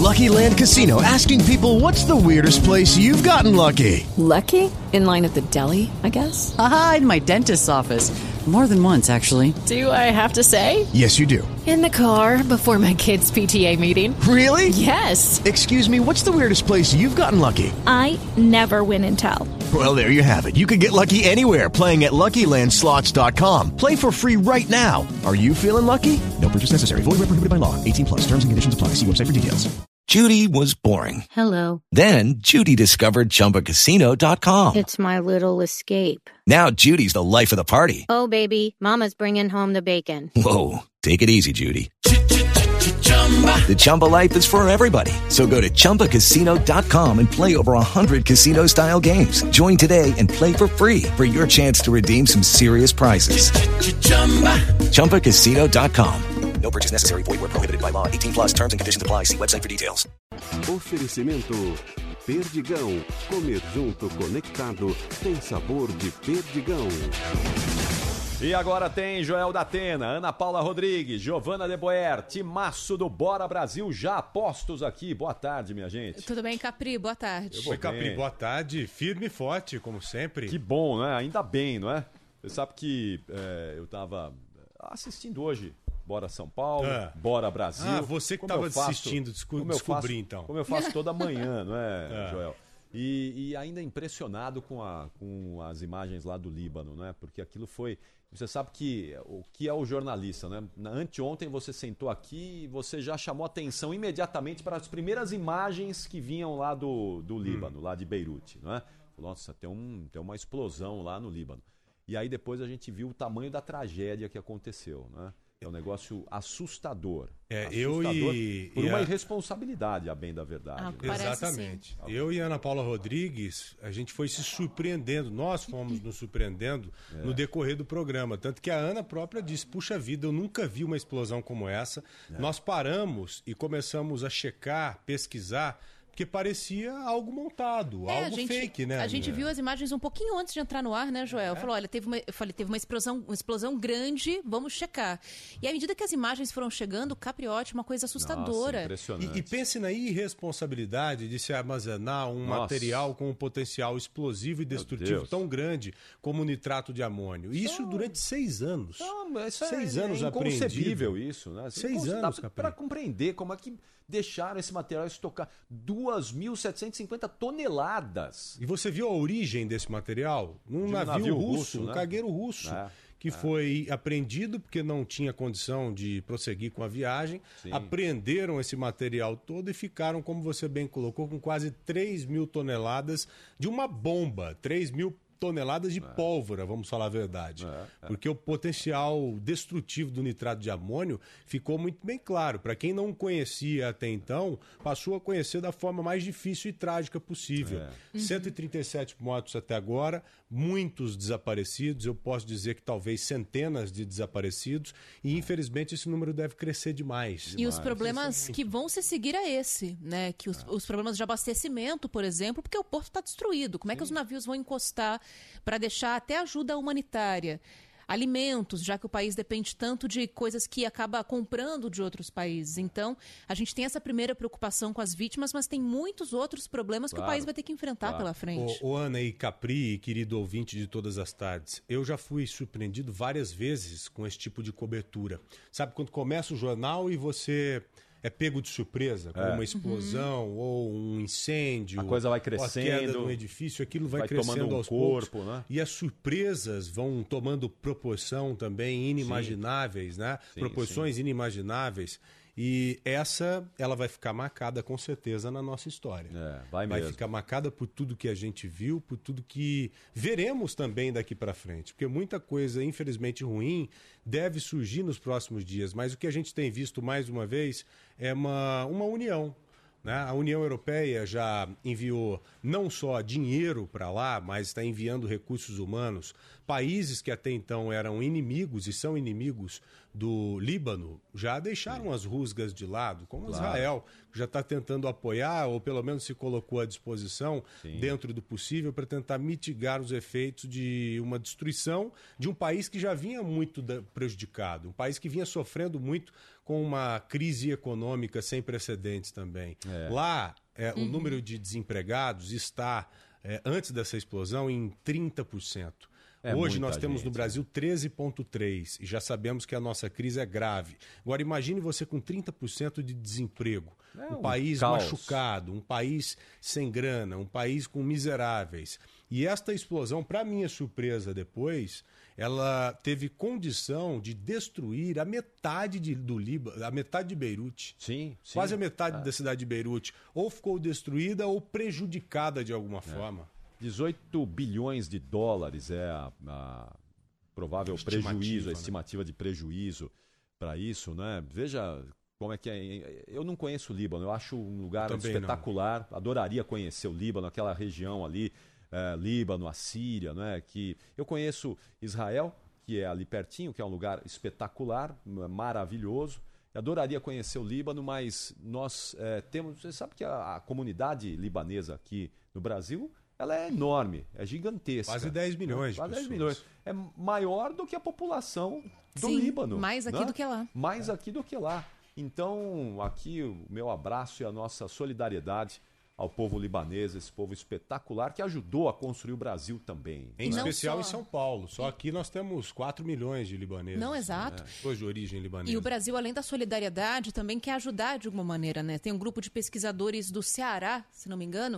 Lucky Land Casino, asking people, what's the weirdest place you've gotten lucky? Lucky? In line at the deli, I guess? Aha, in my dentist's office. More than once, actually. Do I have to say? Yes, you do. In the car before my kids' PTA meeting. Really? Yes. Excuse me, what's the weirdest place you've gotten lucky? I never win and tell. Well, there you have it. You can get lucky anywhere, playing at LuckyLandSlots.com. Play for free right now. Are you feeling lucky? No purchase necessary. Void where prohibited by law. 18 plus. Terms and conditions apply. See website for details. Judy was boring. Hello. Then Judy discovered ChumbaCasino.com. It's my little escape. Now Judy's the life of the party. Oh, baby, mama's bringing home the bacon. Whoa, take it easy, Judy. The Chumba life is for everybody. So go to ChumbaCasino.com and play over 100 casino-style games. Join today and play for free for your chance to redeem some serious prizes. ChumbaCasino.com. No purchase necessary. Void where prohibited by law. 18 plus. Terms and conditions apply. See website for details. Oferecimento Perdigão. Comer junto, conectado. Tem sabor de Perdigão. E agora tem Joel da Atena, Ana Paula Rodrigues, Giovana de Boer, timaço do Bora Brasil, já postos aqui. Boa tarde, minha gente. Tudo bem, Capri? Boa tarde. Oi, Capri, boa tarde. Firme e forte, como sempre. Que bom, né? Ainda bem, não é? Você sabe que eu tava assistindo hoje Bora São Paulo, Bora Brasil. Ah, você que estava assistindo, descobri então. Como eu faço toda manhã, não é, Joel? E ainda impressionado com as imagens lá do Líbano, né? Porque aquilo foi... Você sabe que o que é o jornalista, né? Anteontem você sentou aqui e você já chamou atenção imediatamente para as primeiras imagens que vinham lá do Líbano, lá de Beirute, né? Nossa, tem uma explosão lá no Líbano. E aí depois a gente viu o tamanho da tragédia que aconteceu, né? É um negócio assustador. Por uma irresponsabilidade, a bem da verdade. Né? Exatamente. Sim. Eu e a Ana Paula Rodrigues, a gente foi se surpreendendo, nós fomos nos surpreendendo no decorrer do programa. Tanto que a Ana própria disse, puxa vida, eu nunca vi uma explosão como essa. Nós paramos e começamos a checar, pesquisar, porque parecia algo montado, algo fake, né? A gente viu as imagens um pouquinho antes de entrar no ar, né, Joel? Falou, olha, teve uma explosão grande, vamos checar. E à medida que as imagens foram chegando, capriote, uma coisa assustadora. Nossa, impressionante. E pense na irresponsabilidade de se armazenar um material com um potencial explosivo e destrutivo tão grande como o nitrato de amônio. Isso durante 6 anos. Não, isso 6 anos apreendido. É inconcebível isso, né? 6 anos, para compreender como é que deixaram esse material estocar 2.750 toneladas. E você viu a origem desse material? Num navio russo, um cargueiro russo, que foi apreendido porque não tinha condição de prosseguir com a viagem. Sim. Apreenderam esse material todo e ficaram, como você bem colocou, com quase 3.000 toneladas de uma bomba, 3.000 toneladas de pólvora, vamos falar a verdade. Porque o potencial destrutivo do nitrato de amônio ficou muito bem claro. Para quem não conhecia até então, passou a conhecer da forma mais difícil e trágica possível. 137 mortos até agora, muitos desaparecidos, eu posso dizer que talvez centenas de desaparecidos, e infelizmente esse número deve crescer demais. E os problemas que vão se seguir a esse, né? Que os problemas de abastecimento, por exemplo, porque o porto está destruído. Como é que os navios vão encostar para deixar até ajuda humanitária? Alimentos, já que o país depende tanto de coisas que acaba comprando de outros países. Então, a gente tem essa primeira preocupação com as vítimas, mas tem muitos outros problemas que o país vai ter que enfrentar pela frente. Ô, Ana e Capri, querido ouvinte de todas as tardes, eu já fui surpreendido várias vezes com esse tipo de cobertura. Sabe, quando começa o jornal e você é pego de surpresa, com uma explosão ou um incêndio, a coisa vai crescendo, a queda de um edifício, aquilo vai crescendo aos poucos, né? E as surpresas vão tomando proporção também inimagináveis, né? Proporções inimagináveis. E ela vai ficar marcada com certeza na nossa história. Vai ficar marcada por tudo que a gente viu, por tudo que veremos também daqui para frente. Porque muita coisa, infelizmente, ruim deve surgir nos próximos dias. Mas o que a gente tem visto mais uma vez é uma união. Né? A União Europeia já enviou não só dinheiro para lá, mas está enviando recursos humanos. Países que até então eram inimigos e são inimigos do Líbano já deixaram as rusgas de lado, como Israel, que já está tentando apoiar, ou pelo menos se colocou à disposição, dentro do possível, para tentar mitigar os efeitos de uma destruição de um país que já vinha muito prejudicado, um país que vinha sofrendo muito com uma crise econômica sem precedentes também. Lá, o número de desempregados está, antes dessa explosão, em 30%. Hoje nós temos no Brasil 13,3% e já sabemos que a nossa crise é grave. Agora imagine você com 30% de desemprego, um país machucado, um país sem grana, um país com miseráveis. E esta explosão, para minha surpresa depois, ela teve condição de destruir a metade do Líbano, a metade de Beirute. Sim. Quase a metade da cidade de Beirute. Ou ficou destruída ou prejudicada de alguma forma. 18 bilhões de dólares é a provável prejuízo, a estimativa de prejuízo para isso, né? Veja como é que é. Eu não conheço o Líbano, eu acho um lugar espetacular, adoraria conhecer o Líbano, aquela região ali, Líbano, a Síria, né? Que eu conheço Israel, que é ali pertinho, que é um lugar espetacular, maravilhoso. Eu adoraria conhecer o Líbano, mas nós temos... Você sabe que a comunidade libanesa aqui no Brasil... Ela é enorme, é gigantesca. Quase 10 milhões de pessoas. 10 milhões. É maior do que a população do Líbano. Mais aqui do que lá. Mais aqui do que lá. Então, aqui o meu abraço e a nossa solidariedade ao povo libanês, esse povo espetacular que ajudou a construir o Brasil também. Em especial em São Paulo. Só aqui nós temos 4 milhões de libaneses. Não, exato. Pessoas de origem libanesa. E o Brasil, além da solidariedade, também quer ajudar de alguma maneira, né? Tem um grupo de pesquisadores do Ceará, se não me engano,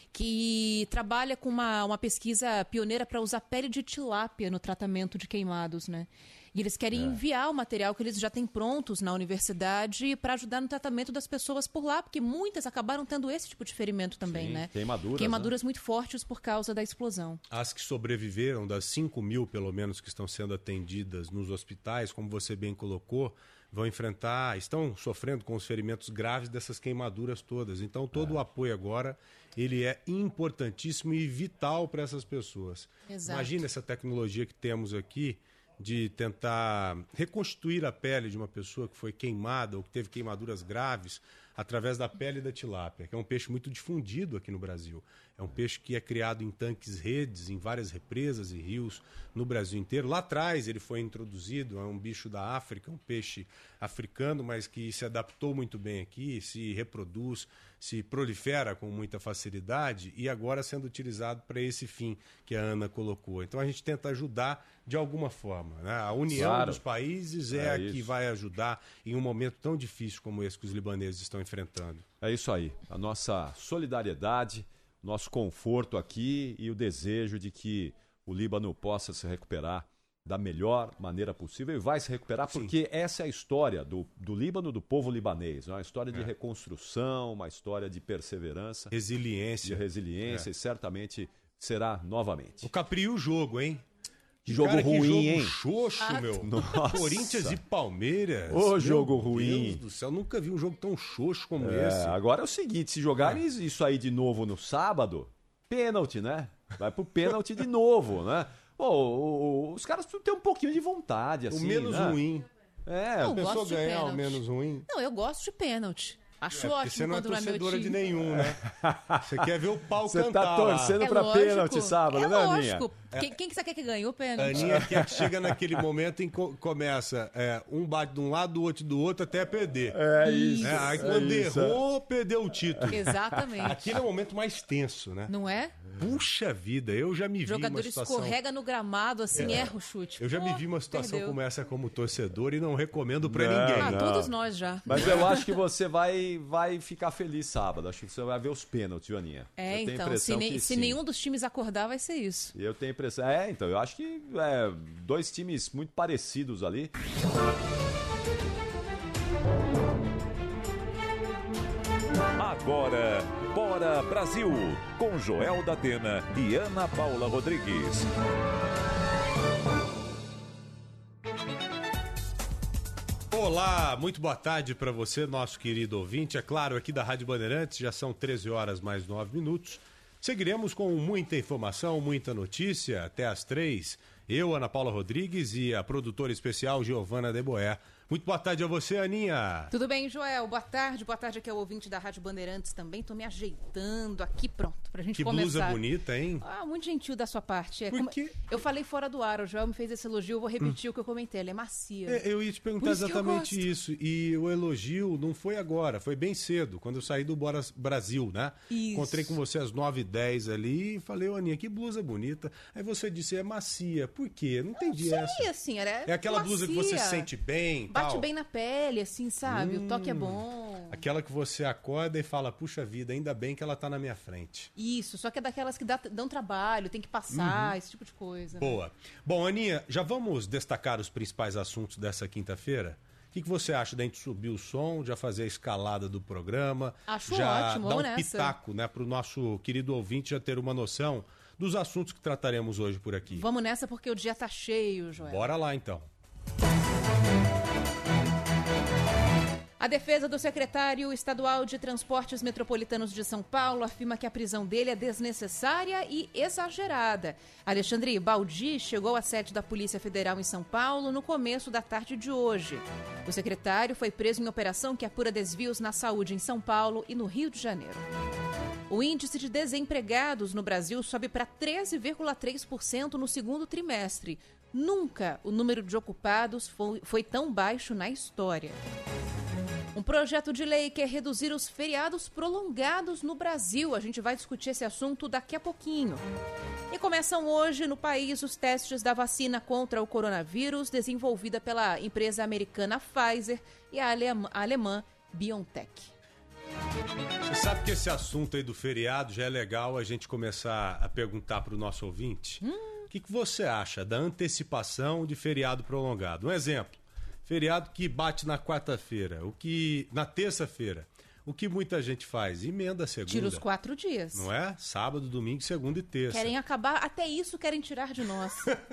que trabalha com uma pesquisa pioneira para usar pele de tilápia no tratamento de queimados, né? E eles querem enviar o material que eles já têm prontos na universidade para ajudar no tratamento das pessoas por lá, porque muitas acabaram tendo esse tipo de ferimento também, né? Queimaduras muito fortes por causa da explosão. As que sobreviveram, das 5 mil pelo menos que estão sendo atendidas nos hospitais, como você bem colocou, estão sofrendo com os ferimentos graves dessas queimaduras todas. Então todo o apoio agora, ele é importantíssimo e vital para essas pessoas. Exato. Imagina essa tecnologia que temos aqui, de tentar reconstituir a pele de uma pessoa que foi queimada ou que teve queimaduras graves através da pele da tilápia, que é um peixe muito difundido aqui no Brasil. É um peixe que é criado em tanques-redes, em várias represas e rios no Brasil inteiro. Lá atrás ele foi introduzido, é um bicho da África, um peixe africano, mas que se adaptou muito bem aqui, se reproduz, se prolifera com muita facilidade e agora sendo utilizado para esse fim que a Ana colocou. Então a gente tenta ajudar de alguma forma, né? A união dos países é a que vai ajudar em um momento tão difícil como esse que os libaneses estão enfrentando. É isso aí, a nossa solidariedade, nosso conforto aqui e o desejo de que o Líbano possa se recuperar da melhor maneira possível e vai se recuperar porque essa é a história do Líbano, do povo libanês. É uma história de reconstrução, uma história de perseverança. Resiliência. E certamente será novamente. O Capri o jogo, hein? Jogo ruim, hein? Xoxo, meu. Nossa. Corinthians e Palmeiras. Ô, jogo ruim. Meu Deus do céu, nunca vi um jogo tão xoxo como esse. Agora é o seguinte, se jogarem isso aí de novo no sábado, pênalti, né? Vai pro pênalti de novo, né? Os caras precisam ter um pouquinho de vontade, assim, o menos ruim. Eu gosto de ganhar pênalti. O menos ruim. Não, eu gosto de pênalti. Acho ótimo você não é quando não é meu torcedora time. de nenhum, né? Você quer ver o pau Você cantar. tá torcendo pra lógico. pênalti sábado, né, Aninha? Lógico. Quem que você quer que ganhe o pênalti? A Aninha quer que chega naquele momento em que começa um bate de um lado, o outro do outro, até perder. É isso. Aí quando errou, perdeu o título. Exatamente. Aquele é o momento mais tenso, né? Não é? Puxa vida, eu já me vi O uma jogador situação... escorrega no gramado, assim, erra o chute. Eu já me vi uma situação perdeu. como essa como torcedor e não recomendo pra ninguém. Todos nós já. Mas eu acho que você vai ficar feliz sábado. Acho que você vai ver os pênaltis, Aninha. Então, se nenhum dos times acordar, vai ser isso. Eu tenho a impressão... então, eu acho que dois times muito parecidos ali. Agora, Bora Brasil, com Joel da Atena e Ana Paula Rodrigues. Olá, muito boa tarde para você, nosso querido ouvinte. É claro, aqui da Rádio Bandeirantes, já são 13 horas mais 9 minutos. Seguiremos com muita informação, muita notícia até às 3. Eu, Ana Paula Rodrigues e a produtora especial Giovana de Boer. Muito boa tarde a você, Aninha. Tudo bem, Joel? Boa tarde aqui ao ouvinte da Rádio Bandeirantes também. Tô me ajeitando aqui, pronto, pra gente começar. Que blusa bonita, hein? Muito gentil da sua parte. Por quê? Eu falei fora do ar, o Joel me fez esse elogio, eu vou repetir o que eu comentei, ela é macia. Eu ia te perguntar exatamente isso. E o elogio não foi agora, foi bem cedo, quando eu saí do Bora Brasil, né? Isso. Encontrei com você às 9h10 ali e falei, Aninha, que blusa bonita. Aí você disse, é macia. Por quê? Não entendi essa. Assim, é aquela macia. Blusa que você se sente bem, bate tal. Bem na pele, assim, sabe? O toque é bom. Aquela que você acorda e fala, puxa vida, ainda bem que ela tá na minha frente. Isso, só que é daquelas que dão trabalho, tem que passar, esse tipo de coisa. Boa. Né? Bom, Aninha, já vamos destacar os principais assuntos dessa quinta-feira? O que você acha da gente subir o som, já fazer a escalada do programa? Acho já ótimo, dar um nessa. pitaco, né, pro nosso querido ouvinte já ter uma noção dos assuntos que trataremos hoje por aqui. Vamos nessa porque o dia tá cheio, Joel. Bora lá, então. A defesa do secretário estadual de Transportes Metropolitanos de São Paulo afirma que a prisão dele é desnecessária e exagerada. Alexandre Baldi chegou à sede da Polícia Federal em São Paulo no começo da tarde de hoje. O secretário foi preso em operação que apura desvios na saúde em São Paulo e no Rio de Janeiro. O índice de desempregados no Brasil sobe para 13,3% no segundo trimestre. Nunca o número de ocupados foi tão baixo na história. Um projeto de lei quer reduzir os feriados prolongados no Brasil. A gente vai discutir esse assunto daqui a pouquinho. E começam hoje no país os testes da vacina contra o coronavírus, desenvolvida pela empresa americana Pfizer e a alemã BioNTech. Você sabe que esse assunto aí do feriado já é legal a gente começar a perguntar para o nosso ouvinte? O que você acha da antecipação de feriado prolongado? Um exemplo. Feriado que bate na quarta-feira, na terça-feira. O que muita gente faz? Emenda a segunda. Tira os 4 dias. Não é? Sábado, domingo, segunda e terça. Querem acabar, até isso querem tirar de nós.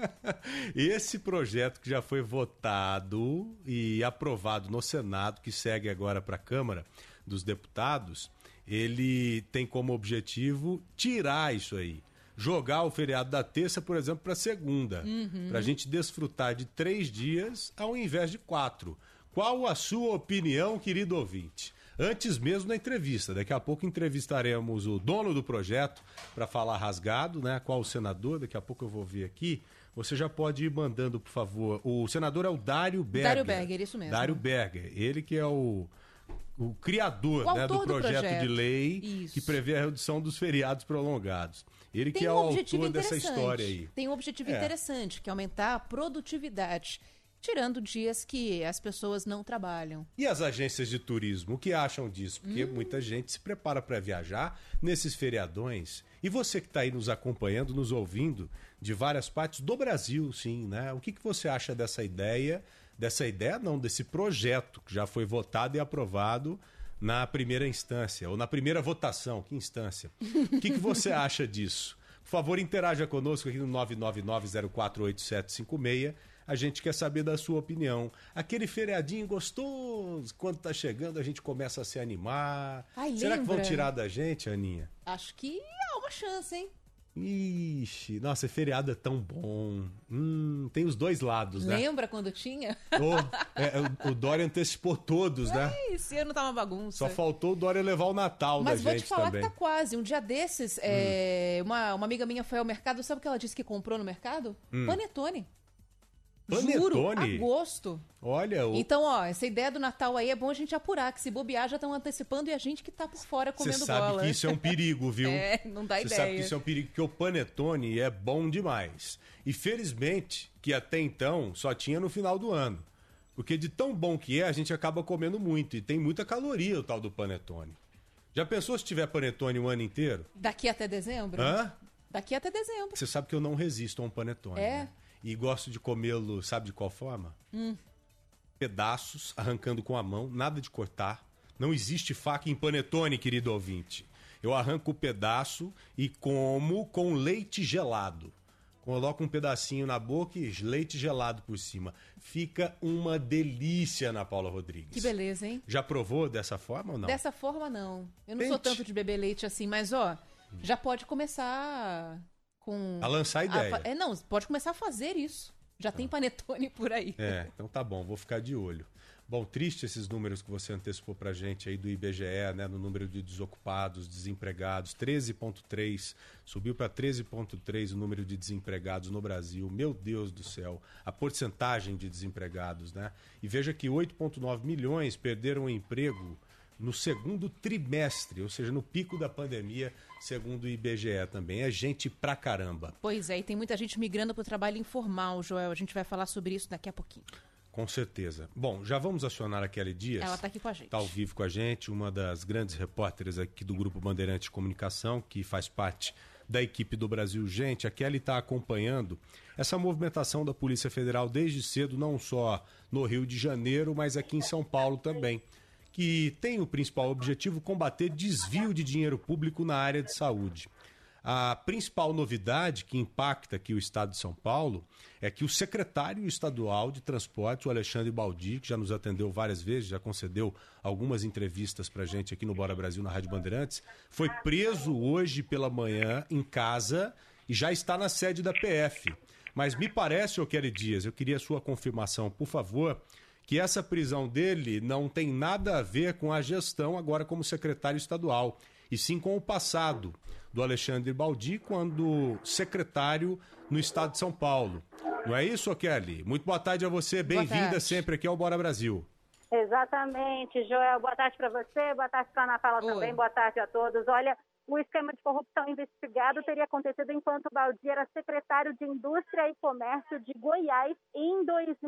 Esse projeto que já foi votado e aprovado no Senado, que segue agora para a Câmara dos Deputados, ele tem como objetivo tirar isso aí. Jogar o feriado da terça, por exemplo, para segunda. Para a gente desfrutar de 3 dias ao invés de 4. Qual a sua opinião, querido ouvinte? Antes mesmo da entrevista. Daqui a pouco entrevistaremos o dono do projeto para falar rasgado, né? Qual o senador? Daqui a pouco eu vou ver aqui. Você já pode ir mandando, por favor. O senador é o Dário Berger. Dário Berger, isso mesmo. Dário Berger. Ele que é o criador, né, do projeto de lei que prevê a redução dos feriados prolongados. Ele que é o autor dessa história aí. Tem um objetivo interessante, que é aumentar a produtividade, tirando dias que as pessoas não trabalham. E as agências de turismo, o que acham disso? Porque muita gente se prepara para viajar nesses feriadões. E você que está aí nos acompanhando, nos ouvindo, de várias partes do Brasil, sim, né? O que você acha dessa ideia? Desse projeto que já foi votado e aprovado na primeira instância, ou na primeira votação, que instância? O que você acha disso? Por favor, interaja conosco aqui no 999-048756. A gente quer saber da sua opinião. Aquele feriadinho gostoso, quando tá chegando a gente começa a se animar. Será que vão tirar da gente, Aninha? Acho que há uma chance, hein? Ixi, nossa, feriado é tão bom. Tem os dois lados, né? Lembra quando tinha? O Dória antecipou todos, né? Esse ano tá uma bagunça. Só faltou o Dória levar o Natal da gente também. Mas vou te falar que tá quase. Um dia desses, uma amiga minha foi ao mercado. Sabe o que ela disse que comprou no mercado? Panetone. Juro, agosto. Olha, Então, essa ideia do Natal aí é bom a gente apurar, que se bobear já estão antecipando e a gente que tá por fora comendo bola. Você sabe que isso é um perigo, viu? Não dá ideia. Você sabe que isso é um perigo, porque o panetone é bom demais. E felizmente, que até então só tinha no final do ano. Porque de tão bom que é, a gente acaba comendo muito. E tem muita caloria o tal do panetone. Já pensou se tiver panetone o ano inteiro? Daqui até dezembro? Daqui até dezembro. Você sabe que eu não resisto a um panetone, né? E gosto de comê-lo, sabe de qual forma? Pedaços, arrancando com a mão, nada de cortar. Não existe faca em panetone, querido ouvinte. Eu arranco o pedaço e como com leite gelado. Coloco um pedacinho na boca e leite gelado por cima. Fica uma delícia, Ana Paula Rodrigues. Que beleza, hein? Já provou dessa forma ou não? Dessa forma, não. Eu não sou tanto de beber leite assim, mas já pode começar A lançar a ideia. Não, pode começar a fazer isso. Já tem panetone por aí. Então tá bom, vou ficar de olho. Bom, triste esses números que você antecipou pra gente aí do IBGE, né, no número de desocupados, desempregados, 13,3, subiu para 13,3 o número de desempregados no Brasil. Meu Deus do céu, a porcentagem de desempregados, né? E veja que 8,9 milhões perderam o emprego no segundo trimestre, ou seja, no pico da pandemia, segundo o IBGE também. É gente pra caramba. Pois é, e tem muita gente migrando para o trabalho informal, Joel. A gente vai falar sobre isso daqui a pouquinho. Com certeza. Bom, já vamos acionar a Kelly Dias. Ela está aqui com a gente. Está ao vivo com a gente, uma das grandes repórteres aqui do Grupo Bandeirantes de Comunicação, que faz parte da equipe do Brasil Gente. A Kelly está acompanhando essa movimentação da Polícia Federal desde cedo, não só no Rio de Janeiro, mas aqui em São Paulo também, que tem o principal objetivo combater desvio de dinheiro público na área de saúde. A principal novidade que impacta aqui o estado de São Paulo é que o secretário estadual de transporte, o Alexandre Baldi, que já nos atendeu várias vezes, já concedeu algumas entrevistas para a gente aqui no Bora Brasil, na Rádio Bandeirantes, foi preso hoje pela manhã em casa e já está na sede da PF. Mas me parece, ô Kelly Dias, eu queria a sua confirmação, por favor, que essa prisão dele não tem nada a ver com a gestão agora como secretário estadual, e sim com o passado do Alexandre Baldi quando secretário no estado de São Paulo. Não é isso, Kelly? Muito boa tarde a você, bem-vinda sempre aqui ao Bora Brasil. Exatamente, Joel. Boa tarde para você, boa tarde para a Ana Paula também, boa tarde a todos. Olha, o esquema de corrupção investigado teria acontecido enquanto Baldi era secretário de Indústria e Comércio de Goiás em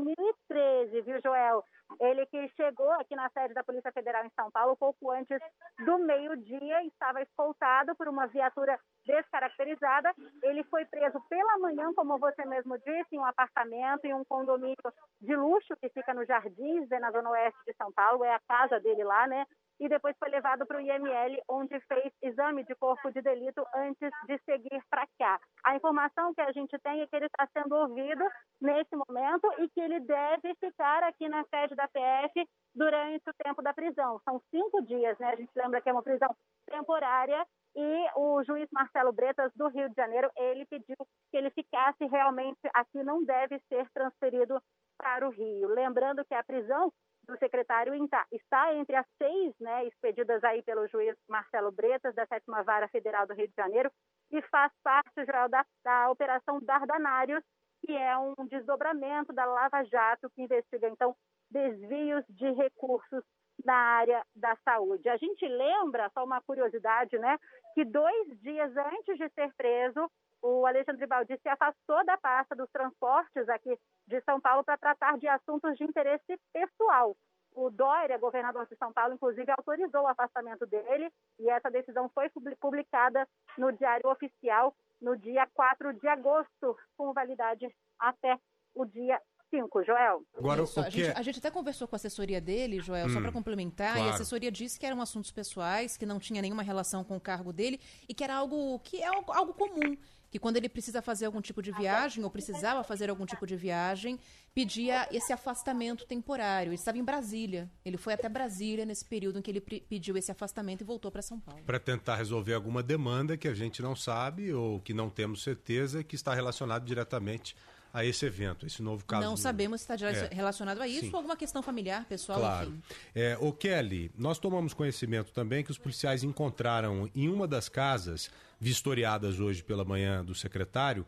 2013, viu, Joel? Ele que chegou aqui na sede da Polícia Federal em São Paulo pouco antes do meio-dia, estava escoltado por uma viatura descaracterizada. Ele foi preso pela manhã, como você mesmo disse, em um apartamento, em um condomínio de luxo que fica no Jardins, na zona oeste de São Paulo, é a casa dele lá, né? E depois foi levado para o IML, onde fez exame de corpo de delito antes de seguir para cá. A informação que a gente tem é que ele está sendo ouvido nesse momento e que ele deve ficar aqui na sede da PF durante o tempo da prisão. São 5 dias, né? A gente lembra que é uma prisão temporária e o juiz Marcelo Bretas, do Rio de Janeiro, ele pediu que ele ficasse realmente aqui, não deve ser transferido para o Rio. Lembrando que a prisão do secretário está entre as 6, né, expedidas aí pelo juiz Marcelo Bretas, da 7ª Vara Federal do Rio de Janeiro, e faz parte, Joel, da Operação Dardanários, que é um desdobramento da Lava Jato, que investiga, então, desvios de recursos na área da saúde. A gente lembra, só uma curiosidade, né, que 2 dias antes de ser preso, o Alexandre Baldi se afastou da pasta dos transportes aqui de São Paulo para tratar de assuntos de interesse pessoal. O Dória, governador de São Paulo, inclusive, autorizou o afastamento dele e essa decisão foi publicada no Diário Oficial no dia 4 de agosto, com validade até o dia 5, Joel. Agora, a gente até conversou com a assessoria dele, Joel, só para complementar, claro. E a assessoria disse que eram assuntos pessoais, que não tinha nenhuma relação com o cargo dele e que era algo comum, que quando ele precisa fazer algum tipo de viagem ou precisava fazer algum tipo de viagem, pedia esse afastamento temporário. Ele estava em Brasília, ele foi até Brasília nesse período em que ele pediu esse afastamento e voltou para São Paulo. Para tentar resolver alguma demanda que a gente não sabe ou que não temos certeza que está relacionado diretamente a esse evento, esse novo caso. Não sabemos se está relacionado a isso ou alguma questão familiar, pessoal, claro. Enfim. Ô Kelly, nós tomamos conhecimento também que os policiais encontraram em uma das casas vistoriadas hoje pela manhã do secretário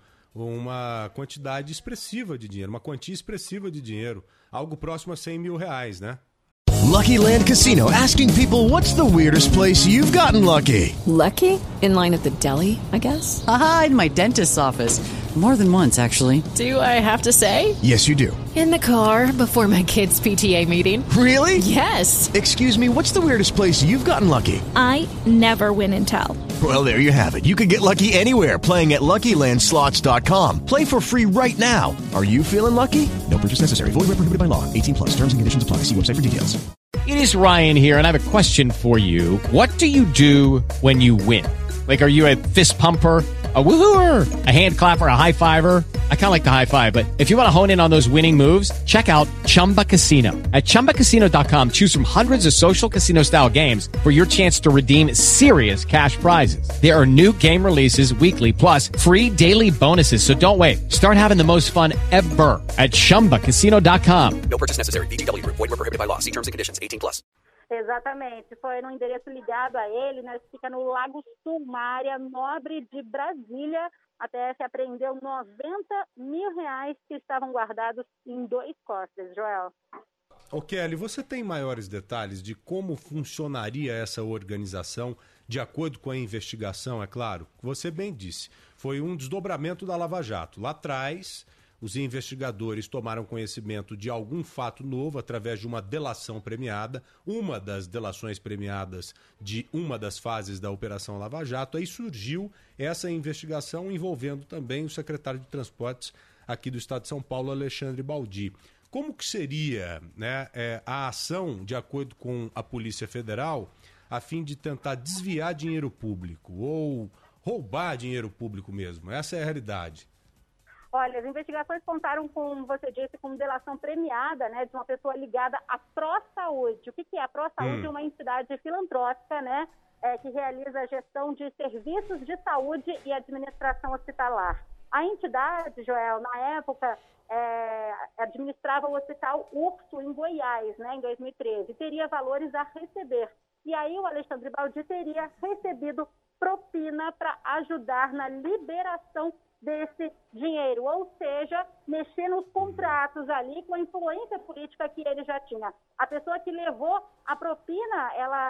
uma quantidade expressiva de dinheiro, uma quantia expressiva de dinheiro, algo próximo a R$100 mil, né? Lucky Land Casino, asking people, what's the weirdest place you've gotten lucky? Lucky? In line at the deli, I guess? Aha, in my dentist's office. More than once, actually. Do I have to say? Yes, you do. In the car before my kids' PTA meeting. Really? Yes. Excuse me, what's the weirdest place you've gotten lucky? I never win and tell. Well, there you have it. You can get lucky anywhere, playing at LuckyLandSlots.com. Play for free right now. Are you feeling lucky? No purchase necessary. Void where prohibited by law. 18+. Terms and conditions apply. See website for details. It is Ryan here, and I have a question for you. What do you do when you win? Like, are you a fist pumper? A woohooer, a hand clapper, a high fiver. I kind of like the high five, but if you want to hone in on those winning moves, check out Chumba Casino. At ChumbaCasino.com, choose from hundreds of social casino style games for your chance to redeem serious cash prizes. There are new game releases weekly, plus free daily bonuses. So don't wait. Start having the most fun ever at ChumbaCasino.com. No purchase necessary. VGW Group. Void where prohibited by law. See terms and conditions. 18+. Exatamente, foi no endereço ligado a ele, né? Fica no Lago Sul, uma área nobre de Brasília. A PF apreendeu R$90 mil que estavam guardados em 2 cofres, Joel. Ô Kelly, você tem maiores detalhes de como funcionaria essa organização de acordo com a investigação, é claro? Você bem disse, foi um desdobramento da Lava Jato. Lá atrás, os investigadores tomaram conhecimento de algum fato novo através de uma delação premiada, uma das delações premiadas de uma das fases da Operação Lava Jato. Aí surgiu essa investigação envolvendo também o secretário de Transportes aqui do Estado de São Paulo, Alexandre Baldi. Como que seria, né, a ação, de acordo com a Polícia Federal, a fim de tentar desviar dinheiro público ou roubar dinheiro público mesmo? Essa é a realidade. Olha, as investigações contaram, como você disse, com delação premiada, né, de uma pessoa ligada à ProSaúde. O que é a ProSaúde? É uma entidade filantrópica, né, que realiza a gestão de serviços de saúde e administração hospitalar. A entidade, Joel, na época, administrava o Hospital Urso, em Goiás, né, em 2013, e teria valores a receber. E aí o Alexandre Baldi teria recebido propina para ajudar na liberação desse dinheiro, ou seja, mexer nos contratos ali com a influência política que ele já tinha. A pessoa que levou a propina, ela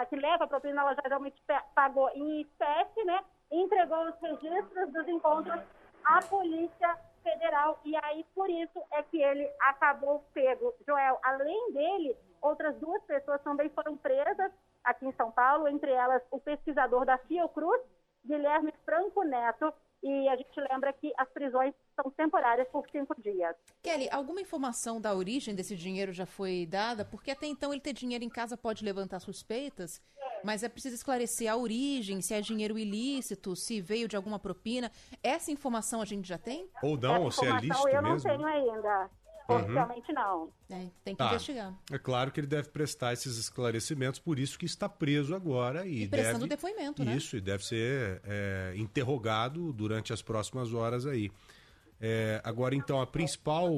já geralmente pagou em espécie, né? Entregou os registros dos encontros à Polícia Federal, e aí por isso é que ele acabou pego. Joel, além dele, outras 2 pessoas também foram presas aqui em São Paulo, entre elas o pesquisador da Fiocruz, Guilherme Franco Neto, e a gente lembra que as prisões são temporárias por 5 dias. Kelly, alguma informação da origem desse dinheiro já foi dada? Porque até então ele ter dinheiro em casa pode levantar suspeitas, mas é preciso esclarecer a origem, se é dinheiro ilícito, se veio de alguma propina. Essa informação a gente já tem? Ou não, ou se é lícito eu mesmo? Eu não tenho ainda. Oficialmente não. Tem que investigar. É claro que ele deve prestar esses esclarecimentos, por isso que está preso agora. E prestando depoimento, né? Isso, e deve ser interrogado durante as próximas horas aí. Agora, então, a principal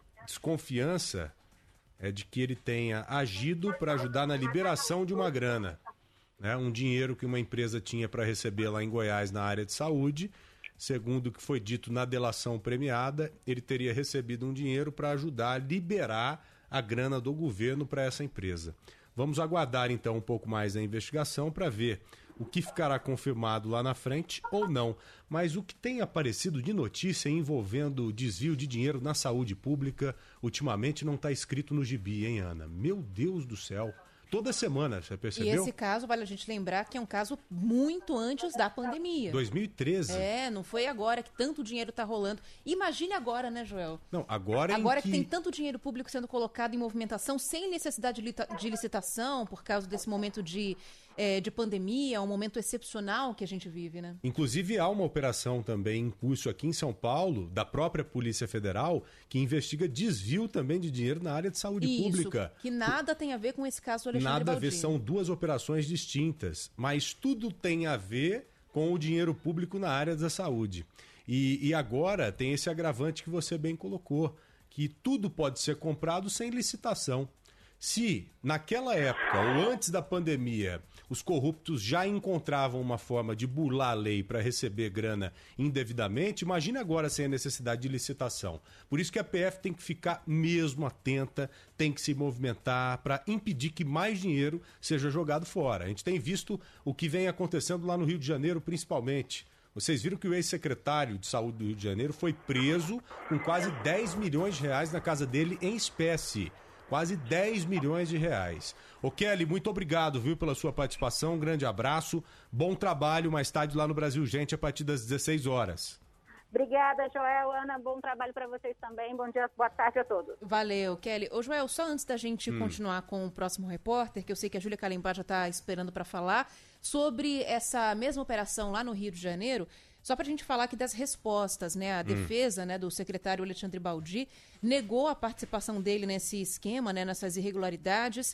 desconfiança é de que ele tenha agido para ajudar na liberação de uma grana, né? Um dinheiro que uma empresa tinha para receber lá em Goiás na área de saúde. Segundo o que foi dito na delação premiada, ele teria recebido um dinheiro para ajudar a liberar a grana do governo para essa empresa. Vamos aguardar então um pouco mais a investigação para ver o que ficará confirmado lá na frente ou não. Mas o que tem aparecido de notícia envolvendo desvio de dinheiro na saúde pública, ultimamente não está escrito no gibi, hein, Ana? Meu Deus do céu! Toda semana, você percebeu? E esse caso, vale a gente lembrar que é um caso muito antes da pandemia. 2013. Não foi agora que tanto dinheiro está rolando. Imagine agora, né, Joel? Não, agora que tem tanto dinheiro público sendo colocado em movimentação sem necessidade de licitação, por causa desse momento de pandemia, um momento excepcional que a gente vive, né? Inclusive, há uma operação também em curso aqui em São Paulo, da própria Polícia Federal, que investiga desvio também de dinheiro na área de saúde pública. Que nada tem a ver com esse caso do Alexandre Baldi. Nada a ver, são 2 operações distintas, mas tudo tem a ver com o dinheiro público na área da saúde. E agora tem esse agravante que você bem colocou, que tudo pode ser comprado sem licitação. Se, naquela época, ou antes da pandemia, os corruptos já encontravam uma forma de burlar a lei para receber grana indevidamente, imagine agora sem a necessidade de licitação. Por isso que a PF tem que ficar mesmo atenta, tem que se movimentar para impedir que mais dinheiro seja jogado fora. A gente tem visto o que vem acontecendo lá no Rio de Janeiro, principalmente. Vocês viram que o ex-secretário de Saúde do Rio de Janeiro foi preso com quase 10 milhões de reais na casa dele em espécie. Quase 10 milhões de reais. Ô Kelly, muito obrigado, viu, pela sua participação. Um grande abraço. Bom trabalho mais tarde lá no Brasil Gente, a partir das 16 horas. Obrigada, Joel. Ana, bom trabalho para vocês também. Bom dia, boa tarde a todos. Valeu, Kelly. Ô, Joel, só antes da gente continuar com o próximo repórter, que eu sei que a Júlia Calembá já está esperando para falar, sobre essa mesma operação lá no Rio de Janeiro, Só para a gente falar aqui das respostas, né? A defesa, né, do secretário Alexandre Baldi negou a participação dele nesse esquema, né, nessas irregularidades,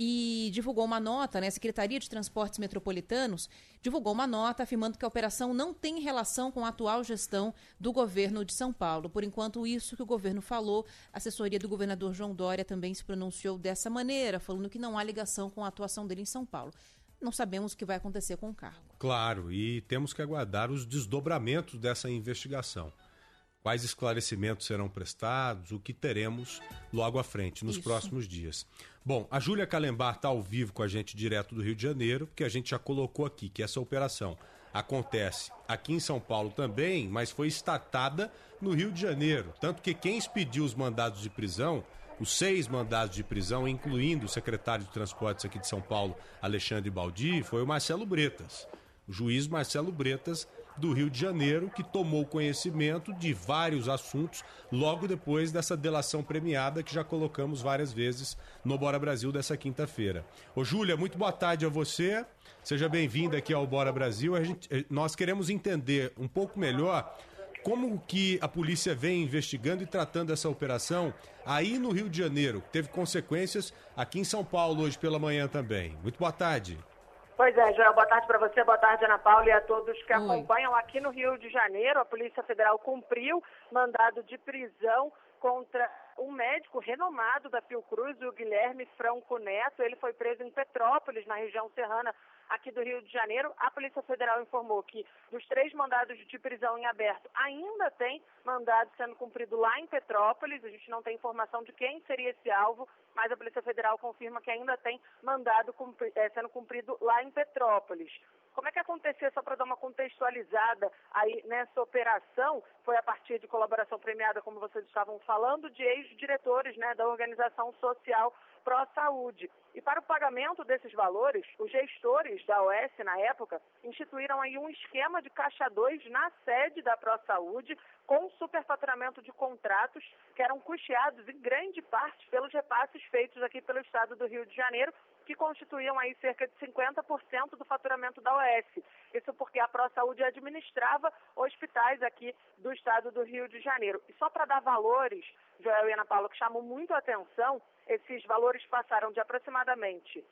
e divulgou uma nota, né? A Secretaria de Transportes Metropolitanos divulgou uma nota afirmando que a operação não tem relação com a atual gestão do governo de São Paulo. Por enquanto, isso que o governo falou, a assessoria do governador João Dória também se pronunciou dessa maneira, falando que não há ligação com a atuação dele em São Paulo. Não sabemos o que vai acontecer com o cargo. Claro, e temos que aguardar os desdobramentos dessa investigação. Quais esclarecimentos serão prestados, o que teremos logo à frente, nos próximos dias. Bom, a Júlia Calembar está ao vivo com a gente direto do Rio de Janeiro, porque a gente já colocou aqui que essa operação acontece aqui em São Paulo também, mas foi startada no Rio de Janeiro. Tanto que quem expediu os mandados de prisão, os 6 mandados de prisão, incluindo o secretário de Transportes aqui de São Paulo, Alexandre Baldi, foi o Marcelo Bretas. O juiz Marcelo Bretas, do Rio de Janeiro, que tomou conhecimento de vários assuntos logo depois dessa delação premiada que já colocamos várias vezes no Bora Brasil dessa quinta-feira. Ô Júlia, muito boa tarde a você. Seja bem-vinda aqui ao Bora Brasil. Nós queremos entender um pouco melhor como que a polícia vem investigando e tratando essa operação aí no Rio de Janeiro. Teve consequências aqui em São Paulo hoje pela manhã também. Muito boa tarde. Pois é, Joel, boa tarde para você, boa tarde, Ana Paula, e a todos que acompanham. Aqui no Rio de Janeiro, a Polícia Federal cumpriu mandado de prisão contra um médico renomado da Fiocruz, o Guilherme Franco Neto. Ele foi preso em Petrópolis, na região serrana aqui do Rio de Janeiro. A Polícia Federal informou que dos 3 mandados de prisão em aberto, ainda tem mandado sendo cumprido lá em Petrópolis. A gente não tem informação de quem seria esse alvo, mas a Polícia Federal confirma que ainda tem mandado sendo cumprido lá em Petrópolis. Como é que aconteceu, só para dar uma contextualizada aí nessa operação, foi a partir de colaboração premiada, como vocês estavam falando, de ex-diretores, né, da organização social Pró-Saúde. E para o pagamento desses valores, os gestores da OS, na época, instituíram aí um esquema de caixa 2 na sede da Pró-Saúde, com superfaturamento de contratos que eram custeados em grande parte pelos repasses feitos aqui pelo Estado do Rio de Janeiro, que constituíam aí cerca de 50% do faturamento da OS. Isso porque a Pró-Saúde administrava hospitais aqui do Estado do Rio de Janeiro. E só para dar valores, Joel e Ana Paula, que chamam muito a atenção, esses valores passaram de aproximadamente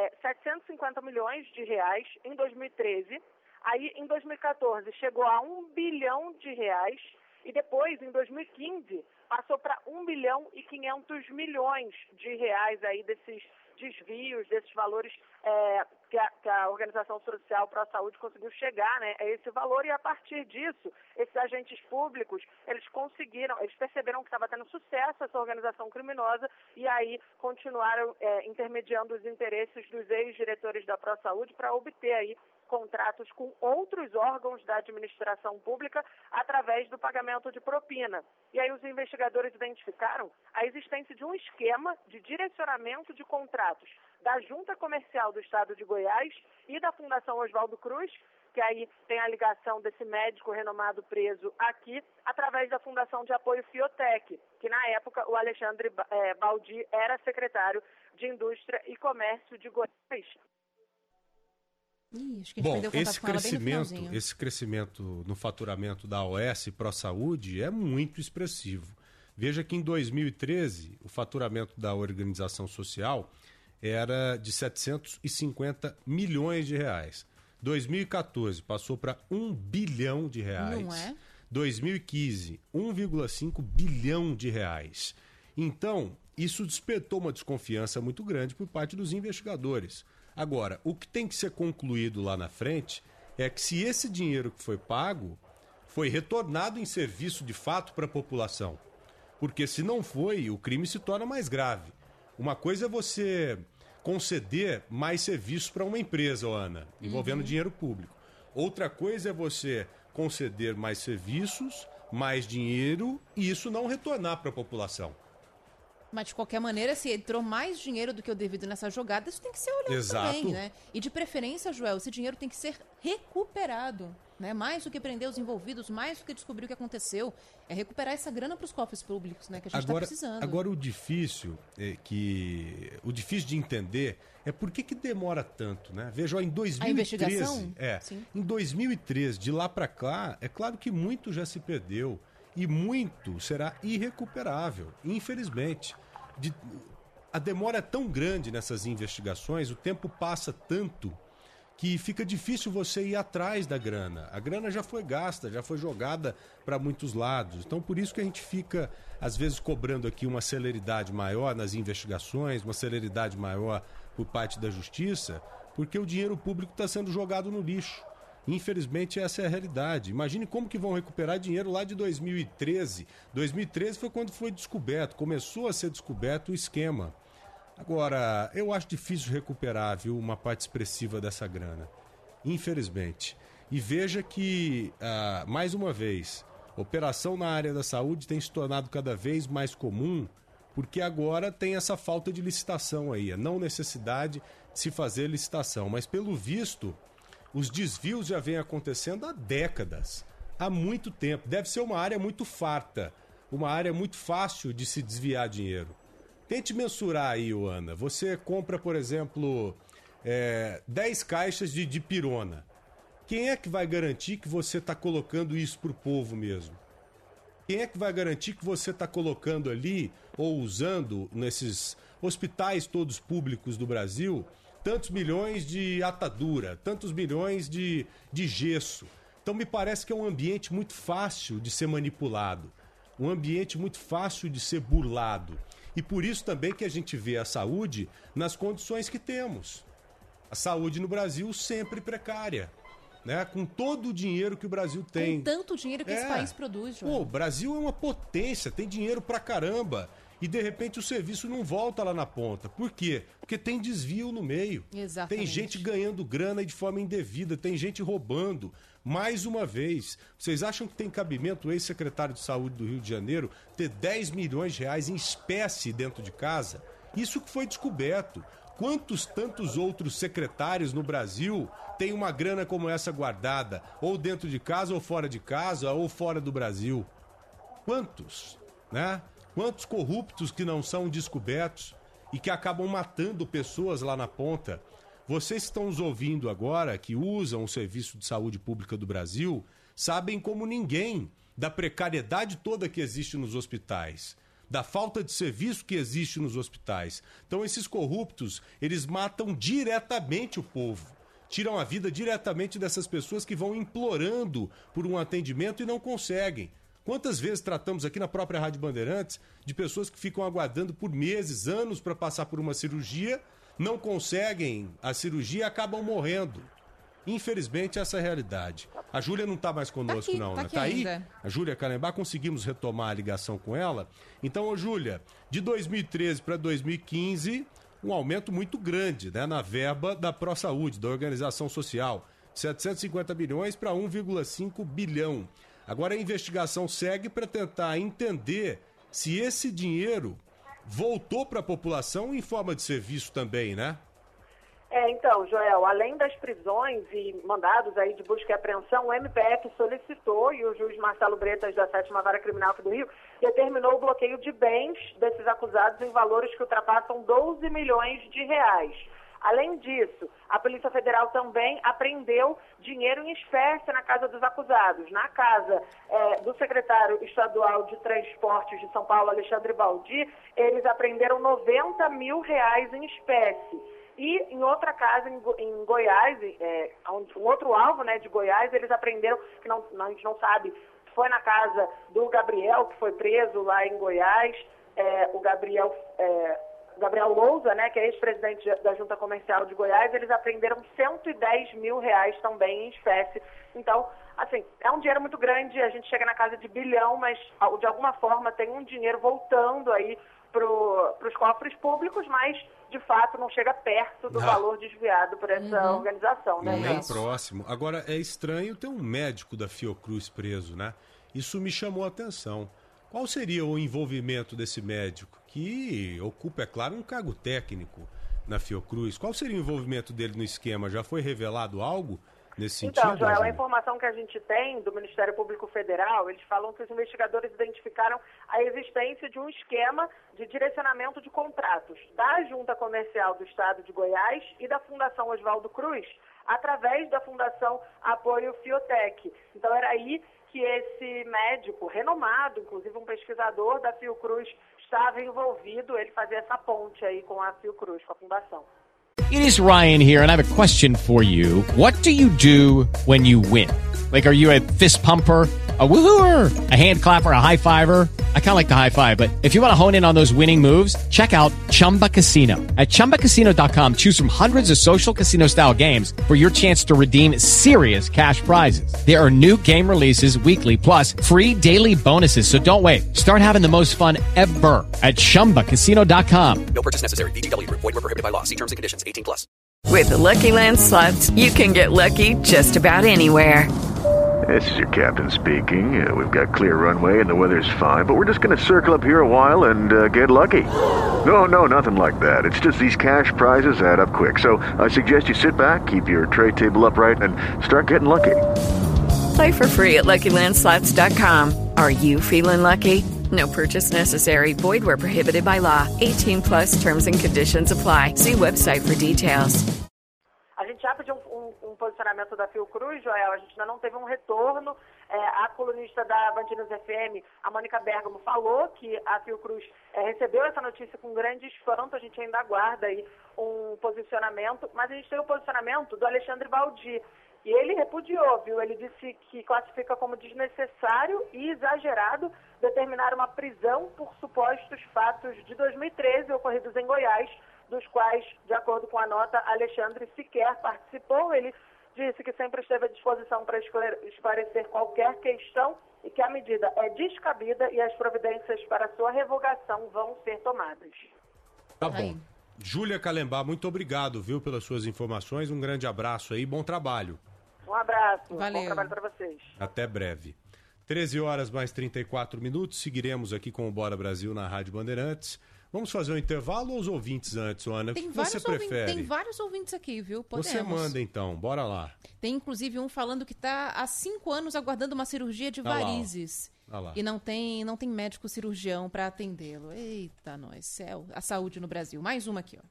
750 milhões de reais em 2013. Aí, em 2014, chegou a 1 bilhão de reais. E depois, em 2015, passou para 1 bilhão e 500 milhões de reais aí desses desvios, desses valores que a Organização Social Pró-Saúde conseguiu chegar, né, a esse valor. E a partir disso, esses agentes públicos, eles perceberam que estava tendo sucesso essa organização criminosa e aí continuaram intermediando os interesses dos ex-diretores da Pró-Saúde para obter aí contratos com outros órgãos da administração pública através do pagamento de propina. E aí os investigadores identificaram a existência de um esquema de direcionamento de contratos da Junta Comercial do Estado de Goiás e da Fundação Oswaldo Cruz, que aí tem a ligação desse médico renomado preso aqui, através da Fundação de Apoio Fiotec, que na época o Alexandre Baldi era secretário de Indústria e Comércio de Goiás. Bom, esse crescimento no faturamento da OS Pró-Saúde é muito expressivo. Veja que em 2013 o faturamento da organização social era de 750 milhões de reais. 2014 passou para 1 bilhão de reais. Não é? 2015, 1,5 bilhão de reais. Então, isso despertou uma desconfiança muito grande por parte dos investigadores. Agora, o que tem que ser concluído lá na frente é que se esse dinheiro que foi pago foi retornado em serviço de fato para a população. Porque se não foi, o crime se torna mais grave. Uma coisa é você conceder mais serviços para uma empresa, Ana, envolvendo dinheiro público. Outra coisa é você conceder mais serviços, mais dinheiro e isso não retornar para a população. Mas, de qualquer maneira, se entrou mais dinheiro do que o devido nessa jogada, isso tem que ser olhado também, né? E, de preferência, Joel, esse dinheiro tem que ser recuperado, né? Mais do que prender os envolvidos, mais do que descobrir o que aconteceu, é recuperar essa grana para os cofres públicos, né? Que a gente está precisando. Agora, o difícil de entender é por que demora tanto, né? Veja, em 2013... A investigação? Sim. Em 2013, de lá para cá, é claro que muito já se perdeu e muito será irrecuperável, infelizmente. A demora é tão grande nessas investigações, o tempo passa tanto que fica difícil você ir atrás da grana. A grana já foi gasta, já foi jogada para muitos lados. Então, por isso que a gente fica, às vezes, cobrando aqui uma celeridade maior nas investigações, uma celeridade maior por parte da justiça, porque o dinheiro público está sendo jogado no lixo. Infelizmente, essa é a realidade. Imagine como que vão recuperar dinheiro lá de 2013. 2013 foi quando foi descoberto, começou a ser descoberto o esquema. Agora, eu acho difícil recuperar, viu, uma parte expressiva dessa grana. Infelizmente. E veja que, mais uma vez, operação na área da saúde tem se tornado cada vez mais comum, porque agora tem essa falta de licitação aí, a não necessidade de se fazer licitação. Mas, pelo visto, os desvios já vêm acontecendo há décadas, há muito tempo. Deve ser uma área muito farta, uma área muito fácil de se desviar dinheiro. Tente mensurar aí, Ana. Você compra, por exemplo, 10 caixas de dipirona. Quem é que vai garantir que você está colocando isso para o povo mesmo? Quem é que vai garantir que você está colocando ali ou usando nesses hospitais todos públicos do Brasil tantos milhões de atadura, tantos milhões de gesso? Então me parece que é um ambiente muito fácil de ser manipulado, um ambiente muito fácil de ser burlado. E por isso também que a gente vê a saúde nas condições que temos. A saúde no Brasil sempre precária, né? Com todo o dinheiro que o Brasil tem. Com tanto dinheiro que esse país produz, João. Pô, o Brasil é uma potência, tem dinheiro pra caramba. E de repente o serviço não volta lá na ponta. Por quê? Porque tem desvio no meio. Exatamente. Tem gente ganhando grana de forma indevida, tem gente roubando. Mais uma vez, vocês acham que tem cabimento o ex-secretário de Saúde do Rio de Janeiro ter 10 milhões de reais em espécie dentro de casa? Isso que foi descoberto. Quantos tantos outros secretários no Brasil têm uma grana como essa guardada? Ou dentro de casa, ou fora de casa, ou fora do Brasil? Quantos, né? Quantos corruptos que não são descobertos e que acabam matando pessoas lá na ponta? Vocês que estão nos ouvindo agora, que usam o Serviço de Saúde Pública do Brasil, sabem como ninguém da precariedade toda que existe nos hospitais, da falta de serviço que existe nos hospitais. Então esses corruptos, eles matam diretamente o povo, tiram a vida diretamente dessas pessoas que vão implorando por um atendimento e não conseguem. Quantas vezes tratamos aqui na própria Rádio Bandeirantes de pessoas que ficam aguardando por meses, anos para passar por uma cirurgia, não conseguem a cirurgia e acabam morrendo. Infelizmente, essa é a realidade. A Júlia não está mais conosco, aqui, não, né? Tá aí? Ainda. A Júlia Calembá, conseguimos retomar a ligação com ela. Então, ô Júlia, de 2013 para 2015, um aumento muito grande, né, na verba da ProSaúde, da organização social. 750 bilhões para 1,5 bilhão. Agora a investigação segue para tentar entender se esse dinheiro voltou para a população em forma de serviço também, né? Então, Joel, além das prisões e mandados aí de busca e apreensão, o MPF solicitou, e o juiz Marcelo Bretas, da 7ª Vara Criminal aqui do Rio, determinou o bloqueio de bens desses acusados em valores que ultrapassam 12 milhões de reais. Além disso, a Polícia Federal também apreendeu dinheiro em espécie na casa dos acusados. Na casa do secretário estadual de Transportes de São Paulo, Alexandre Baldi, eles apreenderam 90 mil reais em espécie. E em outra casa em Goiás, um outro alvo, né, de Goiás, eles apreenderam, que a gente não sabe, foi na casa do Gabriel, que foi preso lá em Goiás, o Gabriel Lousa, né, que é ex-presidente da Junta Comercial de Goiás, eles apreenderam 110 mil reais também em espécie. Então, assim, é um dinheiro muito grande, a gente chega na casa de bilhão, mas de alguma forma tem um dinheiro voltando aí para os cofres públicos, mas de fato não chega perto do valor desviado por essa organização, né? Nem próximo. Agora, é estranho ter um médico da Fiocruz preso, né? Isso me chamou a atenção. Qual seria o envolvimento desse médico que ocupa, é claro, um cargo técnico na Fiocruz. Qual seria o envolvimento dele no esquema? Já foi revelado algo nesse sentido? Então, Joel, a informação que a gente tem do Ministério Público Federal, eles falam que os investigadores identificaram a existência de um esquema de direcionamento de contratos da Junta Comercial do Estado de Goiás e da Fundação Oswaldo Cruz, através da Fundação Apoio Fiotec. Então, era aí que esse médico renomado, inclusive um pesquisador da Fiocruz, estava envolvido. Ele fazia essa ponte aí com a Fiocruz, com a fundação. It is Ryan here, and I have a question for you. What do you do when you win? Like, are you a fist pumper, a woohooer, a hand clapper, a high fiver? I kind of like the high five, but if you want to hone in on those winning moves, check out Chumba Casino. At ChumbaCasino.com, choose from hundreds of social casino-style games for your chance to redeem serious cash prizes. There are new game releases weekly, plus free daily bonuses. So don't wait. Start having the most fun ever at ChumbaCasino.com. No purchase necessary. VGW Group. Void where prohibited by law. See terms and conditions. 18+. With the Lucky Land Slots, you can get lucky just about anywhere. This is your captain speaking. We've got clear runway and the weather's fine, but we're just going to circle up here a while and get lucky. No, nothing like that. It's just these cash prizes add up quick. So I suggest you sit back, keep your tray table upright, and start getting lucky. Play for free at LuckyLandSlots.com. Are you feeling lucky? No purchase necessary. Void where prohibited by law. 18+ terms and conditions apply. See website for details. A gente já pediu um posicionamento da Fiocruz, Joel. A gente ainda não teve um retorno. A colunista da Band News FM, a Mônica Bergamo, falou que a Fiocruz recebeu essa notícia com grande espanto. A gente ainda aguarda aí um posicionamento. Mas a gente tem o posicionamento do Alexandre Baldi. E ele repudiou, viu? Ele disse que classifica como desnecessário e exagerado determinar uma prisão por supostos fatos de 2013 ocorridos em Goiás, dos quais, de acordo com a nota, Alexandre sequer participou. Ele disse que sempre esteve à disposição para esclarecer qualquer questão e que a medida é descabida e as providências para sua revogação vão ser tomadas. Tá bom. Júlia Calembá, muito obrigado, viu, pelas suas informações. Um grande abraço aí, bom trabalho. Um abraço, valeu. Bom trabalho para vocês. Até breve. 13 horas mais 34 minutos, seguiremos aqui com o Bora Brasil na Rádio Bandeirantes. Vamos fazer um intervalo ou os ouvintes antes, Ana? O que você prefere? Tem vários ouvintes aqui, viu? Podemos. Você manda então, bora lá. Tem inclusive um falando que está há 5 anos aguardando uma cirurgia de varizes. E não tem médico cirurgião para atendê-lo. Eita, nós, céu. A saúde no Brasil. Mais uma aqui, ó.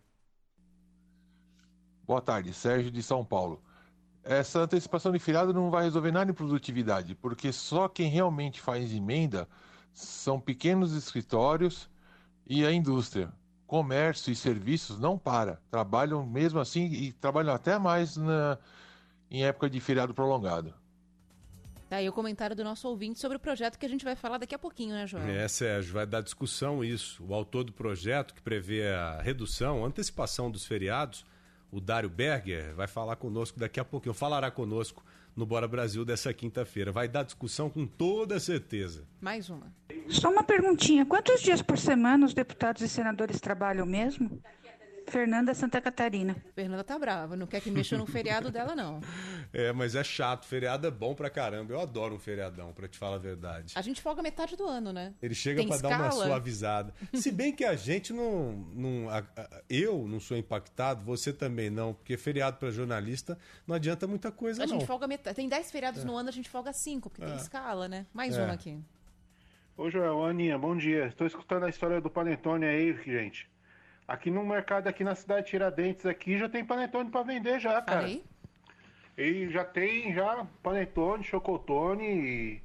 Boa tarde, Sérgio de São Paulo. Essa antecipação de feriado não vai resolver nada em produtividade, porque só quem realmente faz emenda são pequenos escritórios e a indústria. Comércio e serviços não para. Trabalham mesmo assim e trabalham até mais em época de feriado prolongado. Tá aí o comentário do nosso ouvinte sobre o projeto que a gente vai falar daqui a pouquinho, né, Joel? Sérgio, vai dar discussão isso. O autor do projeto que prevê a redução, a antecipação dos feriados, o Dário Berger, vai falar conosco daqui a pouquinho, falará conosco no Bora Brasil dessa quinta-feira. Vai dar discussão com toda certeza. Mais uma. Só uma perguntinha. Quantos dias por semana os deputados e senadores trabalham mesmo? Fernanda, Santa Catarina. Fernanda tá brava, não quer que mexa no feriado dela, não. Mas é chato. Feriado é bom pra caramba. Eu adoro um feriadão, pra te falar a verdade. A gente folga metade do ano, né? Ele chega pra dar uma suavizada. Se bem que a gente eu não sou impactado, você também não, porque feriado pra jornalista não adianta muita coisa, não. A gente folga metade. Tem 10 feriados no ano, a gente folga 5, porque tem escala, né? Mais uma aqui. Ô, Joel, Aninha, bom dia. Estou escutando a história do panetone aí, gente. Aqui no mercado, aqui na cidade de Tiradentes, aqui já tem panetone para vender já, cara. Falei? E já tem panetone, chocotone,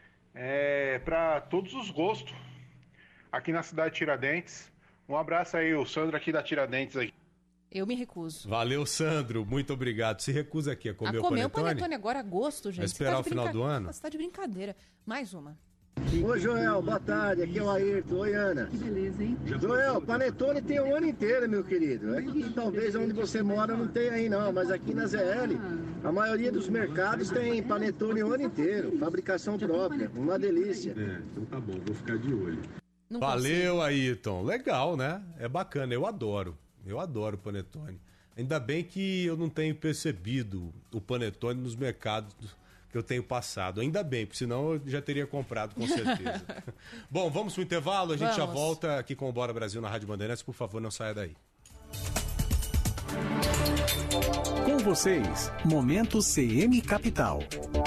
para todos os gostos. Aqui na cidade de Tiradentes. Um abraço aí, o Sandro aqui da Tiradentes aí. Eu me recuso. Valeu, Sandro. Muito obrigado. Se recusa aqui a comer o panetone? O panetone agora, agosto, gente. Vai esperar o final do ano? Você tá de brincadeira. Mais uma. Oi, Joel, boa tarde, aqui é o Ayrton. Oi, Ana. Que beleza, hein? Joel, panetone tem o ano inteiro, meu querido. Aqui talvez onde você mora não tenha aí não, mas aqui na ZL, a maioria dos mercados tem panetone o ano inteiro, fabricação própria, uma delícia. Então tá bom, vou ficar de olho. Valeu, Ayrton. Legal, né? É bacana, eu adoro o panetone. Ainda bem que eu não tenho percebido o panetone nos mercados que eu tenho passado. Ainda bem, porque senão eu já teria comprado, com certeza. Bom, vamos pro intervalo, a gente já volta aqui com o Bora Brasil na Rádio Bandeirantes. Por favor, não saia daí. Com vocês, Momento CM Capital.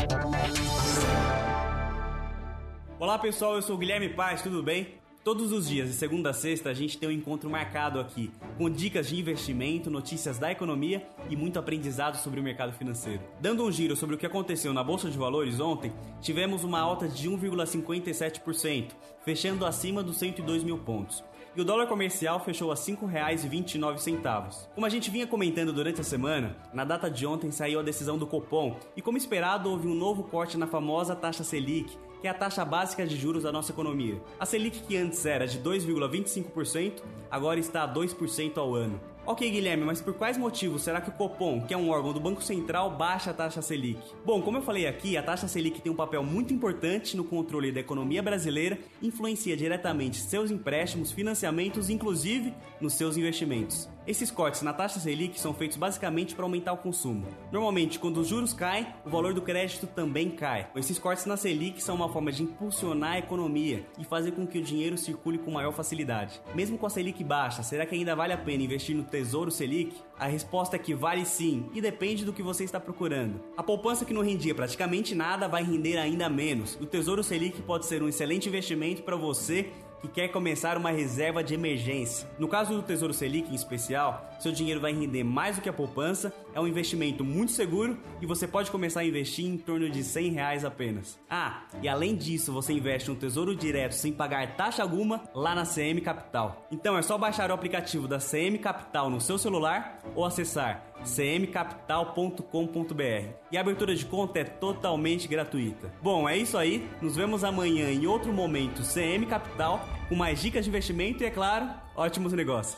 Olá pessoal, eu sou o Guilherme Paz, tudo bem? Todos os dias, de segunda a sexta, a gente tem um encontro marcado aqui, com dicas de investimento, notícias da economia e muito aprendizado sobre o mercado financeiro. Dando um giro sobre o que aconteceu na Bolsa de Valores ontem, tivemos uma alta de 1,57%, fechando acima dos 102 mil pontos. E o dólar comercial fechou a R$ 5,29. Como a gente vinha comentando durante a semana, na data de ontem saiu a decisão do Copom e, como esperado, houve um novo corte na famosa taxa Selic, que é a taxa básica de juros da nossa economia. A Selic, que antes era de 2,25%, agora está a 2% ao ano. Ok, Guilherme, mas por quais motivos será que o Copom, que é um órgão do Banco Central, baixa a taxa Selic? Bom, como eu falei aqui, a taxa Selic tem um papel muito importante no controle da economia brasileira e influencia diretamente seus empréstimos, financiamentos e, inclusive, nos seus investimentos. Esses cortes na taxa Selic são feitos basicamente para aumentar o consumo. Normalmente, quando os juros caem, o valor do crédito também cai. Esses cortes na Selic são uma forma de impulsionar a economia e fazer com que o dinheiro circule com maior facilidade. Mesmo com a Selic baixa, será que ainda vale a pena investir no Tesouro Selic? A resposta é que vale sim, e depende do que você está procurando. A poupança que não rendia praticamente nada vai render ainda menos. O Tesouro Selic pode ser um excelente investimento para você que quer começar uma reserva de emergência. No caso do Tesouro Selic em especial, seu dinheiro vai render mais do que a poupança, é um investimento muito seguro e você pode começar a investir em torno de R$100 apenas. Ah, e além disso você investe no Tesouro Direto sem pagar taxa alguma lá na CM Capital. Então é só baixar o aplicativo da CM Capital no seu celular ou acessar cmcapital.com.br. E a abertura de conta é totalmente gratuita. Bom, é isso aí. Nos vemos amanhã em outro momento CM Capital com mais dicas de investimento e, é claro, ótimos negócios.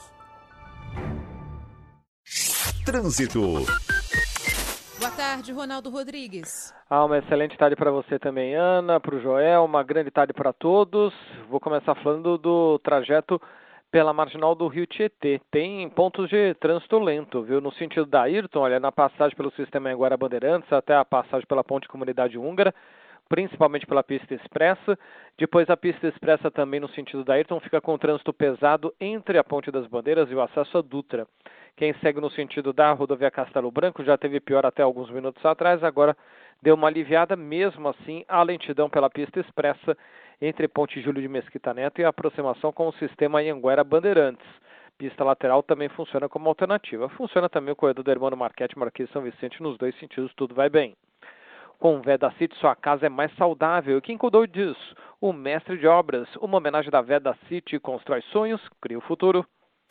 Trânsito. Boa tarde, Ronaldo Rodrigues. Uma excelente tarde para você também, Ana, para o Joel, uma grande tarde para todos. Vou começar falando do trajeto pela marginal do Rio Tietê. Tem pontos de trânsito lento, viu? No sentido da Ayrton, olha, na passagem pelo sistema Anhanguera Bandeirantes até a passagem pela ponte Comunidade Húngara, principalmente pela pista expressa. Depois a pista expressa também no sentido da Ayrton fica com trânsito pesado entre a Ponte das Bandeiras e o acesso a Dutra. Quem segue no sentido da rodovia Castelo Branco já teve pior até alguns minutos atrás, agora deu uma aliviada. Mesmo assim, a lentidão pela pista expressa entre Ponte Júlio de Mesquita Neto e a aproximação com o sistema Anhanguera Bandeirantes. Pista lateral também funciona como alternativa. Funciona também o corredor do Hermano Marquete, Marquês de São Vicente, nos dois sentidos, tudo vai bem. Com o Veda City, sua casa é mais saudável. E quem cuidou disso? O mestre de obras. Uma homenagem da Veda City, constrói sonhos, cria o futuro.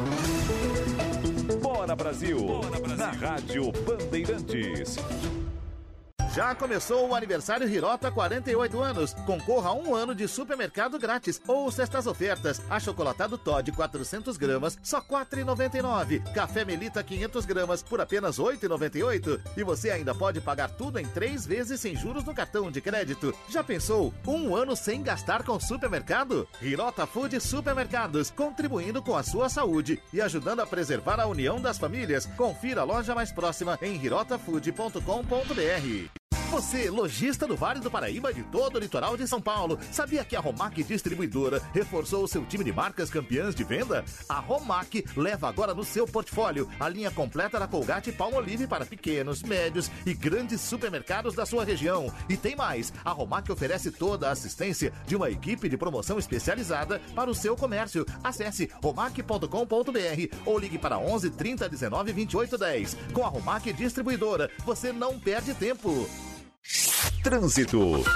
Bora Brasil, na Rádio Bandeirantes. Já começou o aniversário Hirota 48 anos. Concorra a 1 ano de supermercado grátis. Ouça estas ofertas. Achocolatado Toddy 400 gramas, só R$ 4,99. Café Melita 500 gramas por apenas R$ 8,98. E você ainda pode pagar tudo em 3 vezes sem juros no cartão de crédito. Já pensou? 1 ano sem gastar com supermercado? Hirota Food Supermercados, contribuindo com a sua saúde e ajudando a preservar a união das famílias. Confira a loja mais próxima em hirotafood.com.br. Você, lojista do Vale do Paraíba e de todo o litoral de São Paulo, sabia que a Romac Distribuidora reforçou o seu time de marcas campeãs de venda? A Romac leva agora no seu portfólio a linha completa da Colgate Palmolive para pequenos, médios e grandes supermercados da sua região. E tem mais, a Romac oferece toda a assistência de uma equipe de promoção especializada para o seu comércio. Acesse romac.com.br ou ligue para 11 30 19 28 10. Com a Romac Distribuidora, você não perde tempo. Trânsito.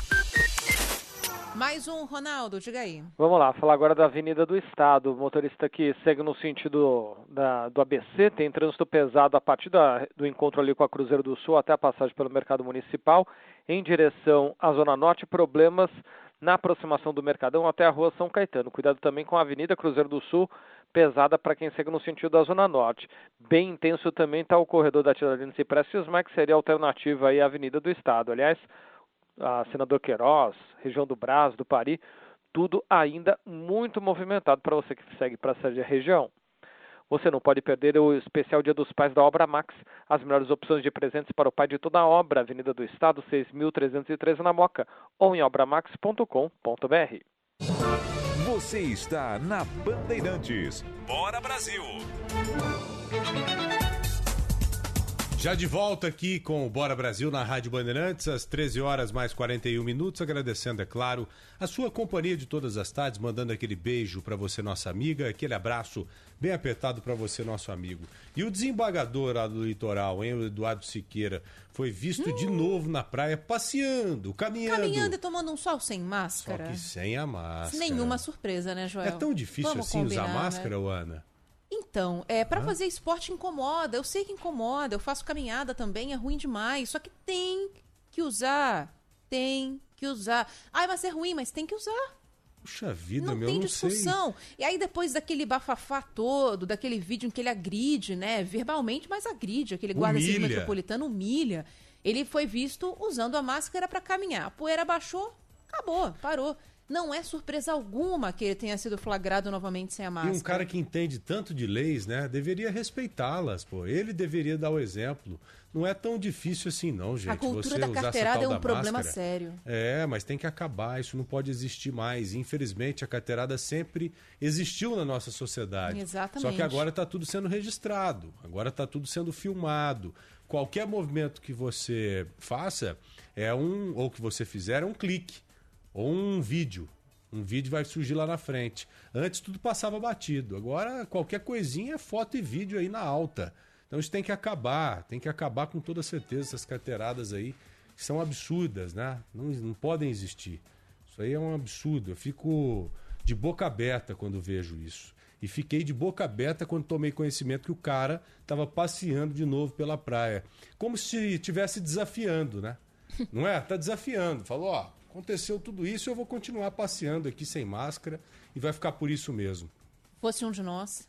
Mais um, Ronaldo, diga aí. Vamos lá, falar agora da Avenida do Estado. O motorista que segue no sentido do ABC tem trânsito pesado a partir do encontro ali com a Cruzeiro do Sul até a passagem pelo Mercado Municipal, em direção à Zona Norte. Problemas na aproximação do Mercadão até a Rua São Caetano. Cuidado também com a Avenida Cruzeiro do Sul, pesada para quem segue no sentido da Zona Norte. Bem intenso também está o corredor da Tiradentes e Prestes, mas que seria alternativa aí à Avenida do Estado. Aliás, a Senador Queiroz, região do Brás, do Pari, tudo ainda muito movimentado para você que segue para essa região. Você não pode perder o especial Dia dos Pais da Obra Max. As melhores opções de presentes para o pai de toda a obra. Avenida do Estado, 6.313 na Moca. Ou em obramax.com.br. Você está na Bandeirantes. Bora Brasil! Já de volta aqui com o Bora Brasil na Rádio Bandeirantes, às 13 horas mais 41 minutos, agradecendo, é claro, a sua companhia de todas as tardes, mandando aquele beijo para você, nossa amiga, aquele abraço bem apertado para você, nosso amigo. E o desembargador lá do litoral, hein, o Eduardo Siqueira, foi visto de novo na praia passeando, caminhando. Caminhando e tomando um sol sem máscara. Só que sem a máscara. Nenhuma surpresa, né, Joel? É tão difícil Vamos assim combinar, usar máscara, né? Ana? Então, para fazer esporte incomoda, eu sei que incomoda, eu faço caminhada também, é ruim demais, só que tem que usar, Ai, mas é ruim, mas tem que usar. Puxa vida, não tem discussão. E aí depois daquele bafafá todo, daquele vídeo em que ele agride, né, verbalmente, mas agride, aquele guarda civil metropolitano humilha, ele foi visto usando a máscara para caminhar. A poeira baixou, acabou, parou. Não é surpresa alguma que ele tenha sido flagrado novamente sem a máscara. E um cara que entende tanto de leis, né, deveria respeitá-las, pô. Ele deveria dar o exemplo. Não é tão difícil assim não, gente. A cultura você da usar carteirada essa tal é um problema sério. Mas tem que acabar, isso não pode existir mais. Infelizmente, a carteirada sempre existiu na nossa sociedade. Exatamente. Só que agora está tudo sendo registrado, agora está tudo sendo filmado. Qualquer movimento que você faça, ou que você fizer, é um clique. Ou um vídeo. Um vídeo vai surgir lá na frente. Antes tudo passava batido. Agora qualquer coisinha é foto e vídeo aí na alta. Então isso tem que acabar com toda certeza essas carteiradas aí, que são absurdas, né? Não podem existir. Isso aí é um absurdo. Eu fico de boca aberta quando vejo isso. E fiquei de boca aberta quando tomei conhecimento que o cara estava passeando de novo pela praia. Como se estivesse desafiando, né? Não é? Tá desafiando. Falou, aconteceu tudo isso, eu vou continuar passeando aqui sem máscara e vai ficar por isso mesmo. Fosse um de nós.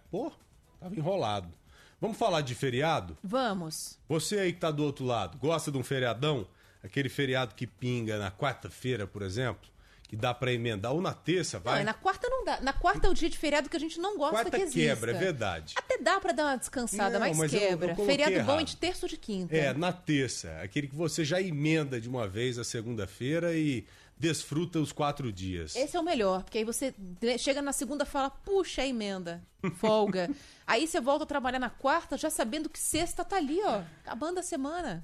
Tava enrolado. Vamos falar de feriado? Vamos. Você aí que tá do outro lado, gosta de um feriadão? Aquele feriado que pinga na quarta-feira, por exemplo? Que dá pra emendar, ou na terça, vai? Não, na quarta não dá. Na quarta é o dia de feriado que a gente não gosta que exista. Quebra, é verdade. Até dá pra dar uma descansada, mas quebra. Eu feriado errado. Bom é de terça ou de quinta. Na terça. Aquele que você já emenda de uma vez a segunda-feira e desfruta os 4 dias. Esse é o melhor, porque aí você chega na segunda e fala, puxa, é emenda, folga. Aí você volta a trabalhar na quarta já sabendo que sexta tá ali, acabando a semana.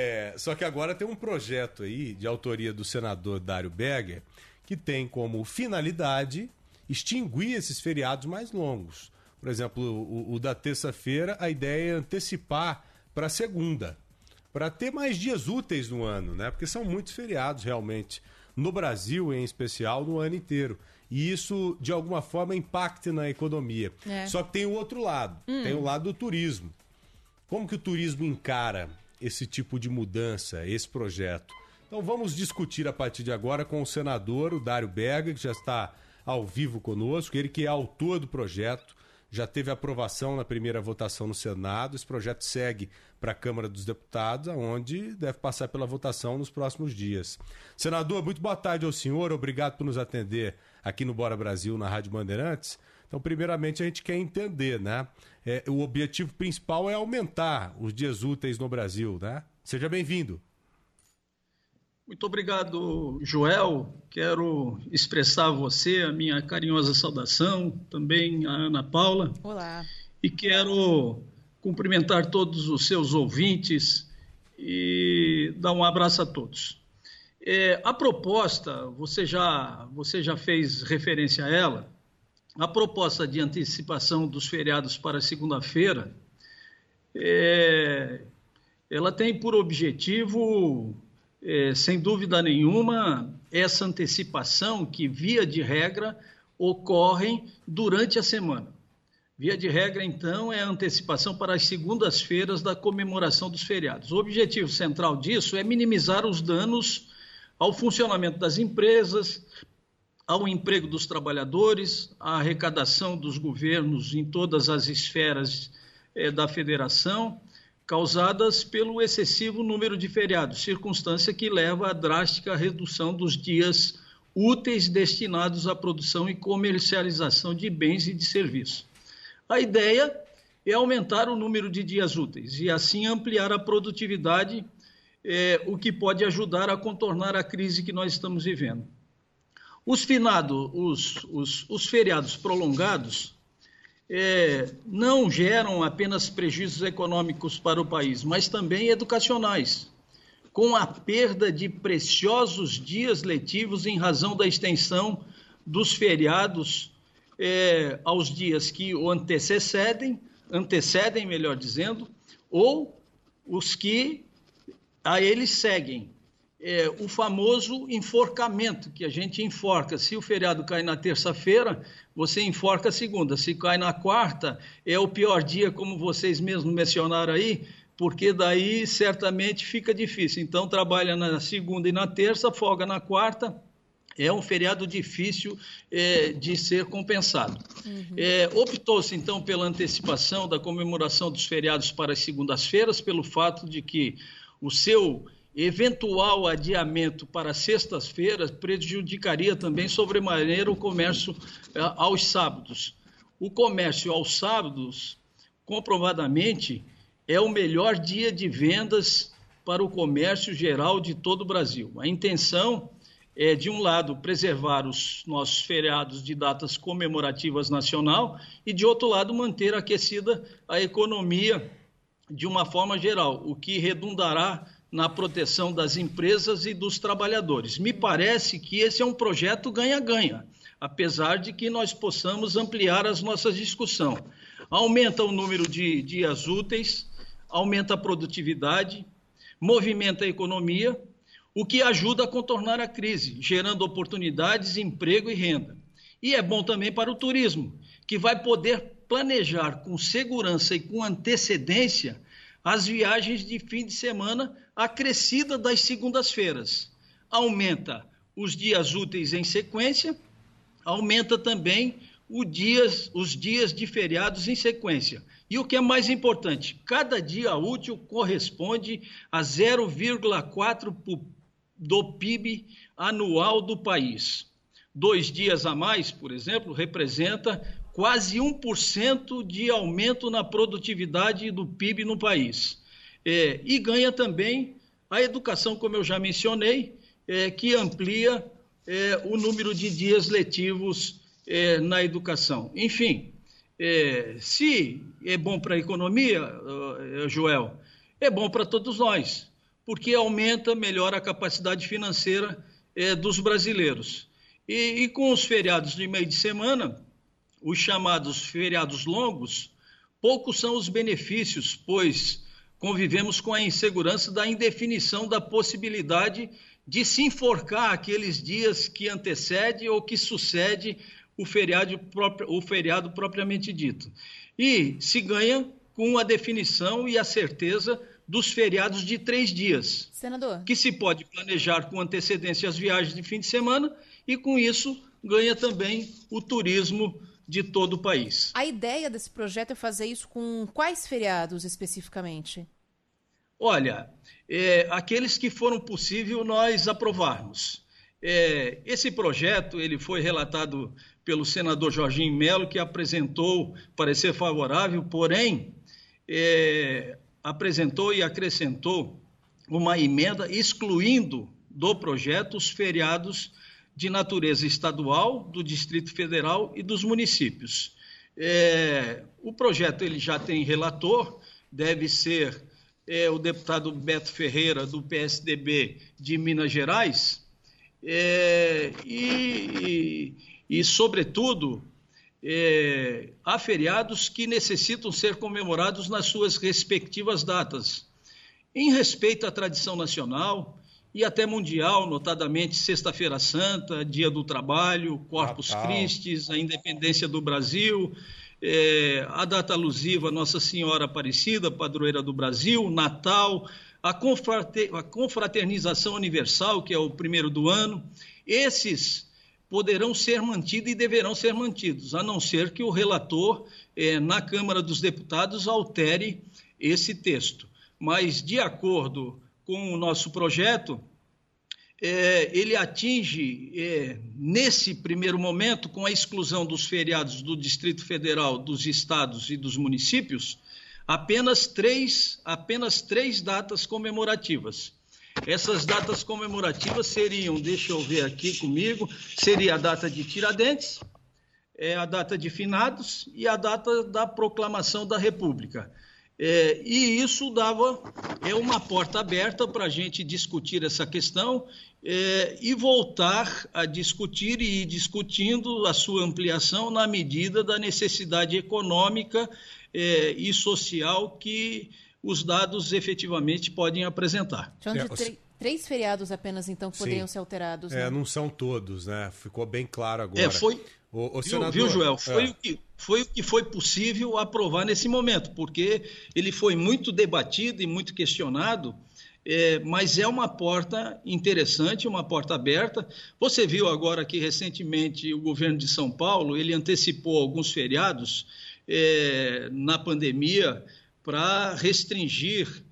Só que agora tem um projeto aí de autoria do senador Dário Berger que tem como finalidade extinguir esses feriados mais longos. Por exemplo, o da terça-feira, a ideia é antecipar para a segunda, para ter mais dias úteis no ano, né? Porque são muitos feriados realmente, no Brasil em especial, no ano inteiro. E isso, de alguma forma, impacta na economia. Só que tem o outro lado, tem o lado do turismo. Como que o turismo encara esse tipo de mudança, esse projeto? Então vamos discutir a partir de agora com o senador, o Dário Berger, que já está ao vivo conosco, ele que é autor do projeto, já teve aprovação na primeira votação no Senado, esse projeto segue para a Câmara dos Deputados, onde deve passar pela votação nos próximos dias. Senador, muito boa tarde ao senhor, obrigado por nos atender aqui no Bora Brasil, na Rádio Bandeirantes. Então, primeiramente, a gente quer entender, né? O objetivo principal é aumentar os dias úteis no Brasil, né? Seja bem-vindo. Muito obrigado, Joel. Quero expressar a você a minha carinhosa saudação, também a Ana Paula. Olá. E quero cumprimentar todos os seus ouvintes e dar um abraço a todos. A proposta, você já fez referência a ela, a proposta de antecipação dos feriados para segunda-feira, ela tem por objetivo, sem dúvida nenhuma, essa antecipação que, via de regra, ocorre durante a semana. Via de regra, então, é a antecipação para as segundas-feiras da comemoração dos feriados. O objetivo central disso é minimizar os danos ao funcionamento das empresas, ao emprego dos trabalhadores, à arrecadação dos governos em todas as esferas da federação, causadas pelo excessivo número de feriados, circunstância que leva à drástica redução dos dias úteis destinados à produção e comercialização de bens e de serviços. A ideia é aumentar o número de dias úteis e assim ampliar a produtividade, o que pode ajudar a contornar a crise que nós estamos vivendo. Os feriados prolongados não geram apenas prejuízos econômicos para o país, mas também educacionais, com a perda de preciosos dias letivos em razão da extensão dos feriados aos dias que o antecedem, melhor dizendo, ou os que a eles seguem. O famoso enforcamento, que a gente enforca. Se o feriado cai na terça-feira, você enforca a segunda. Se cai na quarta, é o pior dia, como vocês mesmos mencionaram aí, porque daí certamente fica difícil. Então, trabalha na segunda e na terça, folga na quarta. É um feriado difícil de ser compensado. Optou-se, então, pela antecipação da comemoração dos feriados para as segundas-feiras, pelo fato de que o seu eventual adiamento para sextas-feiras prejudicaria também sobremaneira o comércio aos sábados. O comércio aos sábados, comprovadamente, é o melhor dia de vendas para o comércio geral de todo o Brasil. A intenção é, de um lado, preservar os nossos feriados de datas comemorativas nacional e, de outro lado, manter aquecida a economia de uma forma geral, o que redundará na proteção das empresas e dos trabalhadores. Me parece que esse é um projeto ganha-ganha, apesar de que nós possamos ampliar as nossas discussões. Aumenta o número de dias úteis, aumenta a produtividade, movimenta a economia, o que ajuda a contornar a crise, gerando oportunidades, emprego e renda. E é bom também para o turismo, que vai poder planejar com segurança e com antecedência as viagens de fim de semana acrescida das segundas-feiras. Aumenta os dias úteis em sequência, aumenta também os dias de feriados em sequência. E o que é mais importante, cada dia útil corresponde a 0,4% do PIB anual do país. 2 dias a mais, por exemplo, representa quase 1% de aumento na produtividade do PIB no país. E ganha também a educação, como eu já mencionei, que amplia o número de dias letivos na educação. Enfim, se é bom para a economia, Joel, é bom para todos nós, porque melhora a capacidade financeira dos brasileiros. E com os feriados de meio de semana, os chamados feriados longos, poucos são os benefícios, pois convivemos com a insegurança da indefinição da possibilidade de se enforcar aqueles dias que antecede ou que sucede o feriado propriamente dito. E se ganha com a definição e a certeza dos feriados de 3 dias. Senador. Que se pode planejar com antecedência as viagens de fim de semana e com isso ganha também o turismo de todo o país. A ideia desse projeto é fazer isso com quais feriados especificamente? Olha, aqueles que foram possível nós aprovarmos. Esse projeto ele foi relatado pelo senador Jorginho Melo, que apresentou parecer favorável, porém apresentou e acrescentou uma emenda excluindo do projeto os feriados de natureza estadual, do Distrito Federal e dos municípios. O projeto ele já tem relator, deve ser o deputado Beto Ferreira, do PSDB de Minas Gerais, e sobretudo, há feriados que necessitam ser comemorados nas suas respectivas datas, em respeito à tradição nacional e até mundial, notadamente Sexta-feira Santa, Dia do Trabalho, Corpus Christi, a independência do Brasil, a data alusiva a Nossa Senhora Aparecida, padroeira do Brasil, Natal, a confraternização universal, que é o primeiro do ano. Esses poderão ser mantidos e deverão ser mantidos, a não ser que o relator, na Câmara dos Deputados, altere esse texto. Mas, de acordo com o nosso projeto, ele atinge, nesse primeiro momento, com a exclusão dos feriados do Distrito Federal, dos estados e dos municípios, apenas três datas comemorativas. Essas datas comemorativas seriam, deixa eu ver aqui comigo, seria a data de Tiradentes, a data de Finados e a data da proclamação da República. E isso dava uma porta aberta para a gente discutir essa questão e voltar a discutir e ir discutindo a sua ampliação na medida da necessidade econômica e social que os dados efetivamente podem apresentar. De 3 feriados apenas, então, que poderiam ser alterados. Né? Não são todos, né? Ficou bem claro agora. Senador, viu, Joel? Foi o que foi possível aprovar nesse momento, porque ele foi muito debatido e muito questionado, mas é uma porta interessante, uma porta aberta. Você viu agora que recentemente o governo de São Paulo, ele antecipou alguns feriados na pandemia para restringir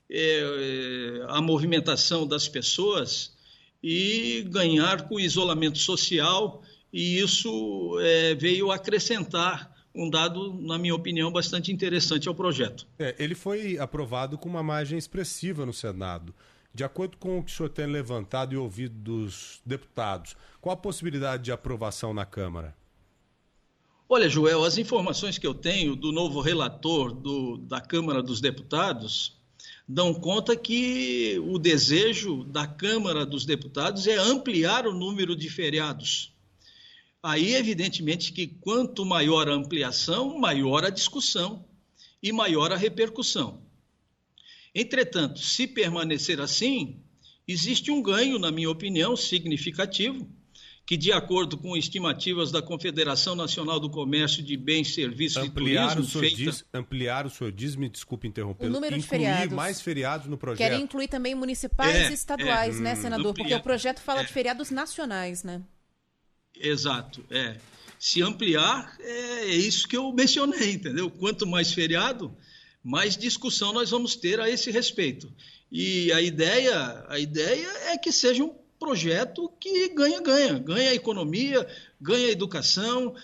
a movimentação das pessoas e ganhar com o isolamento social, e isso veio acrescentar um dado, na minha opinião, bastante interessante ao projeto. Ele foi aprovado com uma margem expressiva no Senado. De acordo com o que o senhor tem levantado e ouvido dos deputados, qual a possibilidade de aprovação na Câmara? Olha, Joel, as informações que eu tenho do novo relator da Câmara dos Deputados dão conta que o desejo da Câmara dos Deputados é ampliar o número de feriados. Aí, evidentemente, que quanto maior a ampliação, maior a discussão e maior a repercussão. Entretanto, se permanecer assim, existe um ganho, na minha opinião, significativo, que, de acordo com estimativas da Confederação Nacional do Comércio de Bens, Serviços e Turismo... Ampliar o senhor diz, me desculpe interromper, o número de feriados. Incluir mais feriados no projeto. Querem incluir também municipais e estaduais, né, senador? Porque o projeto fala de feriados nacionais, né? Exato, Se ampliar, é isso que eu mencionei, entendeu? Quanto mais feriado, mais discussão nós vamos ter a esse respeito. E a ideia é que seja um projeto que ganha a economia, ganha a educação,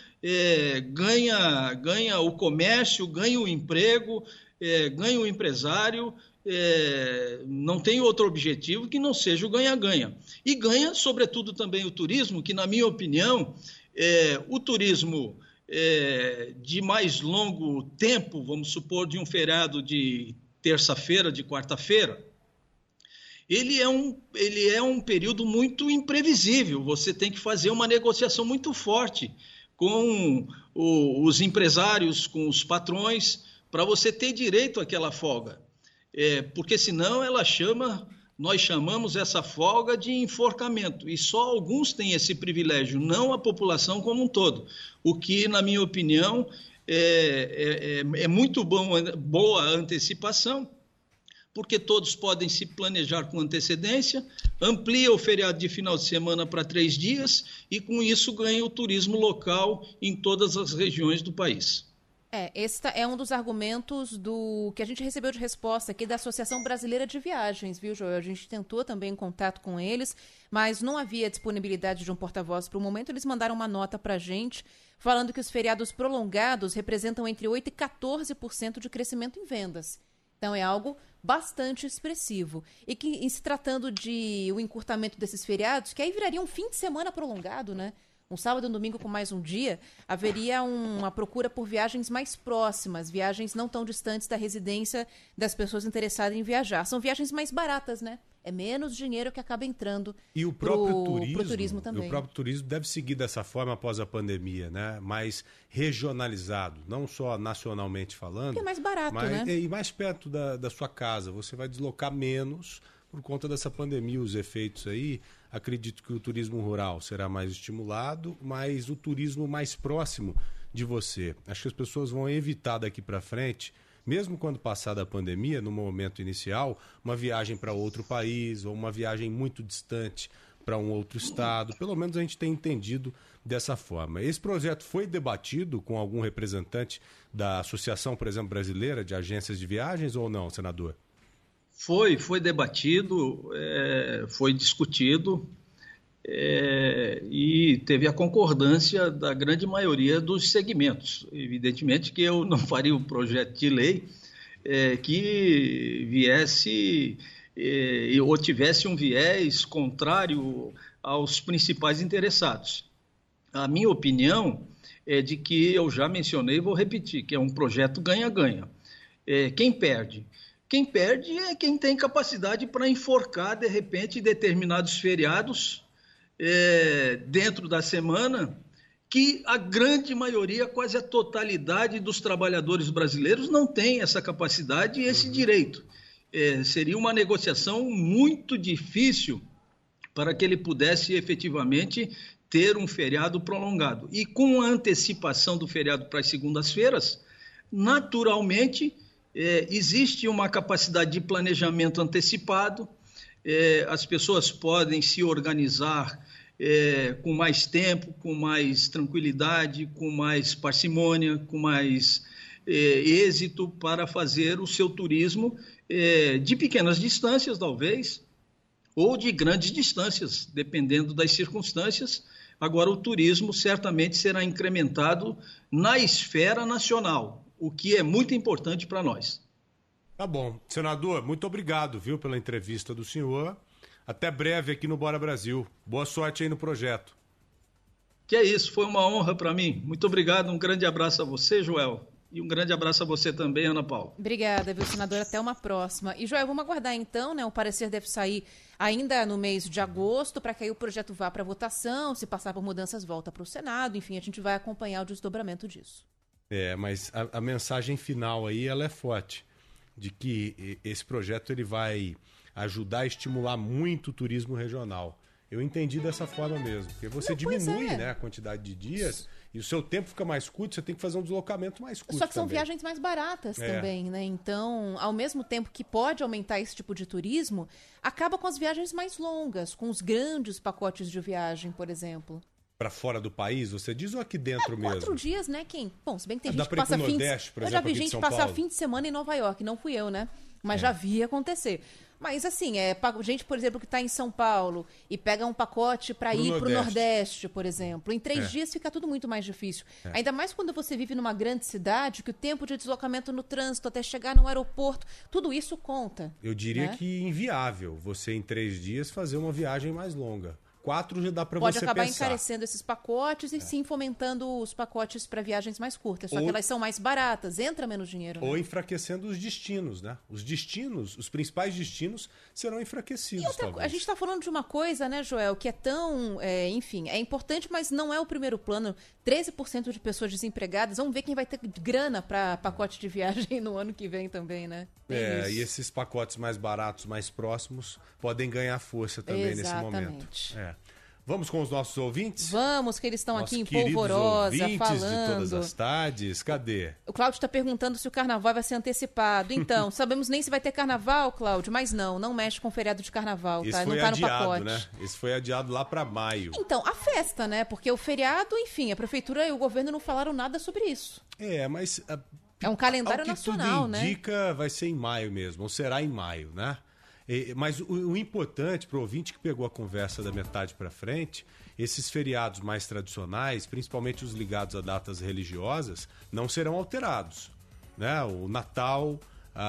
ganha o comércio, ganha o emprego, ganha o empresário, não tem outro objetivo que não seja o ganha-ganha. E ganha, sobretudo, também o turismo, que, na minha opinião, o turismo de mais longo tempo, vamos supor, de um feriado de terça-feira, de quarta-feira, ele é um período muito imprevisível. Você tem que fazer uma negociação muito forte com os empresários, com os patrões, para você ter direito àquela folga. Porque senão nós chamamos essa folga de enforcamento, e só alguns têm esse privilégio, não a população como um todo. O que, na minha opinião, é muito boa a antecipação, porque todos podem se planejar com antecedência, amplia o feriado de final de semana para 3 dias e, com isso, ganha o turismo local em todas as regiões do país. Esse é um dos argumentos que a gente recebeu de resposta aqui da Associação Brasileira de Viagens, viu, Joel? A gente tentou também contato com eles, mas não havia disponibilidade de um porta-voz para o momento. Eles mandaram uma nota para a gente falando que os feriados prolongados representam entre 8% e 14% de crescimento em vendas. Então é algo bastante expressivo. E que, em se tratando de o encurtamento desses feriados, que aí viraria um fim de semana prolongado, né? Um sábado e um domingo com mais um dia, haveria uma procura por viagens mais próximas, viagens não tão distantes da residência das pessoas interessadas em viajar. São viagens mais baratas, né? É menos dinheiro que acaba entrando pro turismo também. E o próprio turismo deve seguir dessa forma após a pandemia, né? Mais regionalizado, não só nacionalmente falando. Que é mais barato, né? E mais perto da sua casa. Você vai deslocar menos por conta dessa pandemia, os efeitos aí. Acredito que o turismo rural será mais estimulado, mas o turismo mais próximo de você. Acho que as pessoas vão evitar daqui para frente, mesmo quando passar da pandemia, no momento inicial, uma viagem para outro país ou uma viagem muito distante para um outro estado. Pelo menos a gente tem entendido dessa forma. Esse projeto foi debatido com algum representante da Associação, por exemplo, Brasileira de Agências de Viagens ou não, senador? Foi debatido, foi discutido e teve a concordância da grande maioria dos segmentos. Evidentemente que eu não faria um projeto de lei que viesse ou tivesse um viés contrário aos principais interessados. A minha opinião é de que eu já mencionei e vou repetir, que é um projeto ganha-ganha. Quem perde? Quem perde é quem tem capacidade para enforcar, de repente, determinados feriados dentro da semana, que a grande maioria, quase a totalidade dos trabalhadores brasileiros não tem essa capacidade e esse direito. Seria uma negociação muito difícil para que ele pudesse efetivamente ter um feriado prolongado. E com a antecipação do feriado para as segundas-feiras, naturalmente, existe uma capacidade de planejamento antecipado, as pessoas podem se organizar com mais tempo, com mais tranquilidade, com mais parcimônia, com mais êxito para fazer o seu turismo de pequenas distâncias, talvez, ou de grandes distâncias, dependendo das circunstâncias. Agora, o turismo certamente será incrementado na esfera nacional, o que é muito importante para nós. Tá bom. Senador, muito obrigado, viu, pela entrevista do senhor. Até breve aqui no Bora Brasil. Boa sorte aí no projeto. Que é isso, foi uma honra para mim. Muito obrigado, um grande abraço a você, Joel. E um grande abraço a você também, Ana Paula. Obrigada, viu, senador? Até uma próxima. E, Joel, vamos aguardar então, né? O parecer deve sair ainda no mês de agosto, para que aí o projeto vá para votação, se passar por mudanças, volta para o Senado. Enfim, a gente vai acompanhar o desdobramento disso. Mas a mensagem final aí, ela é forte, de que esse projeto ele vai ajudar a estimular muito o turismo regional. Eu entendi dessa forma mesmo, porque você diminui, né, a quantidade de dias e o seu tempo fica mais curto, você tem que fazer um deslocamento mais curto. Só que são também. viagens mais baratas também, né? Então, ao mesmo tempo que pode aumentar esse tipo de turismo, acaba com as viagens mais longas, com os grandes pacotes de viagem, por exemplo. Para fora do país, você diz, ou aqui dentro mesmo? 4 dias, né, Kim? Bom, se bem que tem Dá gente que passa Nordeste, por Eu exemplo, já vi aqui de gente São passar Paulo. fim de semana em Nova York, não fui eu, né? Mas já vi acontecer. Mas assim, gente, por exemplo, que está em São Paulo e pega um pacote para ir para o Nordeste, por exemplo. Em 3 dias fica tudo muito mais difícil. Ainda mais quando você vive numa grande cidade, que o tempo de deslocamento no trânsito até chegar no aeroporto, tudo isso conta. Eu diria que inviável você em 3 dias fazer uma viagem mais longa. 4 já dá para você pensar. Pode acabar encarecendo esses pacotes e sim fomentando os pacotes para viagens mais curtas. Só que elas são mais baratas, entra menos dinheiro. Ou enfraquecendo os destinos, né? Os destinos, os principais destinos serão enfraquecidos, talvez. A gente está falando de uma coisa, né, Joel, que é tão... enfim, é importante, mas não é o primeiro plano. 13% de pessoas desempregadas. Vamos ver quem vai ter grana para pacote de viagem no ano que vem também, né? E esses pacotes mais baratos, mais próximos, podem ganhar força também nesse momento. Vamos com os nossos ouvintes? Vamos, que eles estão aqui em Polvorosa, falando. De todas as tardes, cadê? O Cláudio está perguntando se o carnaval vai ser antecipado. Então, sabemos nem se vai ter carnaval, Cláudio, mas não mexe com o feriado de carnaval, tá? Não tá no pacote. Né? Esse foi adiado lá para maio. Então, a festa, né? Porque o feriado, enfim, a prefeitura e o governo não falaram nada sobre isso. Mas... é um calendário nacional, tudo indica, vai ser em maio mesmo, ou será em maio, né? Mas o importante para o ouvinte que pegou a conversa da metade para frente, esses feriados mais tradicionais, principalmente os ligados a datas religiosas, não serão alterados, né? O Natal,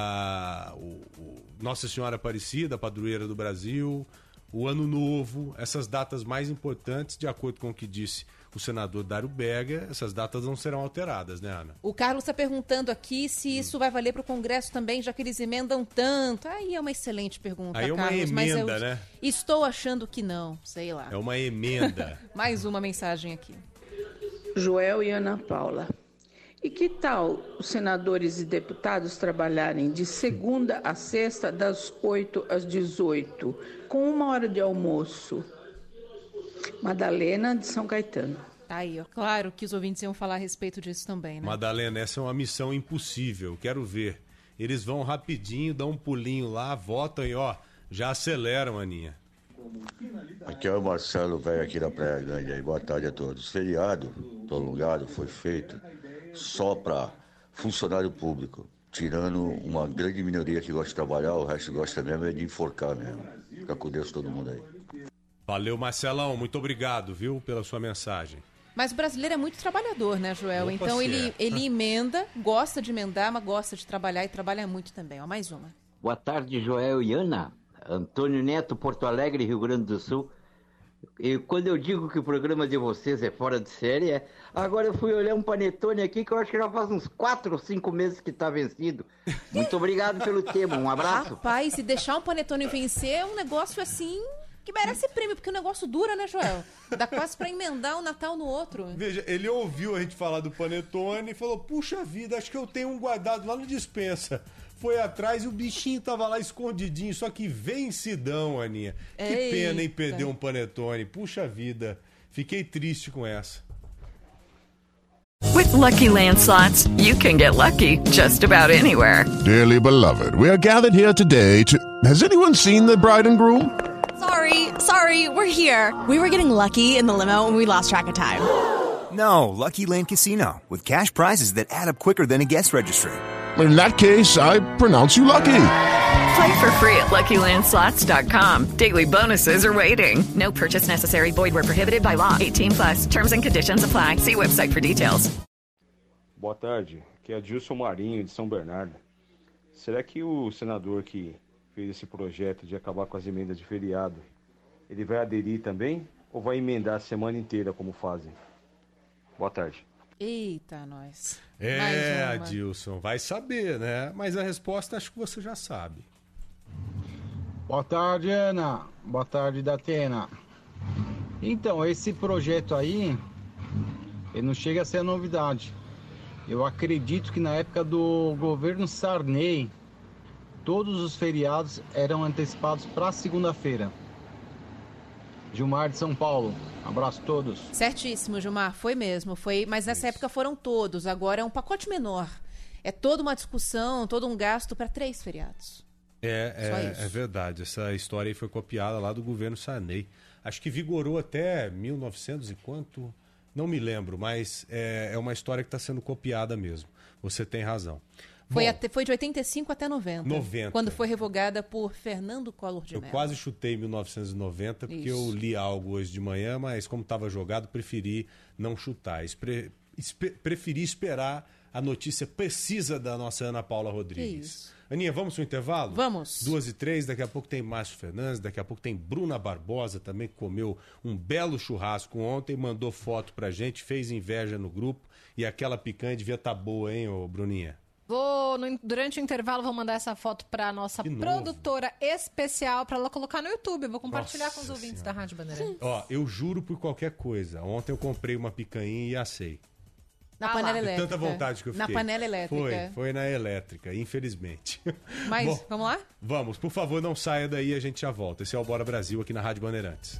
Nossa Senhora Aparecida, padroeira do Brasil, o Ano Novo, essas datas mais importantes, de acordo com o que disse o senador Dário Berger, essas datas não serão alteradas, né, Ana? O Carlos está perguntando aqui se isso vai valer para o Congresso também, já que eles emendam tanto. Aí é uma excelente pergunta, Aí é uma Carlos. emenda, mas eu né? Estou achando que não, sei lá. É uma emenda. Mais uma mensagem aqui. Joel e Ana Paula. E que tal os senadores e deputados trabalharem de segunda a sexta, das 8 às 18, com 1 hora de almoço? Madalena, de São Caetano. Tá aí, ó. Claro que os ouvintes iam falar a respeito disso também, né? Madalena, essa é uma missão impossível, quero ver. Eles vão rapidinho, dão um pulinho lá, votam e, já aceleram, Aninha. Aqui é o Marcelo, velho, aqui da Praia Grande. Aí, boa tarde a todos. Feriado prolongado foi feito só para funcionário público. tirando uma grande minoria que gosta de trabalhar, o resto gosta mesmo é de enforcar mesmo. Fica com Deus todo mundo aí. Valeu, Marcelão. Muito obrigado, viu, pela sua mensagem. Mas o brasileiro é muito trabalhador, né, Joel? Opa, então ele emenda, gosta de emendar, mas gosta de trabalhar e trabalha muito também. Ó, mais uma. Boa tarde, Joel e Ana. Antônio Neto, Porto Alegre, Rio Grande do Sul. E quando eu digo que o programa de vocês é fora de série, agora eu fui olhar um panetone aqui que eu acho que já faz uns 4 ou 5 meses que tá vencido. Muito obrigado pelo tema, um abraço. Rapaz, se deixar um panetone vencer é um negócio assim que merece prêmio, porque o negócio dura, né, Joel? Dá quase pra emendar um Natal no outro. Veja, ele ouviu a gente falar do panetone e falou, puxa vida, acho que eu tenho um guardado lá no despensa. Foi atrás e o bichinho tava lá escondidinho, só que vencidão, Aninha. Que pena, hein, perder um panetone. Puxa vida, fiquei triste com essa. With Lucky Land Slots, you can get lucky just about anywhere. Dearly beloved, we are gathered here today to... Has anyone seen the bride and groom? Sorry, we're here. We were getting lucky in the limo and we lost track of time. No, Lucky Land Casino, with cash prizes that add up quicker than a guest registry. In that case, I pronounce you lucky. Play for free at LuckyLandSlots.com. Daily bonuses are waiting. No purchase necessary. Void where prohibited by law. 18+. Terms and conditions apply. See website for details. Boa tarde. Aqui é Adilson Marinho, de São Bernardo. Será que o senador que fez esse projeto de acabar com as emendas de feriado, ele vai aderir também ou vai emendar a semana inteira como fazem? Boa tarde. Eita, nós. Adilson, vai saber, né? Mas a resposta acho que você já sabe. Boa tarde, Ana. Boa tarde, Datena. Então, esse projeto aí, ele não chega a ser novidade. Eu acredito que na época do governo Sarney, todos os feriados eram antecipados para segunda-feira. Gilmar de São Paulo. Abraço a todos. Certíssimo, Gilmar. Foi mesmo. Foi, mas nessa época foram todos. Agora é um pacote menor. É toda uma discussão, todo um gasto para 3 feriados. É verdade. Essa história aí foi copiada lá do governo Sarney. Acho que vigorou até 1900 e quanto? Não me lembro, mas é uma história que está sendo copiada mesmo. Você tem razão. Foi de 85 até 90. Quando foi revogada por Fernando Collor de Mello. Eu quase chutei 1990, porque eu li algo hoje de manhã, mas como estava jogado, preferi não chutar. Preferi esperar a notícia precisa da nossa Ana Paula Rodrigues. Aninha, vamos para o intervalo? Vamos. 2h03, daqui a pouco tem Márcio Fernandes, daqui a pouco tem Bruna Barbosa também, que comeu um belo churrasco ontem, mandou foto pra gente, fez inveja no grupo, e aquela picanha devia estar boa, hein, ô Bruninha? Durante o intervalo, vou mandar essa foto para nossa produtora especial para ela colocar no YouTube. Eu vou compartilhar com os ouvintes da Rádio Bandeirantes. Ó, eu juro por qualquer coisa. Ontem eu comprei uma picanha e assei. Na panela elétrica. Tanta vontade que eu fiquei. Na panela elétrica. Foi na elétrica, infelizmente. Mas, bom, vamos lá? Vamos. Por favor, não saia daí, a gente já volta. Esse é o Bora Brasil aqui na Rádio Bandeirantes.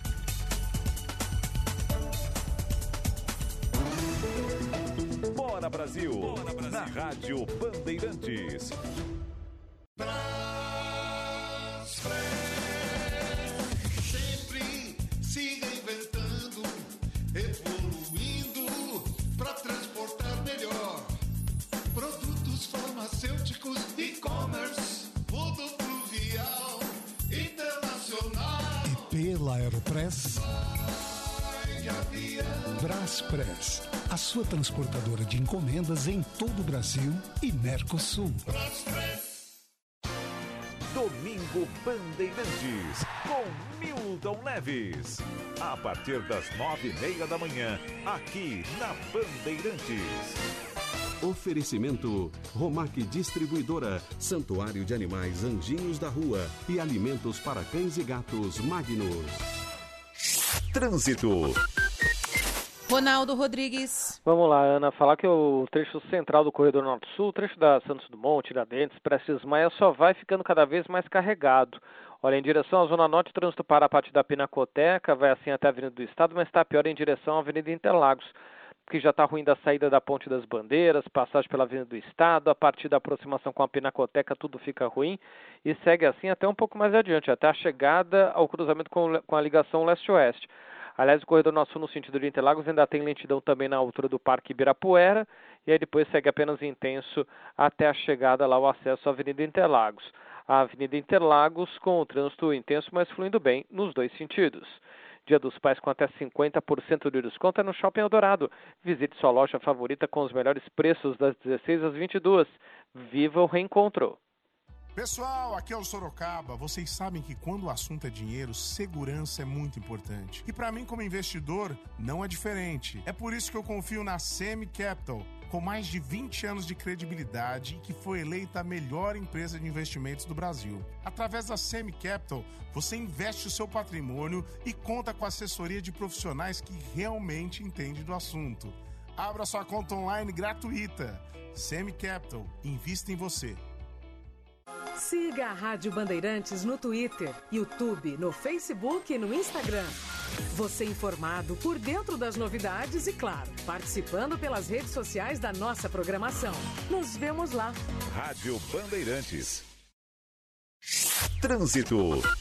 Bora Brasil, na Rádio Bandeirantes. Sempre se reinventando, evoluindo para transportar melhor. Produtos farmacêuticos, e-commerce, rodoviário, internacional. E pela Aeropress, Braspress, a sua transportadora de encomendas em todo o Brasil e Mercosul. Domingo Bandeirantes, com Milton Neves. A partir das 9h30 da manhã, aqui na Bandeirantes. Oferecimento Romac Distribuidora, Santuário de Animais Anjinhos da Rua e Alimentos para Cães e Gatos Magnus. Trânsito. Ronaldo Rodrigues. Vamos lá, Ana, falar que o trecho central do Corredor Norte-Sul, o trecho da Santos Dumont, Tiradentes, Prestes Maia, só vai ficando cada vez mais carregado. Olha, em direção à Zona Norte, o trânsito para a parte da Pinacoteca, vai assim até a Avenida do Estado, mas está pior em direção à Avenida Interlagos, que já está ruim da saída da Ponte das Bandeiras, passagem pela Avenida do Estado, a partir da aproximação com a Pinacoteca tudo fica ruim e segue assim até um pouco mais adiante, até a chegada ao cruzamento com a ligação leste-oeste. Aliás, o corredor Norte Sul no sentido de Interlagos ainda tem lentidão também na altura do Parque Ibirapuera, e aí depois segue apenas intenso até a chegada lá, o acesso à Avenida Interlagos. A Avenida Interlagos com o trânsito intenso, mas fluindo bem nos dois sentidos. Dia dos Pais com até 50% de desconto é no Shopping Eldorado. Visite sua loja favorita com os melhores preços das 16 às 22. Viva o reencontro! Pessoal, aqui é o Sorocaba. Vocês sabem que quando o assunto é dinheiro, segurança é muito importante. E para mim, como investidor, não é diferente. É por isso que eu confio na Semi Capital, com mais de 20 anos de credibilidade e que foi eleita a melhor empresa de investimentos do Brasil. Através da Semi Capital, você investe o seu patrimônio e conta com a assessoria de profissionais que realmente entendem do assunto. Abra sua conta online gratuita. Semi Capital, invista em você. Siga a Rádio Bandeirantes no Twitter, YouTube, no Facebook e no Instagram. Você informado por dentro das novidades e, claro, participando pelas redes sociais da nossa programação. Nos vemos lá. Rádio Bandeirantes. Trânsito.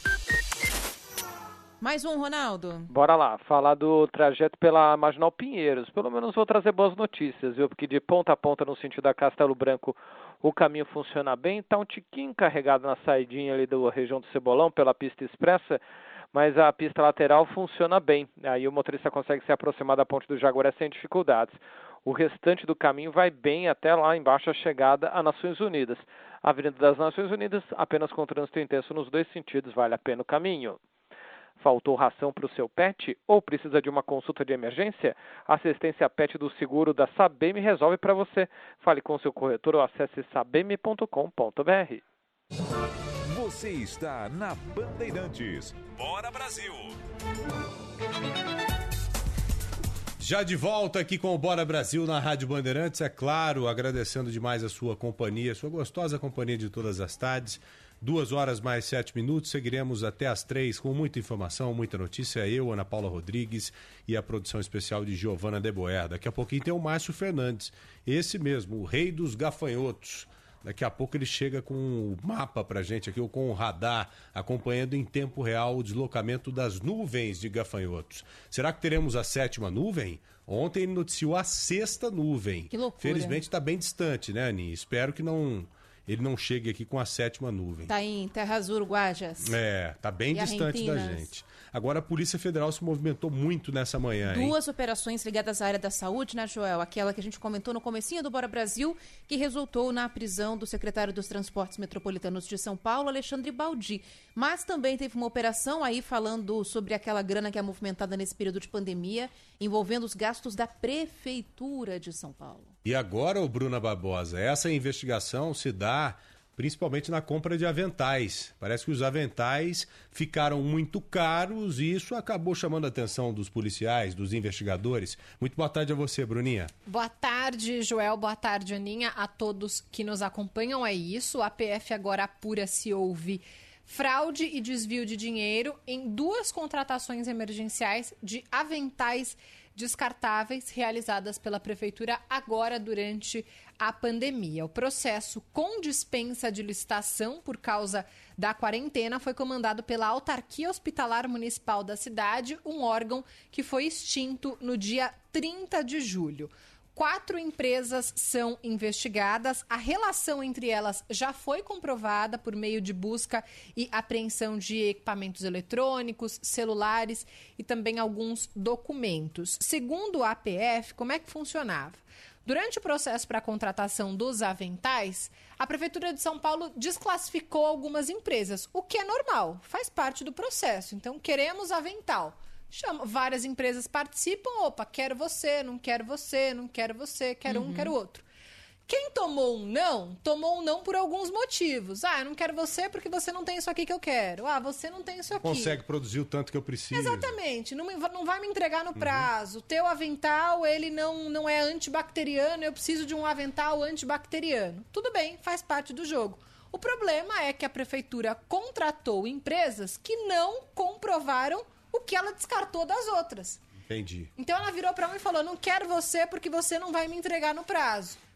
Mais um, Ronaldo. Bora lá, falar do trajeto pela Marginal Pinheiros. Pelo menos vou trazer boas notícias, viu? Porque de ponta a ponta no sentido da Castelo Branco o caminho funciona bem. Tá um tiquinho carregado na saidinha ali da região do Cebolão pela pista expressa, mas a pista lateral funciona bem. Aí o motorista consegue se aproximar da Ponte do Jaguaré sem dificuldades. O restante do caminho vai bem até lá embaixo a chegada a Nações Unidas. A Avenida das Nações Unidas, apenas com trânsito intenso nos dois sentidos, vale a pena o caminho. Faltou ração para o seu pet ou precisa de uma consulta de emergência? A assistência pet do seguro da Sabem resolve para você. Fale com seu corretor ou acesse sabem.com.br. Você está na Bandeirantes. Bora, Brasil! Já de volta aqui com o Bora Brasil na Rádio Bandeirantes, é claro, agradecendo demais a sua companhia, sua gostosa companhia de todas as tardes. 2 horas mais 7 minutos, seguiremos até às 3 com muita informação, muita notícia. Eu, Ana Paula Rodrigues e a produção especial de Giovana de Boer. Daqui a pouquinho tem o Márcio Fernandes, esse mesmo, o rei dos gafanhotos. Daqui a pouco ele chega com o mapa pra gente aqui, ou com o radar, acompanhando em tempo real o deslocamento das nuvens de gafanhotos. Será que teremos a 7ª nuvem? Ontem ele noticiou a 6ª nuvem. Que loucura. Felizmente está bem distante, né, Aninha? Espero que ele não chegue aqui com a 7ª nuvem. Tá em Terras Uruguajas. Tá bem distante da gente. Agora a Polícia Federal se movimentou muito nessa manhã, hein? 2 operações ligadas à área da saúde, né, Joel? Aquela que a gente comentou no comecinho do Bora Brasil, que resultou na prisão do secretário dos Transportes Metropolitanos de São Paulo, Alexandre Baldi. Mas também teve uma operação aí falando sobre aquela grana que é movimentada nesse período de pandemia, envolvendo os gastos da Prefeitura de São Paulo. E agora, Bruna Barbosa, essa investigação se dá principalmente na compra de aventais. Parece que os aventais ficaram muito caros e isso acabou chamando a atenção dos policiais, dos investigadores. Muito boa tarde a você, Bruninha. Boa tarde, Joel. Boa tarde, Aninha. A todos que nos acompanham, é isso. A PF agora apura se houve fraude e desvio de dinheiro em 2 contratações emergenciais de aventais descartáveis realizadas pela Prefeitura agora durante a pandemia. O processo com dispensa de licitação por causa da quarentena foi comandado pela Autarquia Hospitalar Municipal da cidade, um órgão que foi extinto no dia 30 de julho. 4 empresas são investigadas. A relação entre elas já foi comprovada por meio de busca e apreensão de equipamentos eletrônicos, celulares e também alguns documentos. Segundo a APF, como é que funcionava? Durante o processo para a contratação dos aventais, a Prefeitura de São Paulo desclassificou algumas empresas, o que é normal, faz parte do processo. Então, queremos avental. Várias empresas participam, quero você, não quero você, não quero você, quero um, quero outro. Quem tomou um não por alguns motivos. Eu não quero você porque você não tem isso aqui que eu quero. Você não tem isso aqui. Consegue produzir o tanto que eu preciso. Exatamente, não vai me entregar no prazo. O teu avental, ele não é antibacteriano, eu preciso de um avental antibacteriano. Tudo bem, faz parte do jogo. O problema é que a Prefeitura contratou empresas que não comprovaram o que ela descartou das outras. Entendi. Então ela virou para mim e falou, não quero você porque você não vai me entregar no prazo.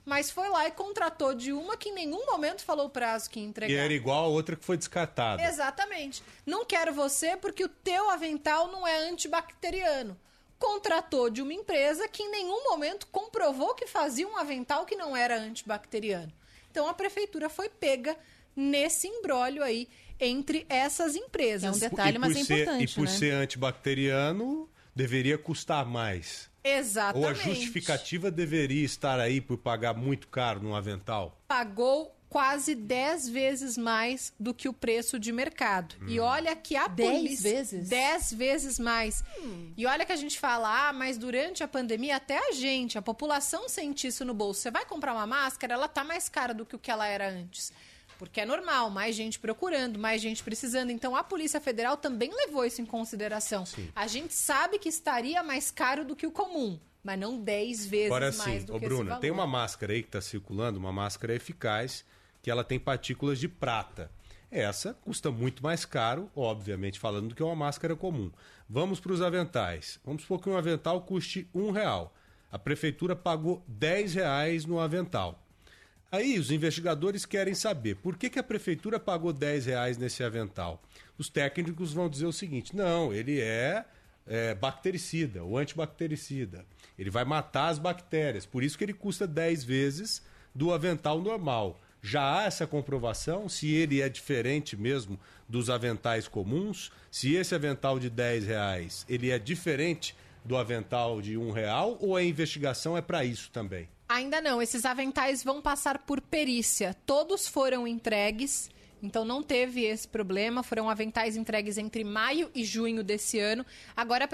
mas foi lá e contratou de uma que em nenhum momento falou o prazo que ia entregar. E era igual a outra que foi descartada. Exatamente. Não quero você porque o teu avental não é antibacteriano. Contratou de uma empresa que em nenhum momento comprovou que fazia um avental que não era antibacteriano. Então a prefeitura foi pega nesse imbróglio aí entre essas empresas. É um detalhe, mas é importante, E por ser antibacteriano, deveria custar mais. Exatamente. Ou a justificativa deveria estar aí por pagar muito caro num avental? Pagou quase 10 vezes mais do que o preço de mercado. E olha que a 10 polícia... vezes? 10 vezes mais. E olha que a gente fala, mas durante a pandemia, até a população sente isso no bolso. Você vai comprar uma máscara, ela tá mais cara do que o que ela era antes. Porque é normal, mais gente procurando, mais gente precisando. Então, a Polícia Federal também levou isso em consideração. Sim. A gente sabe que estaria mais caro do que o comum, mas não 10 vezes Agora, mais sim, do que Bruna, esse valor. tem uma máscara aí que está circulando, uma máscara eficaz, que ela tem partículas de prata. Essa custa muito mais caro, obviamente falando, do que uma máscara comum. Vamos para os aventais. Vamos supor que um avental custe R$1. A prefeitura pagou R$10 no avental. Aí os investigadores querem saber por que a prefeitura pagou R$10 nesse avental. Os técnicos vão dizer o seguinte: não, ele é bactericida, ou antibactericida. Ele vai matar as bactérias, por isso que ele custa 10 vezes do avental normal. Já há essa comprovação se ele é diferente mesmo dos aventais comuns, se esse avental de R$10 ele é diferente do avental de R$1, ou a investigação é para isso também? Ainda não, esses aventais vão passar por perícia. Todos foram entregues, então não teve esse problema. Foram aventais entregues entre maio e junho desse ano. Agora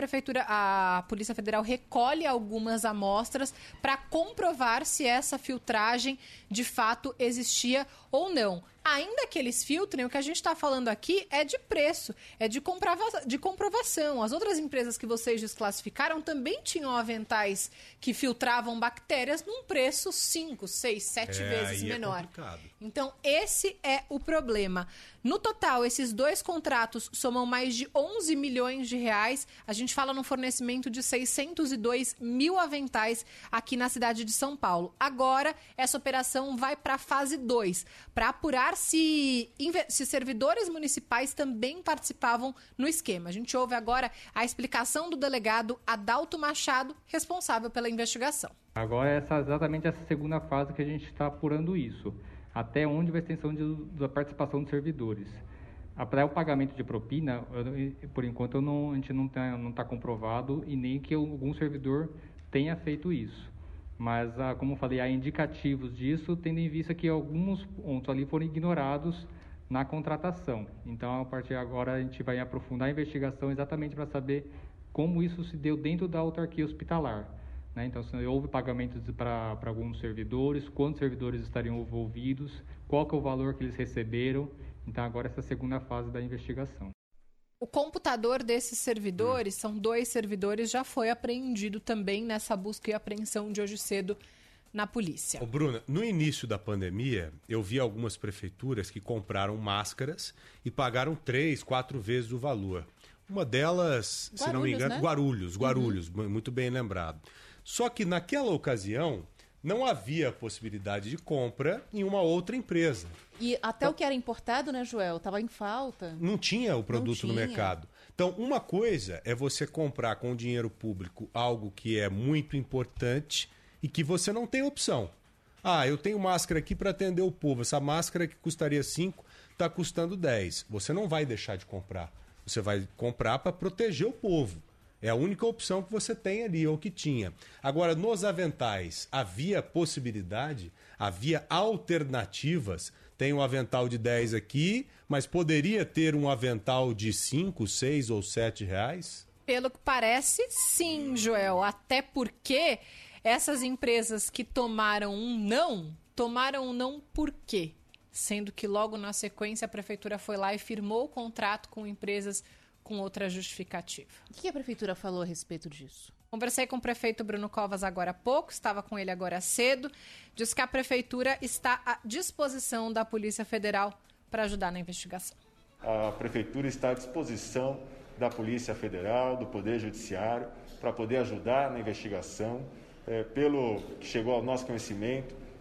a Polícia Federal recolhe algumas amostras para comprovar se essa filtragem de fato existia ou não. Ainda que eles filtrem, o que a gente está falando aqui é de preço, é de comprovação. As outras empresas que vocês desclassificaram também tinham aventais que filtravam bactérias num preço 5, 6, 7 vezes menor. Então, esse é o problema. No total, esses dois contratos somam mais de 11 milhões de reais. A gente fala no fornecimento de 602 mil aventais aqui na cidade de São Paulo. Agora, essa operação vai para a fase 2, para apurar se servidores municipais também participavam no esquema. A gente ouve agora a explicação do delegado Adalto Machado, responsável pela investigação. Agora é exatamente essa segunda fase que a gente está apurando isso. Até onde vai a extensão da participação dos servidores. Para o pagamento de propina, por enquanto a gente não está comprovado e nem que algum servidor tenha feito isso. Mas, como eu falei, há indicativos disso, tendo em vista que alguns pontos ali foram ignorados na contratação. Então, a partir de agora, a gente vai aprofundar a investigação exatamente para saber como isso se deu dentro da autarquia hospitalar. Então, se houve pagamentos para alguns servidores, quantos servidores estariam envolvidos, qual que é o valor que eles receberam. Então, agora essa segunda fase da investigação. O computador desses servidores, são 2 servidores, já foi apreendido também nessa busca e apreensão de hoje cedo na polícia. Bruna, no início da pandemia, eu vi algumas prefeituras que compraram máscaras e pagaram 3, 4 vezes o valor. Uma delas, se não me engano, né? Guarulhos, muito bem lembrado. Só que naquela ocasião não havia possibilidade de compra em uma outra empresa. E até o que era importado, né, Joel? Estava em falta. Não tinha o produto no mercado. Então, uma coisa é você comprar com dinheiro público algo que é muito importante e que você não tem opção. Eu tenho máscara aqui para atender o povo. Essa máscara que custaria 5 está custando 10. Você não vai deixar de comprar. Você vai comprar para proteger o povo. É a única opção que você tem ali, ou que tinha. Agora, nos aventais, havia possibilidade, havia alternativas. Tem um avental de 10 aqui, mas poderia ter um avental de 5, 6 ou 7 reais? Pelo que parece, sim, Joel. Até porque essas empresas que tomaram um não por quê? Sendo que logo na sequência a prefeitura foi lá e firmou o contrato com empresas com outra justificativa. O que a prefeitura falou a respeito disso? Conversei com o prefeito Bruno Covas agora há pouco, estava com ele agora cedo. Diz que a prefeitura está à disposição da Polícia Federal para ajudar na investigação. A prefeitura está à disposição da Polícia Federal, do Poder Judiciário, para poder ajudar na investigação. Pelo que chegou ao nosso conhecimento,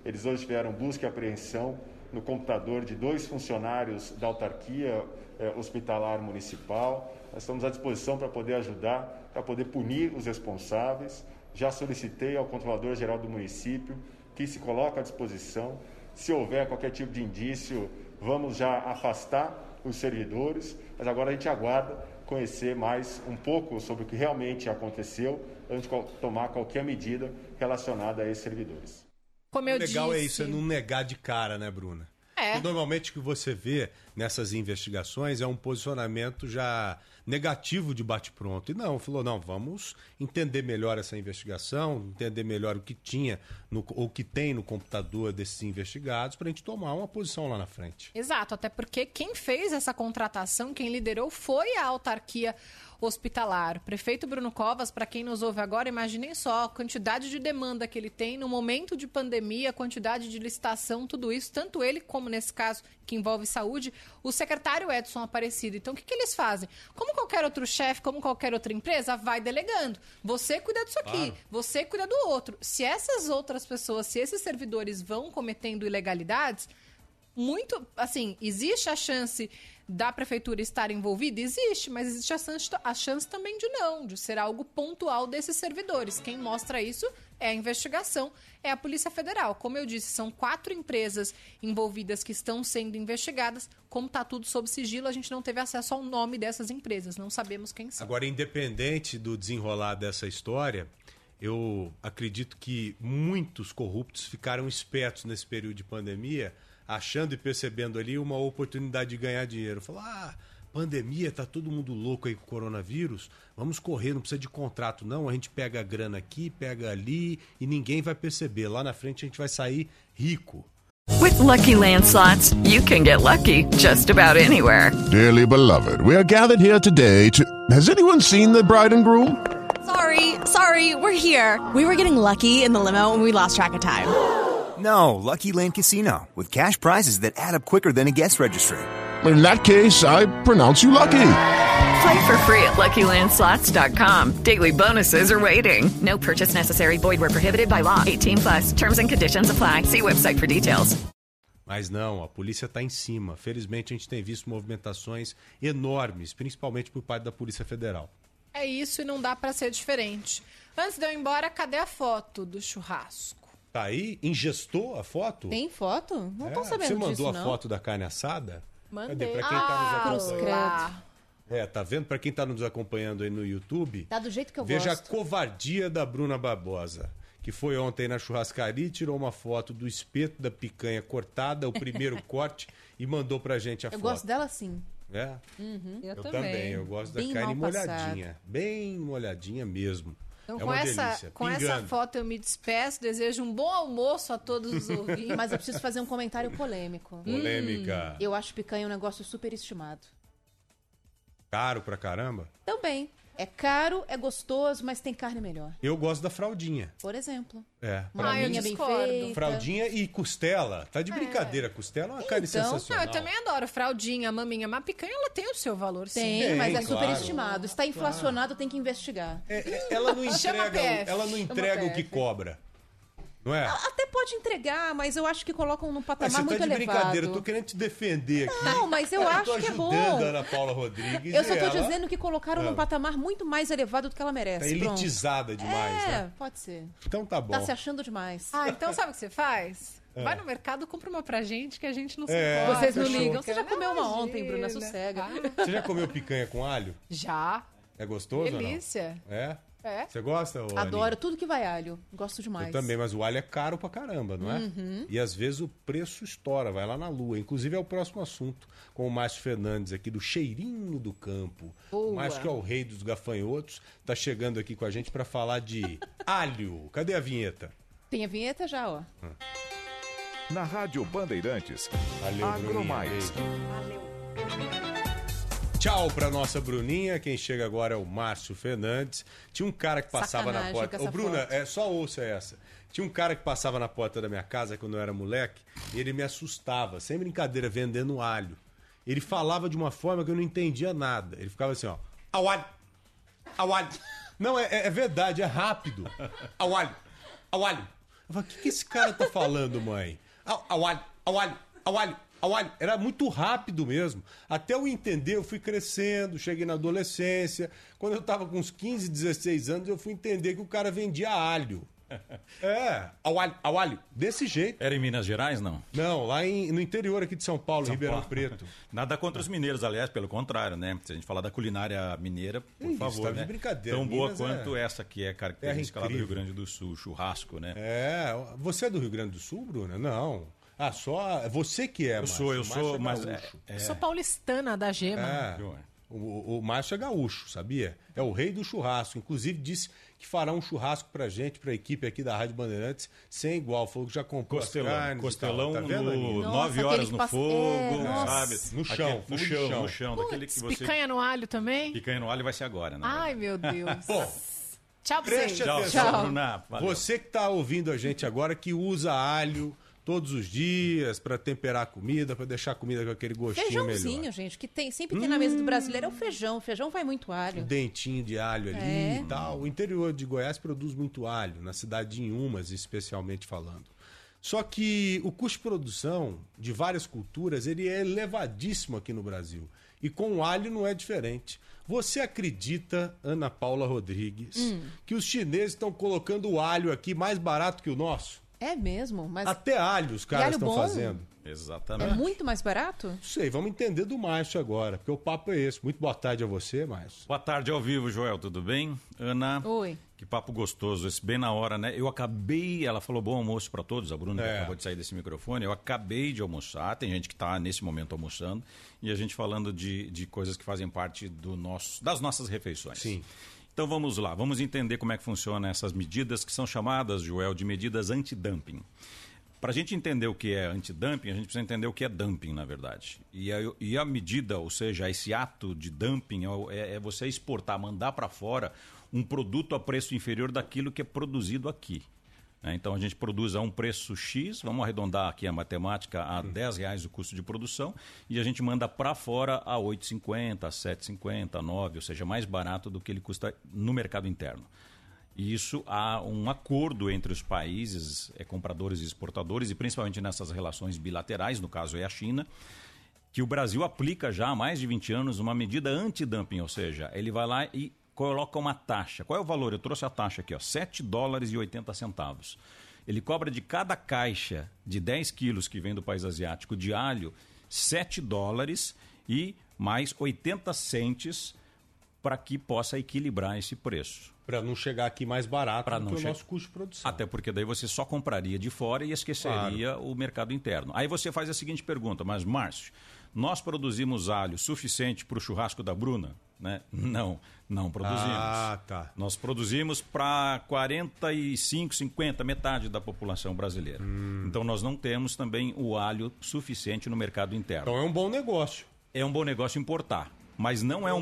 Eles hoje tiveram busca e apreensão no computador de 2 funcionários da autarquia hospitalar municipal. Nós estamos à disposição para poder ajudar, para poder punir os responsáveis. Já solicitei ao controlador-geral do município que se coloque à disposição. Se houver qualquer tipo de indício, vamos já afastar os servidores, mas agora a gente aguarda conhecer mais um pouco sobre o que realmente aconteceu antes de tomar qualquer medida relacionada a esses servidores. Como eu o legal disse... é isso, é não negar de cara, né, Bruna? Porque normalmente o que você vê nessas investigações é um posicionamento já negativo de bate-pronto. E não, falou, não, vamos entender melhor essa investigação, entender melhor o que tinha ou o que tem no computador desses investigados para a gente tomar uma posição lá na frente. Exato, até porque quem fez essa contratação, quem liderou foi a autarquia hospitalar. O prefeito Bruno Covas, para quem nos ouve agora, imaginem só a quantidade de demanda que ele tem no momento de pandemia, a quantidade de licitação, tudo isso, tanto ele como nesse caso que envolve saúde, o secretário Edson Aparecido. Então, o que eles fazem? Como qualquer outro chefe, como qualquer outra empresa, vai delegando. Você cuida disso aqui, você cuida do outro. Se essas outras pessoas, se esses servidores vão cometendo ilegalidades, muito, assim, existe a chance da prefeitura estar envolvida? Existe, mas existe a chance também de ser algo pontual desses servidores. Quem mostra isso é a investigação, é a Polícia Federal. Como eu disse, são 4 empresas envolvidas que estão sendo investigadas. Como está tudo sob sigilo, a gente não teve acesso ao nome dessas empresas, não sabemos quem são. Agora, independente do desenrolar dessa história, eu acredito que muitos corruptos ficaram espertos nesse período de pandemia, achando e percebendo ali uma oportunidade de ganhar dinheiro. Falar, pandemia, tá todo mundo louco aí com o coronavírus, vamos correr, não precisa de contrato não, a gente pega a grana aqui, pega ali e ninguém vai perceber. Lá na frente a gente vai sair rico. With Lucky Land Slots, you can get lucky just about anywhere. Dearly beloved, we are gathered here today to... Has anyone seen the bride and groom? Sorry, we're here. We were getting lucky in the limo and we lost track of time. No, Lucky Land Casino, with cash prizes that add up quicker than a guest registry. In that case, I pronounce you lucky. Play for free at LuckyLandSlots.com. Daily bonuses are waiting. No purchase necessary. Void where prohibited by law. 18+. Terms and conditions apply. See website for details. Mas não, a polícia está em cima. Felizmente a gente tem visto movimentações enormes, principalmente por parte da Polícia Federal. É isso e não dá para ser diferente. Antes de eu ir embora, cadê a foto do churrasco? Tá aí? Ingestou a foto? Tem foto? Não tô sabendo disso, não. Você mandou a foto da carne assada? Mandei. Cadê? Pra quem tá nos acompanhando. Tá vendo? Pra quem tá nos acompanhando aí no YouTube, tá do jeito que eu veja gosto. A covardia da Bruna Barbosa, que foi ontem na churrascaria e tirou uma foto do espeto da picanha cortada, o primeiro corte, e mandou pra gente a foto. Eu gosto dela sim. É? Uhum. Eu também. Eu gosto da carne molhadinha. Bem molhadinha mesmo. Então, é uma delícia. Com essa foto eu me despeço, desejo um bom almoço a todos os ouvintes. Mas eu preciso fazer um comentário polêmico. Polêmica. Eu acho picanha um negócio superestimado. Caro pra caramba? Também. É caro, é gostoso, mas tem carne melhor. Eu gosto da fraldinha. Por exemplo. Pra mim, bem feita. Fraldinha e costela. Tá de brincadeira. Costela é uma carne sensacional. Eu também adoro fraldinha, maminha. Mas a picanha, ela tem o seu valor, sim. Tem, mas é superestimado. Está inflacionado, tem que investigar. Ela não entrega o que cobra. Não é? Até pode entregar, mas eu acho que colocam num patamar muito elevado. Você tá de brincadeira, eu tô querendo te defender aqui. Não, mas eu acho que é bom. Eu tô ajudando a Ana Paula Rodrigues. Eu só tô dizendo que colocaram num patamar muito mais elevado do que ela merece. Tá elitizada demais, né? Pode ser. Então tá bom. Tá se achando demais. Então sabe o que você faz? Vai no mercado, compra uma pra gente que a gente não se importa. Vocês não ligam. Você já comeu uma ontem, Bruna, sossega. Você já comeu picanha com alho? Já. É gostoso? Delícia. Ou não? Você gosta? Adoro Aninha? tudo que vai alho. Gosto demais. Eu também, mas o alho é caro pra caramba, não é? Uhum. E às vezes o preço estoura, vai lá na lua. Inclusive é o próximo assunto com o Márcio Fernandes aqui do Cheirinho do Campo. O Márcio, que é o rei dos gafanhotos, tá chegando aqui com a gente pra falar de alho. Cadê a vinheta? Tem a vinheta já, ó. Na Rádio Bandeirantes, Valeu, AgroMais. Valeu. Tchau pra nossa Bruninha. Quem chega agora é o Márcio Fernandes. Tinha um cara que passava na porta. Ô, Bruna, só ouça essa. Tinha um cara que passava na porta da minha casa quando eu era moleque e ele me assustava, sem brincadeira, vendendo alho. Ele falava de uma forma que eu não entendia nada. Ele ficava assim, ó. Ao alho! Ao alho! Não, é verdade, é rápido. Ao alho! Ao alho! Eu falei, o que esse cara tá falando, mãe? Ao alho. Era muito rápido mesmo. Até eu entender, eu fui crescendo, cheguei na adolescência. Quando eu tava com uns 15, 16 anos, eu fui entender que o cara vendia alho. Ao alho, desse jeito. Era em Minas Gerais, não? Não, lá no interior aqui de São Paulo, Ribeirão Preto. Nada contra os mineiros, aliás, pelo contrário, né? Se a gente falar da culinária mineira, por favor, tá né? de brincadeira. Tão boa quanto essa que é característica lá do Rio Grande do Sul, churrasco, né? Você é do Rio Grande do Sul, Bruna? Não. Só você que é, Márcio. Eu sou, mas... Eu sou paulistana da Gema. O Márcio é gaúcho, sabia? É o rei do churrasco. Inclusive disse que fará um churrasco pra gente, pra equipe aqui da Rádio Bandeirantes, sem igual. Falou que já comprou costelão tá vendo, 9 horas no fogo, sabe? No chão. No chão. Daquele que você... Picanha no alho também? Picanha no alho vai ser agora, né? Ai, meu Deus. Bom, tchau pra vocês. Tchau. Bruna. Você que tá ouvindo a gente agora, que usa alho todos os dias para temperar a comida, para deixar a comida com aquele gostinho Feijãozinho, melhor. gente, que sempre tem na mesa do brasileiro é o feijão. O feijão vai muito alho. Um dentinho de alho ali e tal. O interior de Goiás produz muito alho, na cidade de Inhumas, especialmente falando. Só que o custo de produção de várias culturas ele é elevadíssimo aqui no Brasil. E com o alho não é diferente. Você acredita, Ana Paula Rodrigues, que os chineses estão colocando o alho aqui mais barato que o nosso? É mesmo? Mas... Até alho os caras estão fazendo. Exatamente. É muito mais barato? Não sei, vamos entender do Márcio agora, porque o papo é esse. Muito boa tarde a você, Márcio. Boa tarde ao vivo, Joel, tudo bem? Ana? Oi. Que papo gostoso, esse bem na hora, né? Ela falou bom almoço para todos, a Bruna que acabou de sair desse microfone. Eu acabei de almoçar, tem gente que está nesse momento almoçando, e a gente falando de coisas que fazem parte das nossas refeições. Sim. Então vamos lá, vamos entender como é que funcionam essas medidas que são chamadas, Joel, de medidas antidumping. Para a gente entender o que é antidumping, a gente precisa entender o que é dumping, na verdade. E a medida, ou seja, esse ato de dumping é você exportar, mandar para fora um produto a preço inferior daquilo que é produzido aqui. Então a gente produz a um preço X, vamos arredondar aqui a matemática, a R$10 o custo de produção, e a gente manda para fora a R$ 8,50, a R$ 7,50, a R$ 9, ou seja, mais barato do que ele custa no mercado interno. E isso há um acordo entre os países, compradores e exportadores, e principalmente nessas relações bilaterais, no caso é a China, que o Brasil aplica já há mais de 20 anos uma medida antidumping, ou seja, ele vai lá e coloca uma taxa. Qual é o valor? Eu trouxe a taxa aqui, ó, $7,80. Ele cobra de cada caixa de 10 quilos que vem do país asiático de alho, $7 e mais 80 centes para que possa equilibrar esse preço. Para não chegar aqui mais barato do que o nosso custo de produção. Até porque daí você só compraria de fora e esqueceria o mercado interno. Aí você faz a seguinte pergunta, mas Márcio, nós produzimos alho suficiente para o churrasco da Bruna? Né? Não produzimos. Tá. Nós produzimos para 45, 50, metade da população brasileira. Então nós não temos também o alho suficiente no mercado interno. Então é um bom negócio. É um bom negócio importar. Mas não é um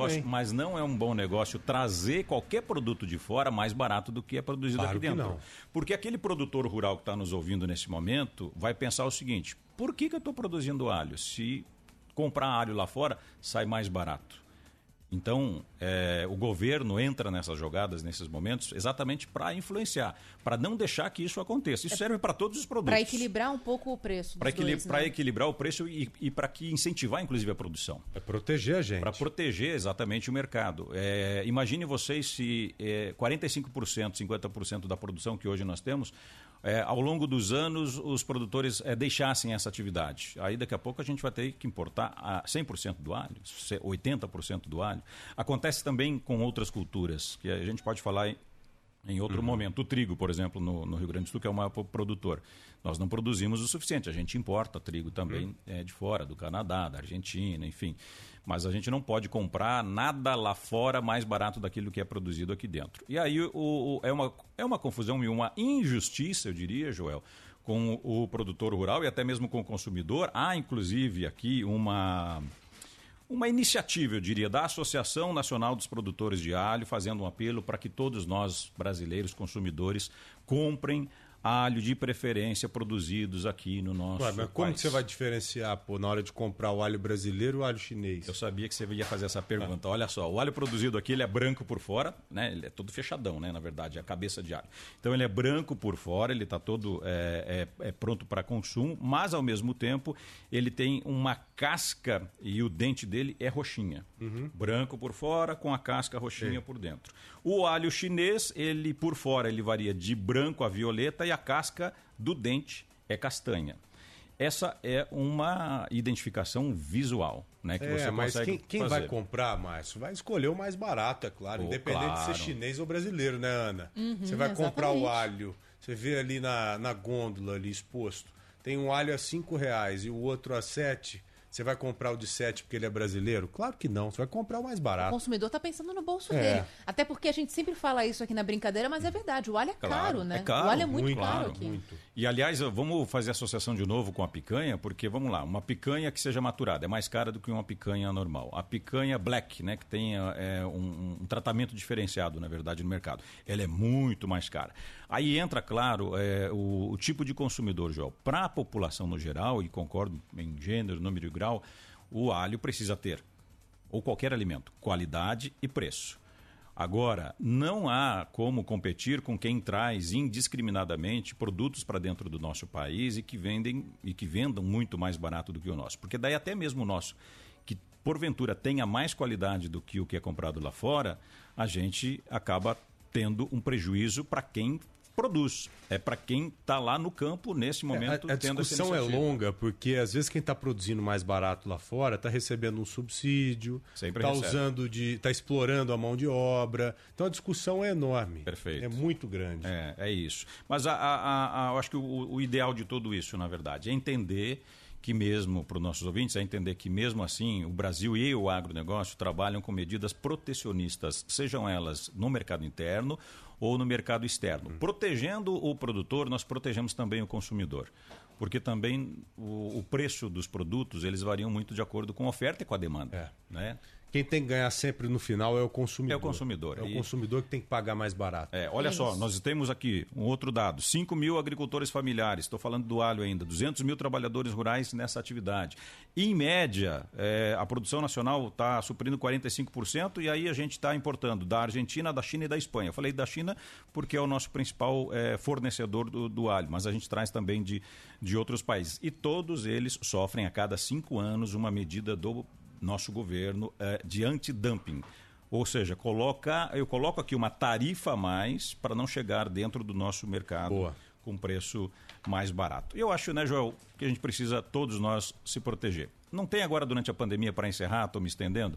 bom negócio trazer qualquer produto de fora mais barato do que é produzido aqui dentro. Não. Porque aquele produtor rural que está nos ouvindo nesse momento vai pensar o seguinte: por que eu estou produzindo alho? Se comprar alho lá fora, sai mais barato. Então, o governo entra nessas jogadas, nesses momentos, exatamente para influenciar, para não deixar que isso aconteça. Isso serve para todos os produtos. Para equilibrar um pouco o preço. Para equilibrar o preço e para incentivar, inclusive, a produção. É proteger a gente. Para proteger exatamente o mercado. Imagine vocês se 45%, 50% da produção que hoje nós temos, ao longo dos anos, os produtores deixassem essa atividade. Aí, daqui a pouco, a gente vai ter que importar 100% do alho, 80% do alho. Acontece também com outras culturas, que a gente pode falar em outro momento. O trigo, por exemplo, no Rio Grande do Sul, que é o maior produtor. Nós não produzimos o suficiente. A gente importa trigo também de fora, do Canadá, da Argentina, enfim. Mas a gente não pode comprar nada lá fora mais barato daquilo que é produzido aqui dentro. E aí é uma confusão e uma injustiça, eu diria, Joel, com o produtor rural e até mesmo com o consumidor. Há, inclusive, aqui uma iniciativa, eu diria, da Associação Nacional dos Produtores de Alho, fazendo um apelo para que todos nós, brasileiros, consumidores, comprem alho de preferência produzidos aqui no nosso mas como país. que você vai diferenciar, na hora de comprar o alho brasileiro e o alho chinês? Eu sabia que você ia fazer essa pergunta. Olha só, o alho produzido aqui, ele é branco por fora, né? Ele é todo fechadão, né? Na verdade, a cabeça de alho. Então ele é branco por fora, ele está todo pronto para consumo, mas ao mesmo tempo ele tem uma casca e o dente dele é roxinha. Branco por fora, com a casca roxinha por dentro. O alho chinês, ele por fora ele varia de branco a violeta e a casca do dente é castanha. Essa é uma identificação visual, né? Que você mas consegue quem fazer. vai comprar, Márcio, vai escolher o mais barato, é claro, independente de ser chinês ou brasileiro, né, Ana? Você vai comprar o alho, você vê ali na gôndola ali exposto, tem um alho a R$5 e o outro a R$7. Você vai comprar o de 7 porque ele é brasileiro? Claro que não, você vai comprar o mais barato. O consumidor está pensando no bolso dele. Até porque a gente sempre fala isso aqui na brincadeira, mas é verdade, o alho é caro, né? É caro, o alho é muito caro aqui. Muito. E, aliás, vamos fazer associação de novo com a picanha, porque, vamos lá, uma picanha que seja maturada é mais cara do que uma picanha normal. A picanha black, né, que tem um tratamento diferenciado, na verdade, no mercado, ela é muito mais cara. Aí entra, claro, o tipo de consumidor, Joel. Para a população no geral, e concordo em gênero, número e grau, o alho precisa ter, ou qualquer alimento, qualidade e preço. Agora, não há como competir com quem traz indiscriminadamente produtos para dentro do nosso país e que vendam muito mais barato do que o nosso. Porque daí até mesmo o nosso, que porventura tenha mais qualidade do que o que é comprado lá fora, a gente acaba tendo um prejuízo para quem produz. É para quem está lá no campo nesse momento. A discussão é longa, porque às vezes quem está produzindo mais barato lá fora está recebendo um subsídio, está explorando a mão de obra. Então a discussão é enorme. Perfeito. É muito grande. É isso. Mas eu acho que o ideal de tudo isso, na verdade, é entender que mesmo, para os nossos ouvintes, é entender que mesmo assim o Brasil e o agronegócio trabalham com medidas protecionistas, sejam elas no mercado interno ou no mercado externo. Protegendo o produtor, nós protegemos também o consumidor. Porque também o preço dos produtos, eles variam muito de acordo com a oferta e com a demanda. Né? Quem tem que ganhar sempre no final é o consumidor. É o consumidor. É o consumidor que tem que pagar mais barato. Olha só, nós temos aqui um outro dado. 5 mil agricultores familiares, estou falando do alho ainda, 200 mil trabalhadores rurais nessa atividade. Em média, a produção nacional está suprindo 45% e aí a gente está importando da Argentina, da China e da Espanha. Eu falei da China porque é o nosso principal fornecedor do alho, mas a gente traz também de outros países. E todos eles sofrem a cada 5 anos uma medida do nosso governo de antidumping. Ou seja, eu coloco aqui uma tarifa a mais para não chegar dentro do nosso mercado com preço mais barato. Eu acho, né, Joel, que a gente precisa, todos nós, se proteger. Não tem agora, durante a pandemia, para encerrar, estou me estendendo,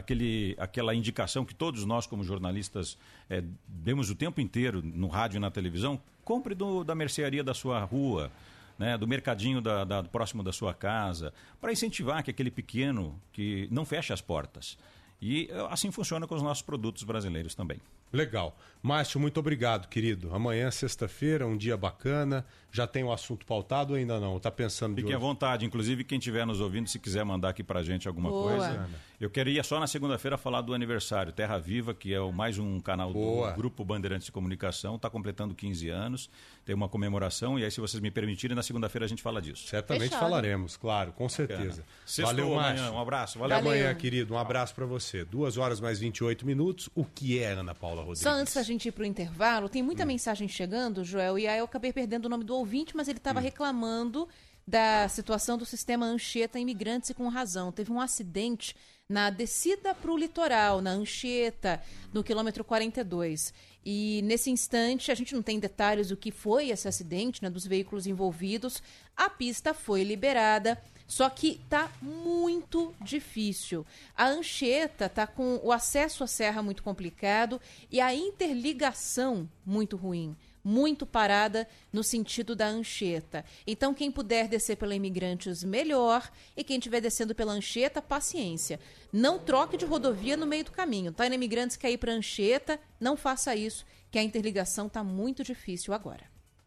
aquela indicação que todos nós, como jornalistas, demos o tempo inteiro no rádio e na televisão: compre da mercearia da sua rua, né, do mercadinho próximo da sua casa, para incentivar que aquele pequeno que não feche as portas. E assim funciona com os nossos produtos brasileiros também. Legal. Márcio, muito obrigado, querido. Amanhã, sexta-feira, um dia bacana. Já tem o assunto pautado ou ainda não? Está pensando de Fiquem à vontade. Inclusive, quem estiver nos ouvindo, se quiser mandar aqui para a gente alguma coisa. Eu queria só na segunda-feira falar do aniversário. Terra Viva, que é mais um canal do Grupo Bandeirantes de Comunicação, está completando 15 anos. Tem uma comemoração e aí, se vocês me permitirem, na segunda-feira a gente fala disso. Certamente falaremos, claro, com certeza. Valeu, Márcio. Um abraço. Valeu. Até amanhã, querido. Um abraço para você. 2 horas mais 28 minutos. O que é, Ana Paula Rodrigues? Só antes da gente ir para o intervalo, tem muita mensagem chegando, Joel, e aí eu acabei perdendo o nome do ouvinte, mas ele estava reclamando da situação do sistema Anchieta Imigrantes e com razão. Teve um acidente na descida para o litoral, na Anchieta, no quilômetro 42. E nesse instante, a gente não tem detalhes do que foi esse acidente, né, dos veículos envolvidos. A pista foi liberada, só que tá muito difícil. A Anchieta tá com o acesso à serra muito complicado e a interligação muito ruim. Muito parada no sentido da Anchieta. Então, quem puder descer pela Imigrantes, melhor. E quem estiver descendo pela Anchieta, paciência. Não troque de rodovia no meio do caminho. Tá na Imigrantes, quer ir para Anchieta, não faça isso, que a interligação tá muito difícil agora.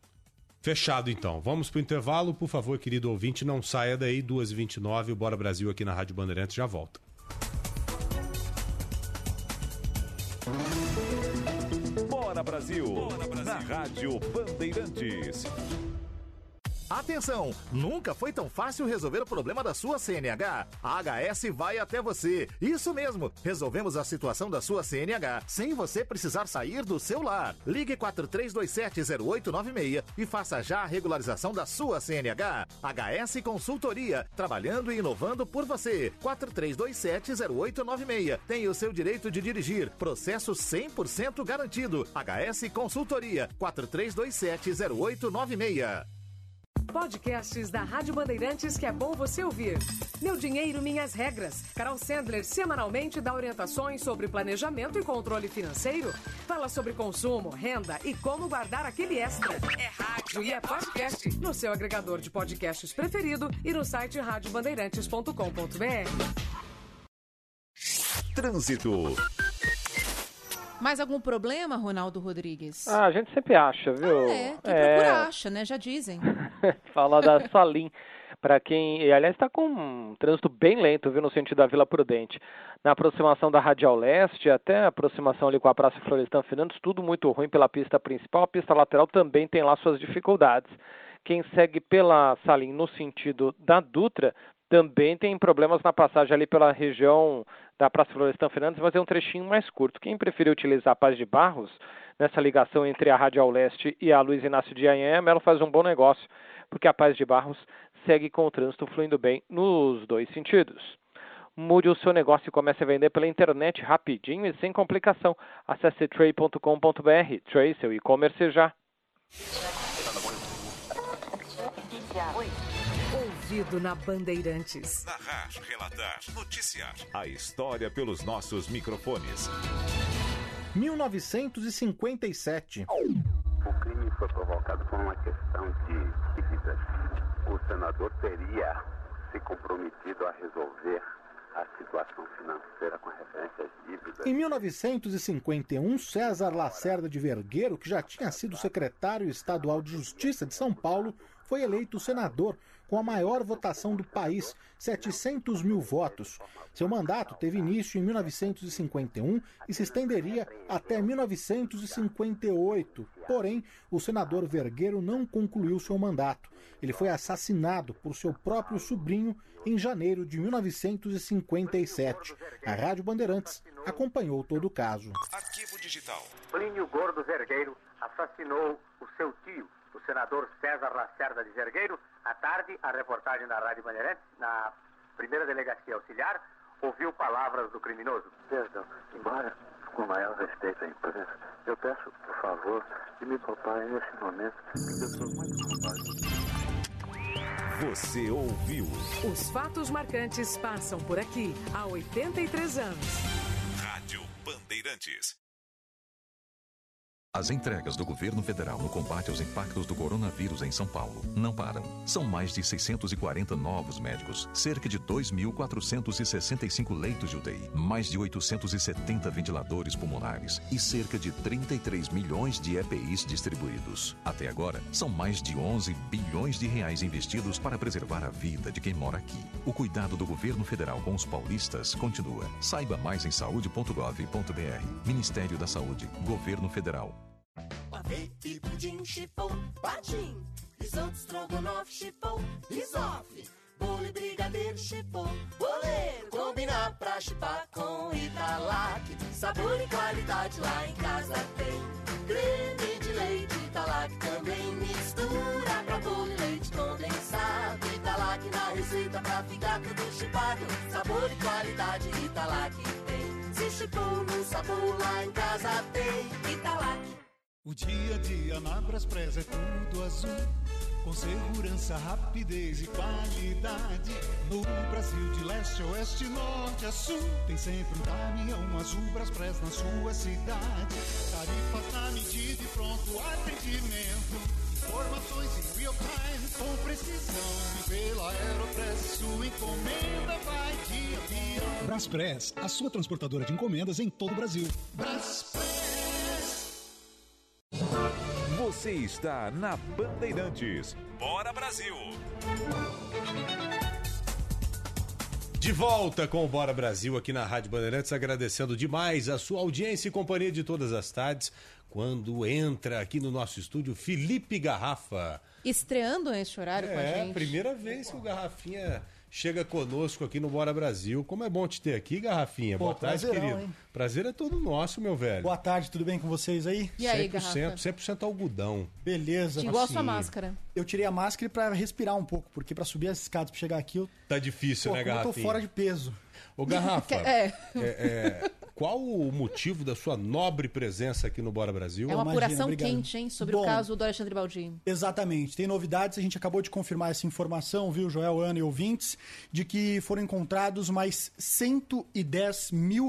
Fechado, então. Vamos para o intervalo. Por favor, querido ouvinte, não saia daí. 2h29, o Bora Brasil aqui na Rádio Bandeirantes já volta. Brasil, na Rádio Bandeirantes. Atenção! Nunca foi tão fácil resolver o problema da sua CNH. A HS vai até você. Isso mesmo! Resolvemos a situação da sua CNH sem você precisar sair do seu lar. Ligue 4327-0896 e faça já a regularização da sua CNH. HS Consultoria, trabalhando e inovando por você. 4327-0896. Tem o seu direito de dirigir. Processo 100% garantido. HS Consultoria, 4327-0896. Podcasts da Rádio Bandeirantes que é bom você ouvir. Meu Dinheiro, Minhas Regras. Carol Sandler semanalmente dá orientações sobre planejamento e controle financeiro. Fala sobre consumo, renda e como guardar aquele extra. É rádio e é podcast no seu agregador de podcasts preferido e no site radiobandeirantes.com.br. Trânsito. Mais algum problema, Ronaldo Rodrigues? A gente sempre acha, viu? Quem procura acha, né? Já dizem. Fala da Salim. Para quem, aliás, está com um trânsito bem lento, viu, no sentido da Vila Prudente. Na aproximação da Radial Leste, até a aproximação ali com a Praça Florestan Fernandes, tudo muito ruim pela pista principal. A pista lateral também tem lá suas dificuldades. Quem segue pela Salim no sentido da Dutra, também tem problemas na passagem ali pela região da Praça Florestan Fernandes, mas é um trechinho mais curto. Quem preferir utilizar a Paz de Barros, nessa ligação entre a Radial Leste e a Luiz Inácio de Anhema, faz um bom negócio, porque a Paz de Barros segue com o trânsito fluindo bem nos dois sentidos. Mude o seu negócio e comece a vender pela internet rapidinho e sem complicação. Acesse tray.com.br. Tray, seu e-commerce já. Ouvido na Bandeirantes. Narrar, relatar, noticiar. A história pelos nossos microfones. 1957. O crime foi provocado por uma questão de dívidas. O senador teria se comprometido a resolver a situação financeira com referência às dívidas. Em 1951, César Lacerda de Vergueiro, que já tinha sido secretário estadual de Justiça de São Paulo, foi eleito senador com a maior votação do país, 700 mil votos. Seu mandato teve início em 1951 e se estenderia até 1958. Porém, o senador Vergueiro não concluiu seu mandato. Ele foi assassinado por seu próprio sobrinho em janeiro de 1957. A Rádio Bandeirantes acompanhou todo o caso. Arquivo Digital. Plínio Gordo Vergueiro assassinou o seu tio, o senador César Lacerda de Vergueiro. À tarde, a reportagem da Rádio Bandeirantes, na primeira delegacia auxiliar, ouviu palavras do criminoso. Perdão, embora com o maior respeito à imprensa, eu peço, por favor, de me poupar nesse momento, porque eu sou muito culpado. Você ouviu? Os fatos marcantes passam por aqui há 83 anos. Rádio Bandeirantes. As entregas do governo federal no combate aos impactos do coronavírus em São Paulo não param. São mais de 640 novos médicos, cerca de 2.465 leitos de UTI, mais de 870 ventiladores pulmonares e cerca de 33 milhões de EPIs distribuídos. Até agora, são mais de 11 bilhões de reais investidos para preservar a vida de quem mora aqui. O cuidado do governo federal com os paulistas continua. Saiba mais em saude.gov.br. Ministério da Saúde, Governo Federal. Pavê e pudim, chipom, patim. Risoto, estrogonofe, chipom, risofe. Bolo e brigadeiro, chipom, boleiro. Combinar pra chipar com Italac. Sabor e qualidade lá em casa tem. Creme de leite, Italac também mistura. Pra bolo e leite condensado. Italac na receita pra ficar tudo chipado. Sabor e qualidade, Italac tem. Se chipou no sabor lá em casa tem. Italac. O dia a dia na Braspress é tudo azul, com segurança, rapidez e qualidade. No Brasil de leste a oeste, norte a sul, tem sempre um caminhão azul Braspress na sua cidade. Tarifas na medida e pronto atendimento. Informações em real time com precisão. E pela Aeropress sua encomenda vai de avião. Braspress, a sua transportadora de encomendas em todo o Brasil. Braspress. Você está na Bandeirantes. Bora Brasil! De volta com o Bora Brasil aqui na Rádio Bandeirantes, agradecendo demais a sua audiência e companhia de todas as tardes. quando entra aqui no nosso estúdio Felipe Garrafa. Estreando nesse horário com a gente. É, primeira vez que o Garrafinha chega conosco aqui no Bora Brasil. Como é bom te ter aqui, Garrafinha. Boa tarde, querido. Hein? Prazer é todo nosso, meu velho. Boa tarde, tudo bem com vocês aí? E aí, 100%, Garrafa? 100% algodão. Beleza. Igual a sua máscara. Eu tirei a máscara para respirar um pouco, porque para subir as escadas, para chegar aqui... Tá difícil, né, Garrafinha? Eu tô fora de peso. Ô, Garrafa, qual o motivo da sua nobre presença aqui no Bora Brasil? É uma apuração quente, hein, sobre o caso do Alexandre Baldi. Exatamente. Tem novidades, a gente acabou de confirmar essa informação, viu, Joel, Ana e ouvintes, de que foram encontrados mais R$110 mil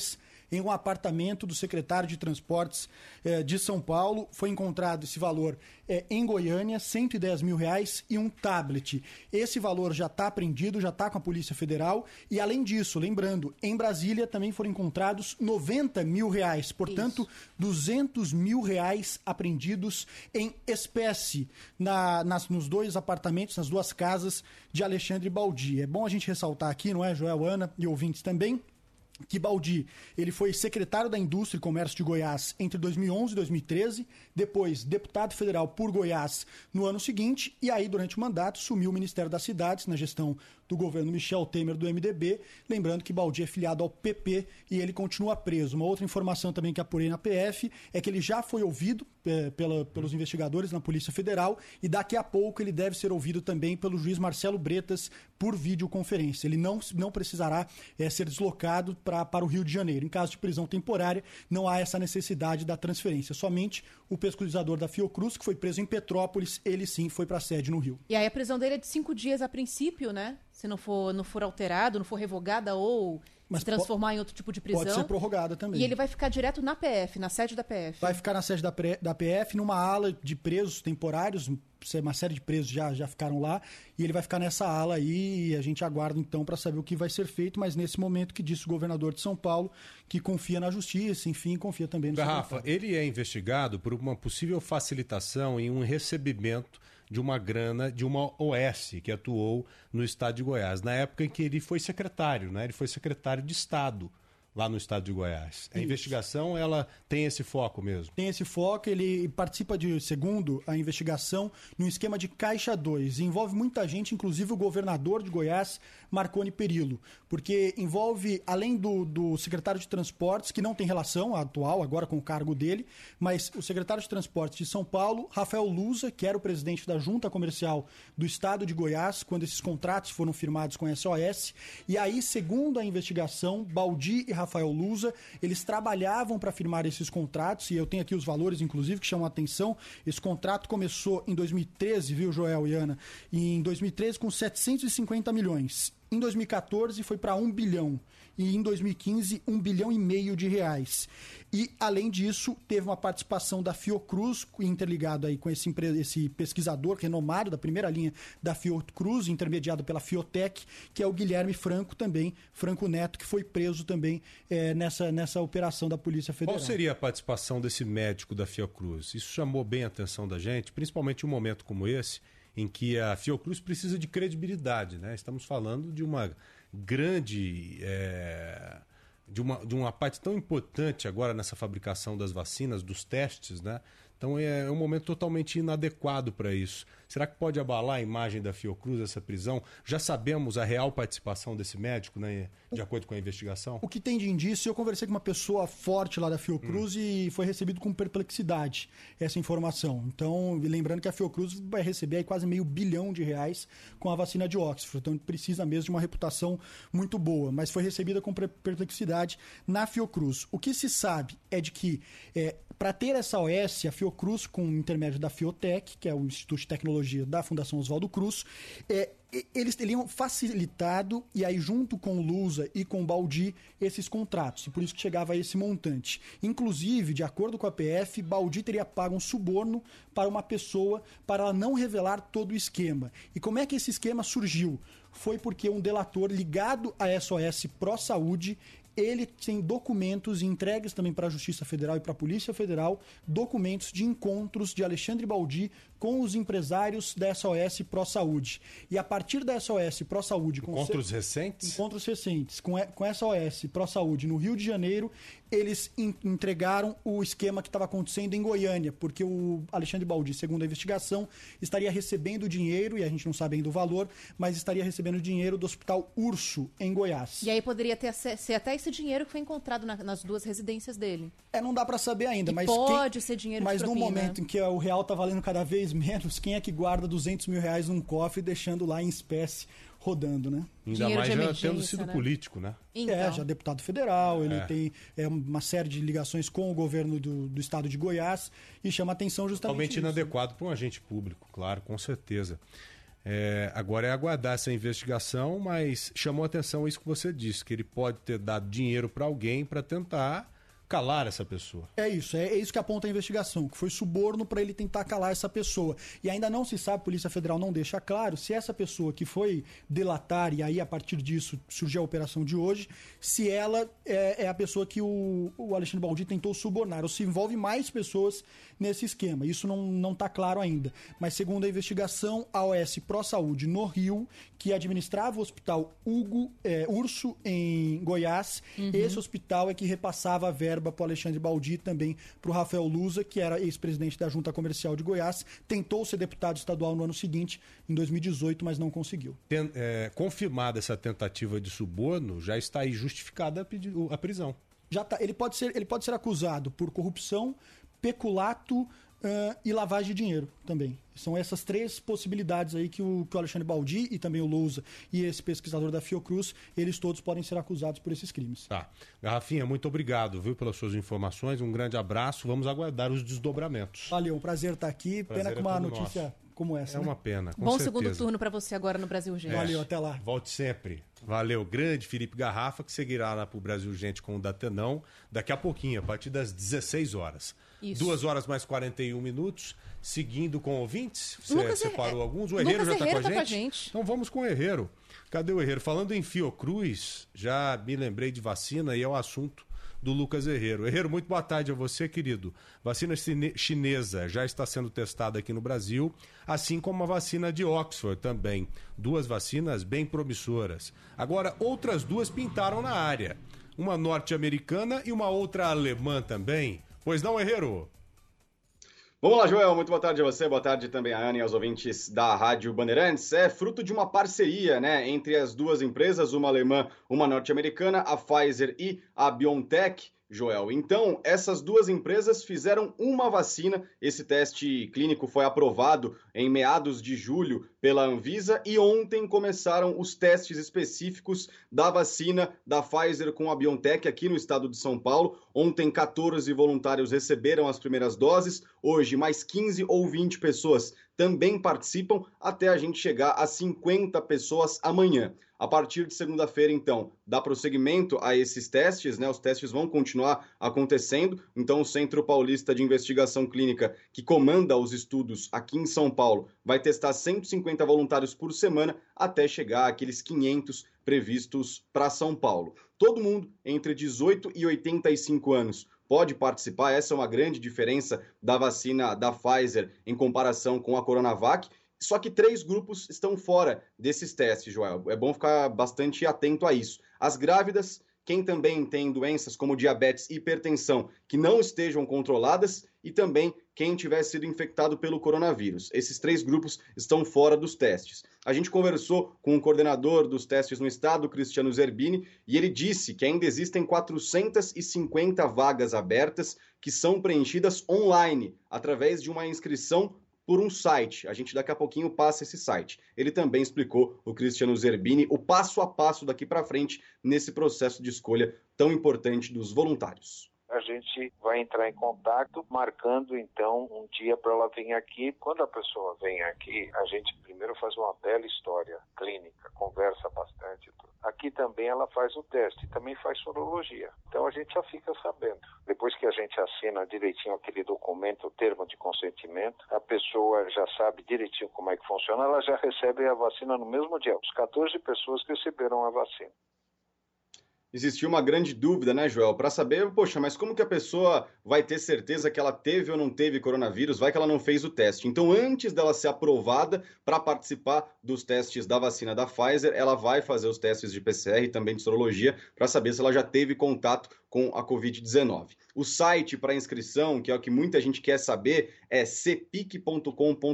em um apartamento do secretário de Transportes de São Paulo. Foi encontrado esse valor em Goiânia, R$110 mil e um tablet. Esse valor já está apreendido, já está com a Polícia Federal. E além disso, lembrando, em Brasília também foram encontrados R$90 mil. Portanto, R$200 mil apreendidos em espécie nos dois apartamentos, nas duas casas de Alexandre Baldi. É bom a gente ressaltar aqui, não é, Joel, Ana e ouvintes também, que Baldi, ele foi secretário da Indústria e Comércio de Goiás entre 2011 e 2013, depois deputado federal por Goiás no ano seguinte, e aí durante o mandato sumiu o Ministério das Cidades na gestão do governo Michel Temer do MDB, lembrando que Baldi é filiado ao PP e ele continua preso. Uma outra informação também que apurei na PF é que ele já foi ouvido pelos investigadores na Polícia Federal e daqui a pouco ele deve ser ouvido também pelo juiz Marcelo Bretas por videoconferência. Ele não precisará ser deslocado para o Rio de Janeiro. Em caso de prisão temporária, não há essa necessidade da transferência. Somente o pesquisador da Fiocruz, que foi preso em Petrópolis, ele sim foi para a sede no Rio. E aí a prisão dele é de 5 dias a princípio, né? Se não for alterado, não for revogada ou se transformar em outro tipo de prisão. Pode ser prorrogada também. E ele vai ficar direto na PF, na sede da PF. Vai ficar na sede da PF, numa ala de presos temporários. Uma série de presos já ficaram lá. E ele vai ficar nessa ala aí. E a gente aguarda então para saber o que vai ser feito. Mas nesse momento que disse o governador de São Paulo que confia na justiça, enfim, confia também no Garrafa, ele é investigado por uma possível facilitação em um recebimento de uma grana de uma OS que atuou no estado de Goiás, na época em que ele foi secretário, né? Ele foi secretário de Estado lá no estado de Goiás. A investigação, ela tem esse foco mesmo? Tem esse foco, ele participa segundo a investigação, num esquema de Caixa 2. Envolve muita gente, inclusive o governador de Goiás, Marconi Perillo, porque envolve, além do secretário de Transportes, que não tem relação atual agora com o cargo dele, mas o secretário de Transportes de São Paulo, Rafael Luza, que era o presidente da Junta Comercial do estado de Goiás, quando esses contratos foram firmados com a SOS, e aí, segundo a investigação, Baldi e Rafael Luza, eles trabalhavam para firmar esses contratos, e eu tenho aqui os valores, inclusive, que chamam a atenção. Esse contrato começou em 2013, viu, Joel e Ana? Em 2013 com 750 milhões. Em 2014 foi para 1 bilhão. E em 2015, 1,5 bilhão de reais. E, além disso, teve uma participação da Fiocruz, interligado aí com esse pesquisador renomado da primeira linha da Fiocruz, intermediado pela Fiotec, que é o Guilherme Franco também, Franco Neto, que foi preso também nessa operação da Polícia Federal. Qual seria a participação desse médico da Fiocruz? Isso chamou bem a atenção da gente, principalmente em um momento como esse, em que a Fiocruz precisa de credibilidade, né? Estamos falando de uma grande... de uma parte tão importante agora nessa fabricação das vacinas, dos testes, né? Então é um momento totalmente inadequado para isso. Será que pode abalar a imagem da Fiocruz, essa prisão? Já sabemos a real participação desse médico, né, de acordo com a investigação? O que tem de indício, eu conversei com uma pessoa forte lá da Fiocruz e foi recebido com perplexidade essa informação. Então, lembrando que a Fiocruz vai receber aí quase R$500 milhão com a vacina de Oxford. Então, precisa mesmo de uma reputação muito boa, mas foi recebida com perplexidade na Fiocruz. O que se sabe é de que, para ter essa OS, a Fiocruz, com o intermédio da Fiotec, que é o Instituto de Tecnologia da Fundação Oswaldo Cruz, eles teriam facilitado, e aí junto com o Luza e com o Baldi, esses contratos, e por isso que chegava a esse montante. Inclusive, de acordo com a PF, Baldi teria pago um suborno para uma pessoa para ela não revelar todo o esquema. E como é que esse esquema surgiu? Foi porque um delator ligado à SOS Pro Saúde, ele tem documentos entregues também para a Justiça Federal e para a Polícia Federal, documentos de encontros de Alexandre Baldi com os empresários da SOS Pro Saúde. E a partir da SOS Pro Saúde... Encontros recentes? Encontros recentes. Com a SOS Pro Saúde no Rio de Janeiro, eles entregaram o esquema que estava acontecendo em Goiânia, porque o Alexandre Baldi, segundo a investigação, estaria recebendo dinheiro, e a gente não sabe ainda o valor, mas estaria recebendo dinheiro do Hospital Urso, em Goiás. E aí poderia ser até esse dinheiro que foi encontrado nas duas residências dele. Não dá para saber ainda, mas pode ser dinheiro de propina. Mas no momento em que o real tá valendo cada vez menos, quem é que guarda 200 mil reais num cofre deixando lá em espécie rodando, né? Ainda dinheiro mais já tendo sido político, né? Então. Já deputado federal, ele tem uma série de ligações com o governo do estado de Goiás e chama atenção justamente totalmente inadequado para um agente público, claro, com certeza. Agora é aguardar essa investigação, mas chamou atenção isso que você disse, que ele pode ter dado dinheiro para alguém para tentar calar essa pessoa. É isso que aponta a investigação, que foi suborno para ele tentar calar essa pessoa. E ainda não se sabe, a Polícia Federal não deixa claro, se essa pessoa que foi delatar, e aí a partir disso surgiu a operação de hoje, se ela é a pessoa que o Alexandre Baldi tentou subornar, ou se envolve mais pessoas nesse esquema. Isso não está claro ainda. Mas segundo a investigação, a OS Pro Saúde no Rio, que administrava o Hospital Urso em Goiás, esse hospital é que repassava a verba para o Alexandre Baldi e também para o Rafael Luza, que era ex-presidente da Junta Comercial de Goiás, tentou ser deputado estadual no ano seguinte, em 2018, mas não conseguiu. Confirmada essa tentativa de suborno, já está aí justificada a prisão. Já tá. Ele pode ser acusado por corrupção, peculato e lavagem de dinheiro também. São essas três possibilidades aí que o Alexandre Baldi e também o Lousa e esse pesquisador da Fiocruz, eles todos podem ser acusados por esses crimes. Tá. Garrafinha, muito obrigado, viu, pelas suas informações. Um grande abraço. Vamos aguardar os desdobramentos. Valeu, um prazer estar aqui. Pena com uma notícia nosso. Como essa. Uma pena, com Bom certeza. Segundo turno para você agora no Brasil Gente. Valeu, até lá. Volte sempre. Valeu, grande Felipe Garrafa, que seguirá lá pro Brasil Gente com o Datenão daqui a pouquinho, a partir das 16 horas. Isso. 2 horas mais 41 minutos, seguindo com ouvintes. Você separou alguns? O Herreiro já está com a gente? Então vamos com o Herreiro. Cadê o Herreiro? Falando em Fiocruz, já me lembrei de vacina e é o assunto do Lucas Herreiro. Herreiro, muito boa tarde a você, querido. Vacina chinesa já está sendo testada aqui no Brasil, assim como a vacina de Oxford também. 2 vacinas bem promissoras. Agora, outras 2 pintaram na área. Uma norte-americana e uma outra alemã também. Pois não, Herreiro? Vamos lá, Joel. Muito boa tarde a você, boa tarde também a Ana e aos ouvintes da Rádio Bandeirantes. É fruto de uma parceria, né, entre as 2 empresas, uma alemã, uma norte-americana, a Pfizer e a BioNTech, Joel. Então, essas 2 empresas fizeram uma vacina. Esse teste clínico foi aprovado em meados de julho pela Anvisa e ontem começaram os testes específicos da vacina da Pfizer com a BioNTech aqui no estado de São Paulo. Ontem, 14 voluntários receberam as primeiras doses. Hoje, mais 15 ou 20 pessoas também participam, até a gente chegar a 50 pessoas amanhã. A partir de segunda-feira, então, dá prosseguimento a esses testes, né? Os testes vão continuar acontecendo. Então, o Centro Paulista de Investigação Clínica, que comanda os estudos aqui em São Paulo, vai testar 150 voluntários por semana até chegar àqueles 500 previstos para São Paulo. Todo mundo entre 18 e 85 anos pode participar. Essa é uma grande diferença da vacina da Pfizer em comparação com a Coronavac. Só que 3 grupos estão fora desses testes, Joel. É bom ficar bastante atento a isso. As grávidas, quem também tem doenças como diabetes e hipertensão que não estejam controladas e também quem tiver sido infectado pelo coronavírus. Esses 3 grupos estão fora dos testes. A gente conversou com o coordenador dos testes no estado, Cristiano Zerbini, e ele disse que ainda existem 450 vagas abertas que são preenchidas online, através de uma inscrição por um site. A gente daqui a pouquinho passa esse site. Ele também explicou, o Cristiano Zerbini, o passo a passo daqui para frente nesse processo de escolha tão importante dos voluntários. A gente vai entrar em contato, marcando então um dia para ela vir aqui. Quando a pessoa vem aqui, a gente primeiro faz uma bela história clínica, conversa bastante. Aqui também ela faz o teste, também faz sorologia. Então a gente já fica sabendo. Depois que a gente assina direitinho aquele documento, o termo de consentimento, a pessoa já sabe direitinho como é que funciona, ela já recebe a vacina no mesmo dia. Os 14 pessoas que receberam a vacina. Existiu uma grande dúvida, né, Joel? Para saber, poxa, mas como que a pessoa vai ter certeza que ela teve ou não teve coronavírus? Vai que ela não fez o teste. Então, antes dela ser aprovada para participar dos testes da vacina da Pfizer, ela vai fazer os testes de PCR e também de sorologia para saber se ela já teve contato com a Covid-19. O site para inscrição, que é o que muita gente quer saber, é cepic.com.br.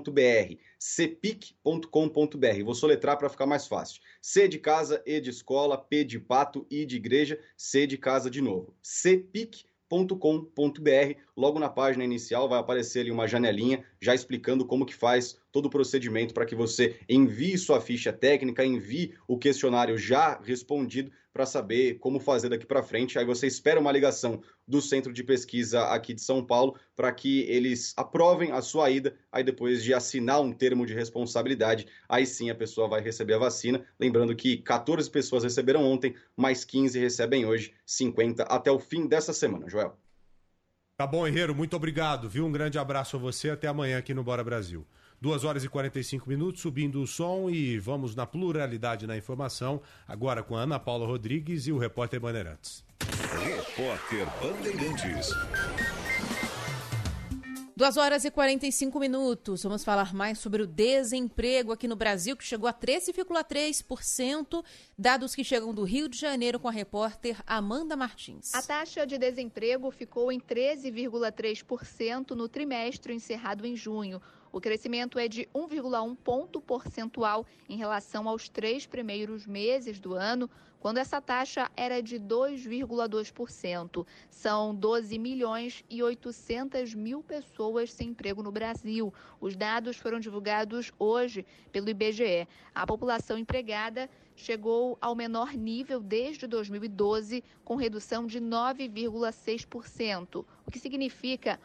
cepic.com.br. Vou soletrar para ficar mais fácil. C de casa, E de escola, P de pato, I de igreja, C de casa de novo. cepic.com.br. Logo na página inicial vai aparecer ali uma janelinha já explicando como que faz todo o procedimento para que você envie sua ficha técnica, envie o questionário já respondido para saber como fazer daqui para frente. Aí você espera uma ligação do Centro de Pesquisa aqui de São Paulo para que eles aprovem a sua ida. Aí depois de assinar um termo de responsabilidade, aí sim a pessoa vai receber a vacina. Lembrando que 14 pessoas receberam ontem, mais 15 recebem hoje, 50 até o fim dessa semana. Joel. Tá bom, Herreiro, muito obrigado, viu? Um grande abraço a você, até amanhã aqui no Bora Brasil. 2h45, subindo o som e vamos na pluralidade na informação, agora com a Ana Paula Rodrigues e o repórter Bandeirantes. Repórter Bandeirantes. 2h45. Vamos falar mais sobre o desemprego aqui no Brasil, que chegou a 13,3%, dados que chegam do Rio de Janeiro com a repórter Amanda Martins. A taxa de desemprego ficou em 13,3% no trimestre encerrado em junho. O crescimento é de 1,1 ponto percentual em relação aos 3 primeiros meses do ano, quando essa taxa era de 2,2%. São 12.800.000 pessoas sem emprego no Brasil. Os dados foram divulgados hoje pelo IBGE. A população empregada chegou ao menor nível desde 2012, com redução de 9,6%, o que significa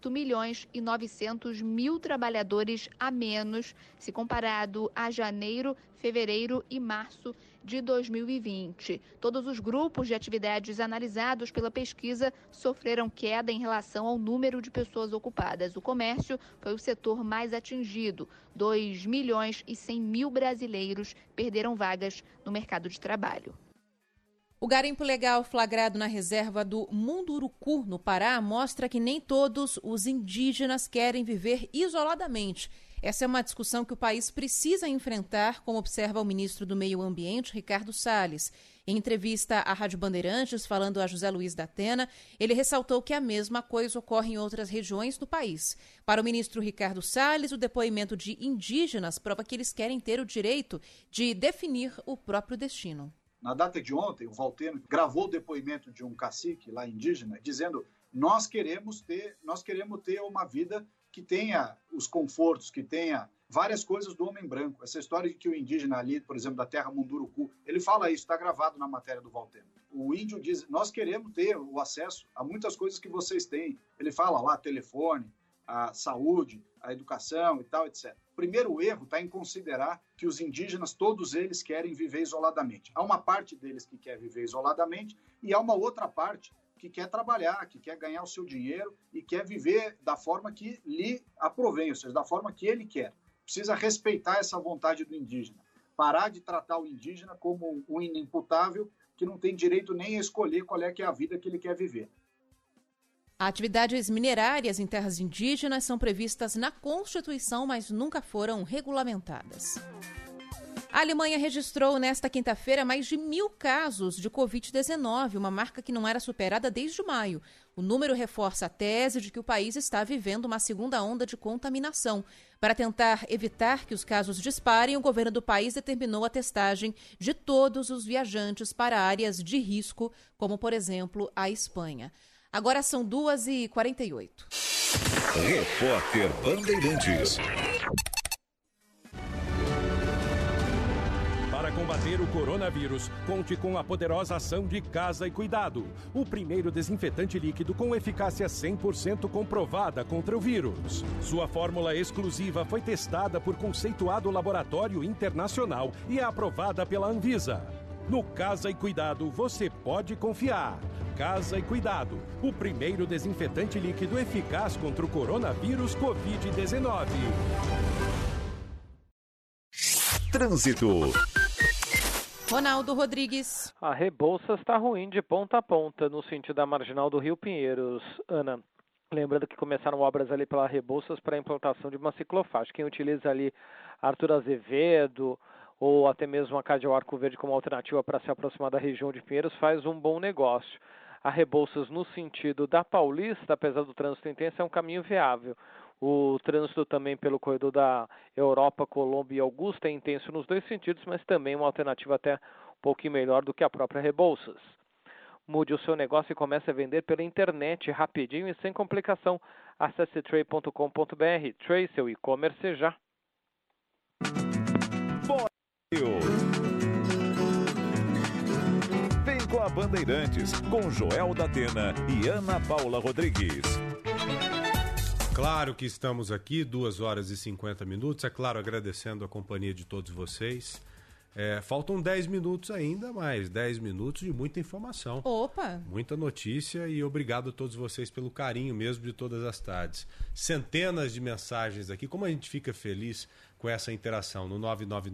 8.900.000 trabalhadores a menos, se comparado a janeiro, fevereiro e março de 2020. Todos os grupos de atividades analisados pela pesquisa sofreram queda em relação ao número de pessoas ocupadas. O comércio foi o setor mais atingido. 2.100.000 brasileiros perderam vagas no mercado de trabalho. O garimpo ilegal flagrado na reserva do Munduruku, no Pará, mostra que nem todos os indígenas querem viver isoladamente. Essa é uma discussão que o país precisa enfrentar, como observa o ministro do Meio Ambiente, Ricardo Salles. Em entrevista à Rádio Bandeirantes, falando a José Luiz da Atena, ele ressaltou que a mesma coisa ocorre em outras regiões do país. Para o ministro Ricardo Salles, o depoimento de indígenas prova que eles querem ter o direito de definir o próprio destino. Na data de ontem, o Valteno gravou o depoimento de um cacique lá indígena, dizendo: nós queremos ter uma vida que tenha os confortos, que tenha várias coisas do homem branco. Essa história de que o indígena ali, por exemplo, da terra Munduruku, ele fala isso, está gravado na matéria do Valteno. O índio diz: nós queremos ter o acesso a muitas coisas que vocês têm. Ele fala lá, telefone, a saúde, a educação e tal, etc. O primeiro erro está em considerar que os indígenas, todos eles querem viver isoladamente. Há uma parte deles que quer viver isoladamente e há uma outra parte que quer trabalhar, que quer ganhar o seu dinheiro e quer viver da forma que lhe aprovém, ou seja, da forma que ele quer. Precisa respeitar essa vontade do indígena. Parar de tratar o indígena como um inimputável que não tem direito nem a escolher qual é que é a vida que ele quer viver. Atividades minerárias em terras indígenas são previstas na Constituição, mas nunca foram regulamentadas. A Alemanha registrou nesta quinta-feira mais de 1.000 casos de Covid-19, uma marca que não era superada desde maio. O número reforça a tese de que o país está vivendo uma segunda onda de contaminação. Para tentar evitar que os casos disparem, o governo do país determinou a testagem de todos os viajantes para áreas de risco, como, por exemplo, a Espanha. Agora são 2h48. Repórter Bandeirantes. Para combater o coronavírus, conte com a poderosa ação de Casa e Cuidado, o primeiro desinfetante líquido com eficácia 100% comprovada contra o vírus. Sua fórmula exclusiva foi testada por conceituado laboratório internacional e é aprovada pela Anvisa. No Casa e Cuidado você pode confiar. Casa e Cuidado, o primeiro desinfetante líquido eficaz contra o coronavírus Covid-19. Trânsito. Ronaldo Rodrigues. A Rebouças está ruim de ponta a ponta no sentido da Marginal do Rio Pinheiros. Ana, lembrando que começaram obras ali pela Rebouças para a implantação de uma ciclofaixa. Quem utiliza ali Arthur Azevedo ou até mesmo a Cardeal Arco Verde como alternativa para se aproximar da região de Pinheiros faz um bom negócio. a Rebouças no sentido da Paulista, apesar do trânsito intenso, é um caminho viável. O trânsito também pelo corredor da Europa, Colômbia e Augusta é intenso nos dois sentidos, mas também uma alternativa até um pouquinho melhor do que a própria Rebouças. Mude o seu negócio e comece a vender pela internet, rapidinho e sem complicação. Acesse tray.com.br. Tray, seu e-commerce já. Vem com a Bandeirantes, com Joel da Atena e Ana Paula Rodrigues. Claro que estamos aqui, 2 horas e 50 minutos. É claro, agradecendo a companhia de todos vocês. Faltam 10 minutos ainda, mas 10 minutos de muita informação. Opa! Muita notícia e obrigado a todos vocês pelo carinho mesmo de todas as tardes. Centenas de mensagens aqui, como a gente fica feliz com essa interação no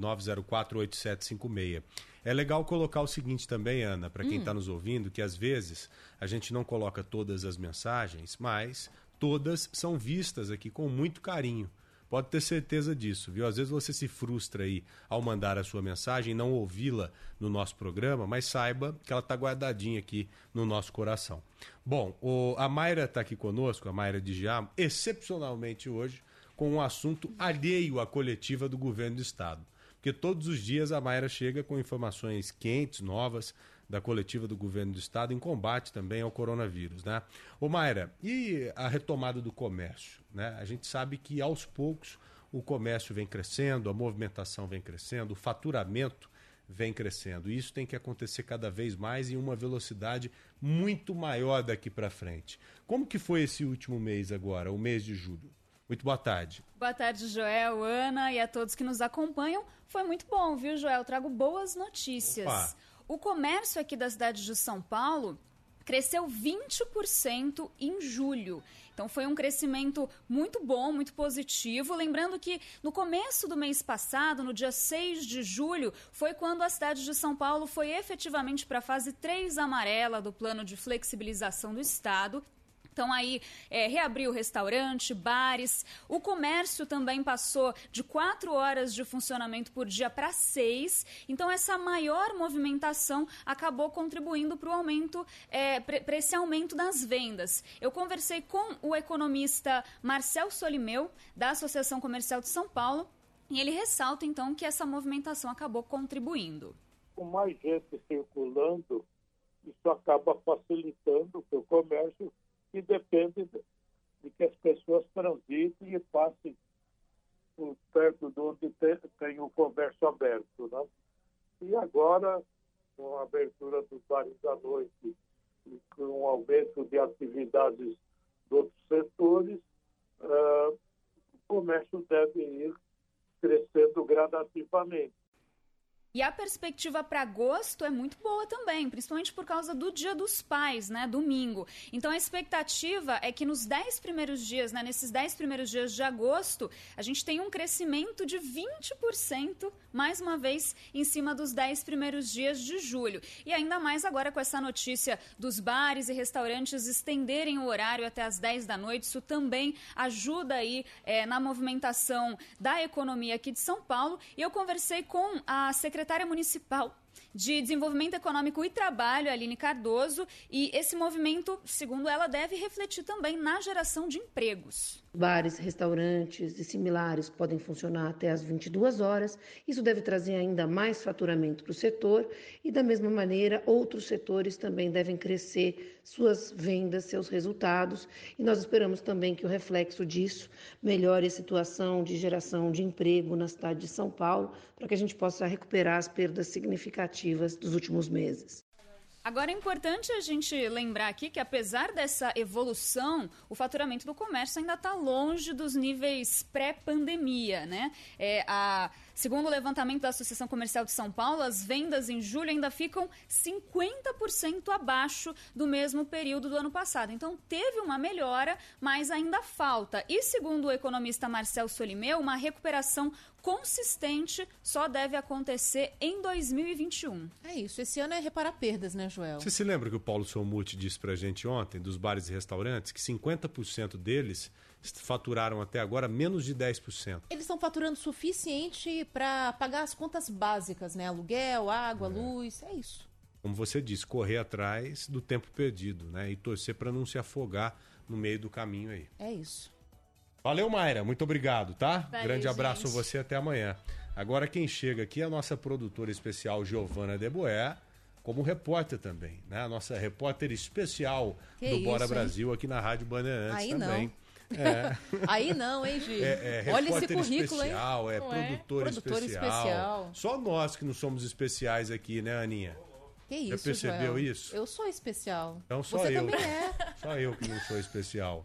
999-048756. É legal colocar o seguinte também, Ana, para quem está nos ouvindo, que às vezes a gente não coloca todas as mensagens, mas todas são vistas aqui com muito carinho. Pode ter certeza disso, viu? Às vezes você se frustra aí ao mandar a sua mensagem e não ouvi-la no nosso programa, mas saiba que ela está guardadinha aqui no nosso coração. Bom, a Mayra está aqui conosco, a Mayra de Giamo, excepcionalmente hoje, com um assunto alheio à coletiva do governo do Estado. Porque todos os dias a Mayra chega com informações quentes, novas, da coletiva do governo do Estado em combate também ao coronavírus, né? Ô Mayra, e a retomada do comércio, né? A gente sabe que aos poucos o comércio vem crescendo, a movimentação vem crescendo, o faturamento vem crescendo. E isso tem que acontecer cada vez mais em uma velocidade muito maior daqui para frente. Como que foi esse último mês agora, o mês de julho? Muito boa tarde. Boa tarde, Joel, Ana e a todos que nos acompanham. Foi muito bom, viu, Joel? Trago boas notícias. Opa. O comércio aqui da cidade de São Paulo cresceu 20% em julho. Então foi um crescimento muito bom, muito positivo. Lembrando que no começo do mês passado, no dia 6 de julho, foi quando a cidade de São Paulo foi efetivamente para a fase 3 amarela do plano de flexibilização do Estado. Então aí reabriu restaurante, bares, o comércio também passou de 4 horas de funcionamento por dia para 6, então essa maior movimentação acabou contribuindo para o aumento, para esse aumento das vendas. Eu conversei com o economista Marcel Solimeu, da Associação Comercial de São Paulo, e ele ressalta então que essa movimentação acabou contribuindo. Com mais gente circulando, isso acaba facilitando o comércio, que depende de que as pessoas transitem e passem por perto de onde tem o comércio aberto, né? E agora, com a abertura dos bares à noite e com o aumento de atividades de outros setores, o comércio deve ir crescendo gradativamente. E a perspectiva para agosto é muito boa também, principalmente por causa do Dia dos Pais, né, domingo. Então a expectativa é que nos 10 primeiros dias, né, nesses 10 primeiros dias de agosto, a gente tem um crescimento de 20%, mais uma vez, em cima dos 10 primeiros dias de julho. E ainda mais agora com essa notícia dos bares e restaurantes estenderem o horário até as 10 da noite, isso também ajuda aí na movimentação da economia aqui de São Paulo. E eu conversei com a secretária municipal de Desenvolvimento Econômico e Trabalho, Aline Cardoso, e esse movimento, segundo ela, deve refletir também na geração de empregos. Bares, restaurantes e similares podem funcionar até às 22 horas. Isso deve trazer ainda mais faturamento para o setor e, da mesma maneira, outros setores também devem crescer suas vendas, seus resultados. E nós esperamos também que o reflexo disso melhore a situação de geração de emprego na cidade de São Paulo, para que a gente possa recuperar as perdas significativas dos últimos meses. Agora é importante a gente lembrar aqui que, apesar dessa evolução, o faturamento do comércio ainda está longe dos níveis pré-pandemia, né? Segundo o levantamento da Associação Comercial de São Paulo, as vendas em julho ainda ficam 50% abaixo do mesmo período do ano passado. Então, teve uma melhora, mas ainda falta. E, segundo o economista Marcel Solimeu, uma recuperação consistente só deve acontecer em 2021. É isso, esse ano é reparar perdas, né, Joel? Você se lembra que o Paulo Solmuth disse pra gente ontem, dos bares e restaurantes, que 50% deles faturaram até agora menos de 10%. Eles estão faturando o suficiente para pagar as contas básicas, né? Aluguel, água, luz, é isso. como você disse, correr atrás do tempo perdido, né? E torcer para não se afogar no meio do caminho aí. É isso. Valeu, Mayra. Muito obrigado, tá? Valeu, grande abraço a gente. você, até amanhã. Agora quem chega aqui é a nossa produtora especial, Giovana de Boer, como repórter também, né? A nossa repórter especial do Bora Brasil aqui na Rádio Bandeirantes Aí também. Não. É. Aí não, hein, Gi? Olha esse currículo, especial, hein? Produtor especial. Só nós que não somos especiais aqui, né, Aninha? Que isso, já percebeu Joel? isso? Eu sou especial. Então só Você eu. também é. Só eu que não sou especial.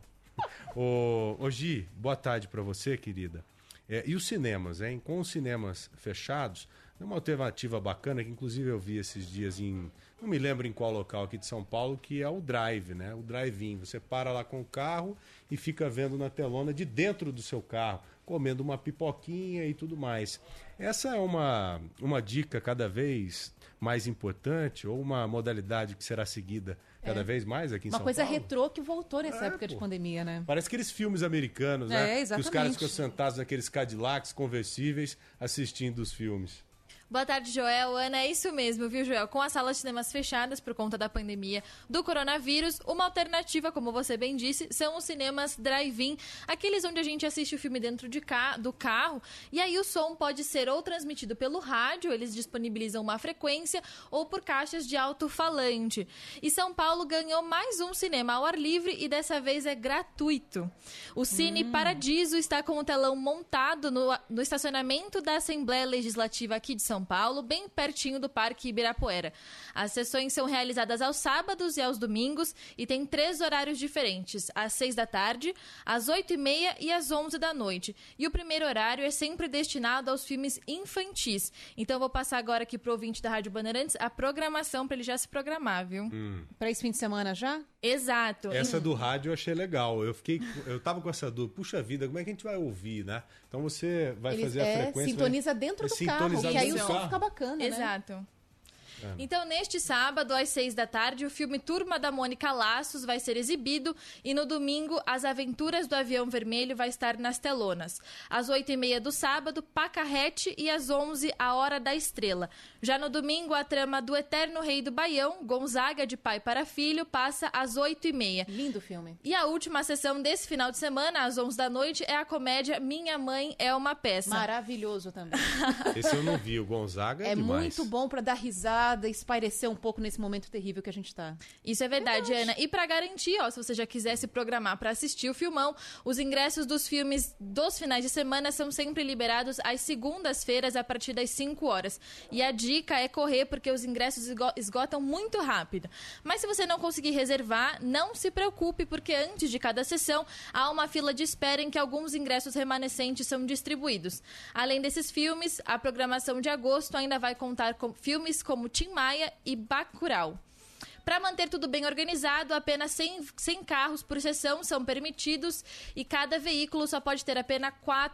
Ô Gi, boa tarde para você, querida. E os cinemas, hein? Com os cinemas fechados, é uma alternativa bacana que inclusive eu vi esses dias não me lembro em qual local aqui de São Paulo, que é o drive, né? O drive-in. Você para lá com o carro e fica vendo na telona de dentro do seu carro, comendo uma pipoquinha e tudo mais. Essa é uma dica cada vez mais importante, ou uma modalidade que será seguida cada vez mais aqui em São Paulo? Uma coisa retrô que voltou nessa época de pandemia, né? Parece aqueles filmes americanos, né? Exatamente. Que os caras ficam sentados naqueles Cadillacs conversíveis assistindo os filmes. Boa tarde, Joel. Ana, é isso mesmo, viu, Joel? Com as salas de cinemas fechadas por conta da pandemia do coronavírus, uma alternativa, como você bem disse, são os cinemas drive-in, aqueles onde a gente assiste o filme dentro do carro, e aí o som pode ser ou transmitido pelo rádio, eles disponibilizam uma frequência, ou por caixas de alto-falante. E São Paulo ganhou mais um cinema ao ar livre e dessa vez é gratuito. O Cine Paradiso está com o telão montado no estacionamento da Assembleia Legislativa aqui de São Paulo, bem pertinho do Parque Ibirapuera. As sessões são realizadas aos sábados e aos domingos e tem 3 horários diferentes, às 6 da tarde, às 8h30 e às 11 da noite. E o primeiro horário é sempre destinado aos filmes infantis. Então eu vou passar agora aqui pro ouvinte da Rádio Bandeirantes a programação para ele já se programar, viu? Para esse fim de semana já? Exato. Essa do rádio eu achei legal. Eu tava com essa dúvida. Puxa vida, como é que a gente vai ouvir, né? Então você vai fazer a frequência... Sintoniza dentro do carro, que aí o som fica bacana, né? Exato. Então, neste sábado, às 6 da tarde, o filme Turma da Mônica Laços vai ser exibido e no domingo, As Aventuras do Avião Vermelho vai estar nas telonas. Às 8h30 do sábado, Pacarrete e às 11, A Hora da Estrela. Já no domingo, a trama do Eterno Rei do Baião, Gonzaga de Pai para Filho, passa às 8h30. Lindo filme. E a última sessão desse final de semana, às 11 da noite, é a comédia Minha Mãe é uma Peça. Maravilhoso também. Esse eu não vi, o Gonzaga é demais. Muito bom para dar risada, espairecer um pouco nesse momento terrível que a gente tá. Isso é verdade, Ana. E para garantir, se você já quiser se programar para assistir o filmão, os ingressos dos filmes dos finais de semana são sempre liberados às segundas-feiras a partir das 5 horas. E a dica é correr porque os ingressos esgotam muito rápido. Mas se você não conseguir reservar, não se preocupe porque antes de cada sessão há uma fila de espera em que alguns ingressos remanescentes são distribuídos. Além desses filmes, a programação de agosto ainda vai contar com filmes como Tim Maia e Bacurau. Para manter tudo bem organizado, apenas 100 carros por sessão são permitidos e cada veículo só pode ter apenas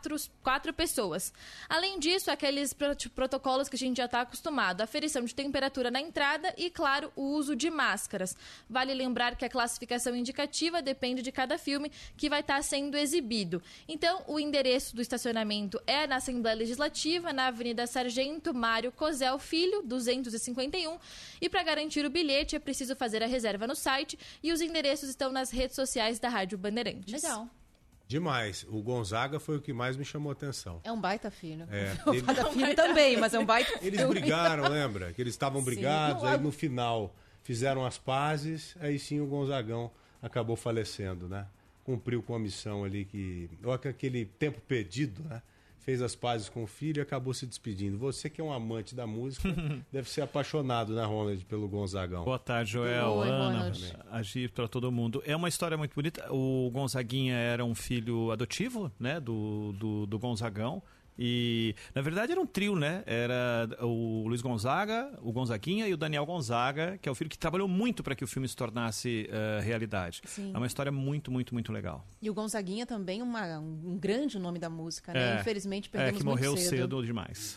4 pessoas. Além disso, aqueles protocolos que a gente já está acostumado, aferição de temperatura na entrada e, claro, o uso de máscaras. Vale lembrar que a classificação indicativa depende de cada filme que vai estar sendo exibido. Então, o endereço do estacionamento é na Assembleia Legislativa, na Avenida Sargento Mário Cosel Filho, 251, e para garantir o bilhete é preciso fazer a reserva no site e os endereços estão nas redes sociais da Rádio Bandeirantes. Legal. Demais. O Gonzaga foi o que mais me chamou a atenção. É um baita filho. O baita filho também, mas é um baita filho. Eles brigaram, lembra? Que eles estavam brigados, aí no final fizeram as pazes, aí sim o Gonzagão acabou falecendo, né? Cumpriu com a missão ali aquele tempo perdido, né? Fez as pazes com o filho e acabou se despedindo. Você que é um amante da música, deve ser apaixonado, né, Ronald, pelo Gonzagão. Boa tarde, Joel, Oi, Ana, Agir para todo mundo. É uma história muito bonita. O Gonzaguinha era um filho adotivo, né, do Gonzagão. E, na verdade, era um trio, né? Era o Luiz Gonzaga, o Gonzaguinha e o Daniel Gonzaga, que é o filho que trabalhou muito para que o filme se tornasse realidade. Sim. É uma história muito, muito, muito legal. E o Gonzaguinha também um grande nome da música, né? Infelizmente perdemos que morreu muito cedo demais.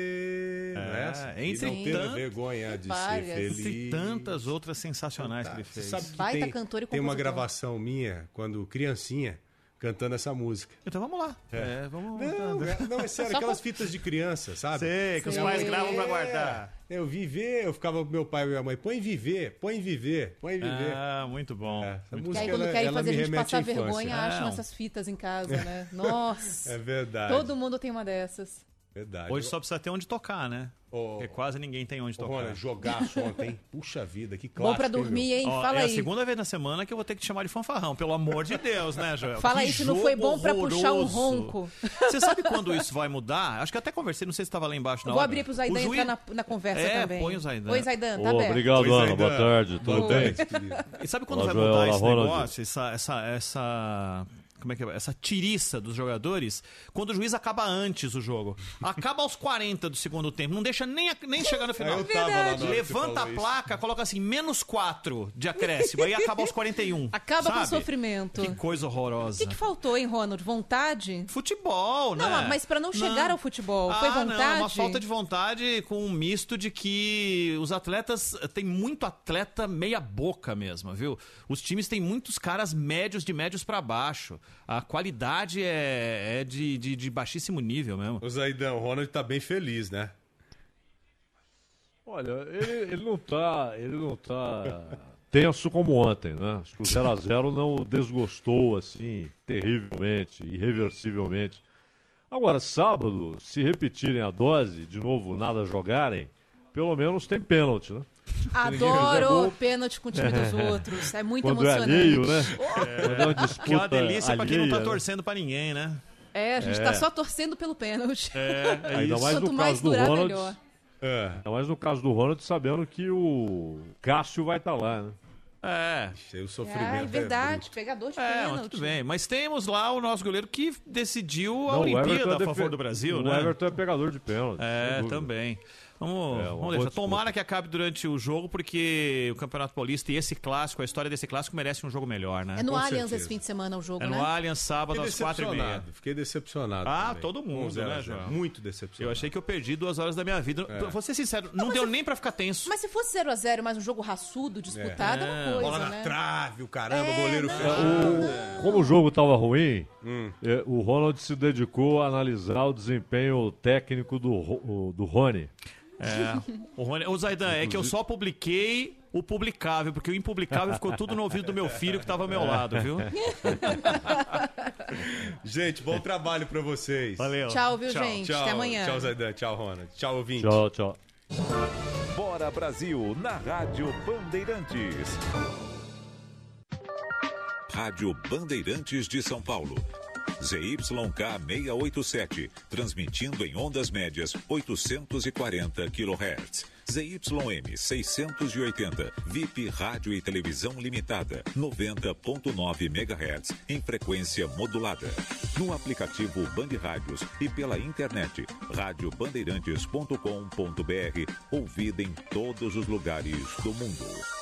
Entre não ter vergonha de ser feliz. Entre tantas outras sensacionais que ele fez. Você sabe que Baita cantor e compositor. tem uma gravação minha, quando criancinha, cantando essa música. Então vamos lá. Vamos... Não, é sério, aquelas fitas de criança, sabe? Sei, que os pais gravam pra guardar. Eu ficava com meu pai e minha mãe, põe viver. Ah, muito bom. Essa E música, aí quando querem fazer a gente passar infância. vergonha, acham essas fitas em casa, né? Nossa. É verdade. Todo mundo tem uma dessas. Verdade. Hoje só precisa ter onde tocar, né? Porque quase ninguém tem onde tocar. Olha, jogaço ontem, hein? Puxa vida, que clássico. Bom pra dormir, hein? Fala aí. É a segunda vez na semana que eu vou ter que te chamar de fanfarrão, pelo amor de Deus, né, Joel? Fala aí se não foi bom pra puxar um ronco. Você sabe quando isso vai mudar? Acho que até conversei, não sei se estava lá embaixo na hora. Vou abrir pro Zaidan entrar na conversa também. Põe o Zaidan. Oi, Zaidan, tá aberto. Obrigado, Ana. Boa tarde. Tudo bem? E sabe quando vai mudar esse negócio? Essa como é que é? Essa tiriça dos jogadores, quando o juiz acaba antes o jogo. Acaba aos 40 do segundo tempo, não deixa nem chegar no final. Levanta a placa, coloca assim, -4 de acréscimo, aí acaba aos 41. Acaba com o sofrimento. Que coisa horrorosa. O que faltou, hein, Ronald? Vontade? Futebol, né? Não, mas pra não chegar ao futebol, foi vontade? Não, uma falta de vontade com um misto de que os atletas, tem muito atleta meia boca mesmo, viu? Os times têm muitos caras médios, de médios pra baixo. A qualidade é de baixíssimo nível mesmo. O Zaidão, o Ronald tá bem feliz, né? Olha, ele não tá tenso como ontem, né? Acho que o 0x0 não o desgostou assim, terrivelmente, irreversivelmente. Agora, sábado, se repetirem a dose, de novo, nada jogarem, pelo menos tem pênalti, né? Adoro o pênalti com o time dos outros. É muito quando emocionante. É alheio, né? É uma disputa. Que é uma delícia pra quem não tá torcendo pra ninguém, né? A gente tá só torcendo pelo pênalti. Ainda mais Quanto no mais caso do durar, Ronald. melhor. Ainda mais no caso do Ronald, sabendo que o Cássio vai estar lá, né? O sofrimento é verdade, pegador de pênalti. Mas tudo bem. Mas temos lá o nosso goleiro que decidiu a Olimpíada a favor do Brasil, né? O Everton é pegador de pênalti. Também. Vamos deixar. Tomara que acabe durante o jogo, porque o Campeonato Paulista e esse clássico, a história desse clássico merece um jogo melhor, né? É no Allianz esse fim de semana o jogo, né? É no Allianz, sábado, às 4h30. Fiquei decepcionado. Todo mundo, né, João? Muito decepcionado. Eu achei que eu perdi 2 horas da minha vida. Vou ser sincero, não deu nem pra ficar tenso. Mas se fosse 0x0, mas um jogo raçudo, disputado, é uma coisa, bola né? na trave, o caramba, o goleiro fez. Como o jogo tava ruim, o Ronald se dedicou a analisar o desempenho técnico do Rony. O Zaidan, é que eu só publiquei o publicável, porque o impublicável ficou tudo no ouvido do meu filho que estava ao meu lado, viu? Gente, bom trabalho pra vocês. Valeu. Tchau, viu, gente? Tchau. Até amanhã. Tchau, Zaidan. Tchau, Ronald. Tchau, ouvinte. Tchau. Bora Brasil, na Rádio Bandeirantes. Rádio Bandeirantes de São Paulo. ZYK 687, transmitindo em ondas médias 840 kHz. ZYM 680, VIP Rádio e Televisão Limitada, 90.9 MHz, em frequência modulada. No aplicativo Band Rádios e pela internet, radiobandeirantes.com.br, ouvida em todos os lugares do mundo.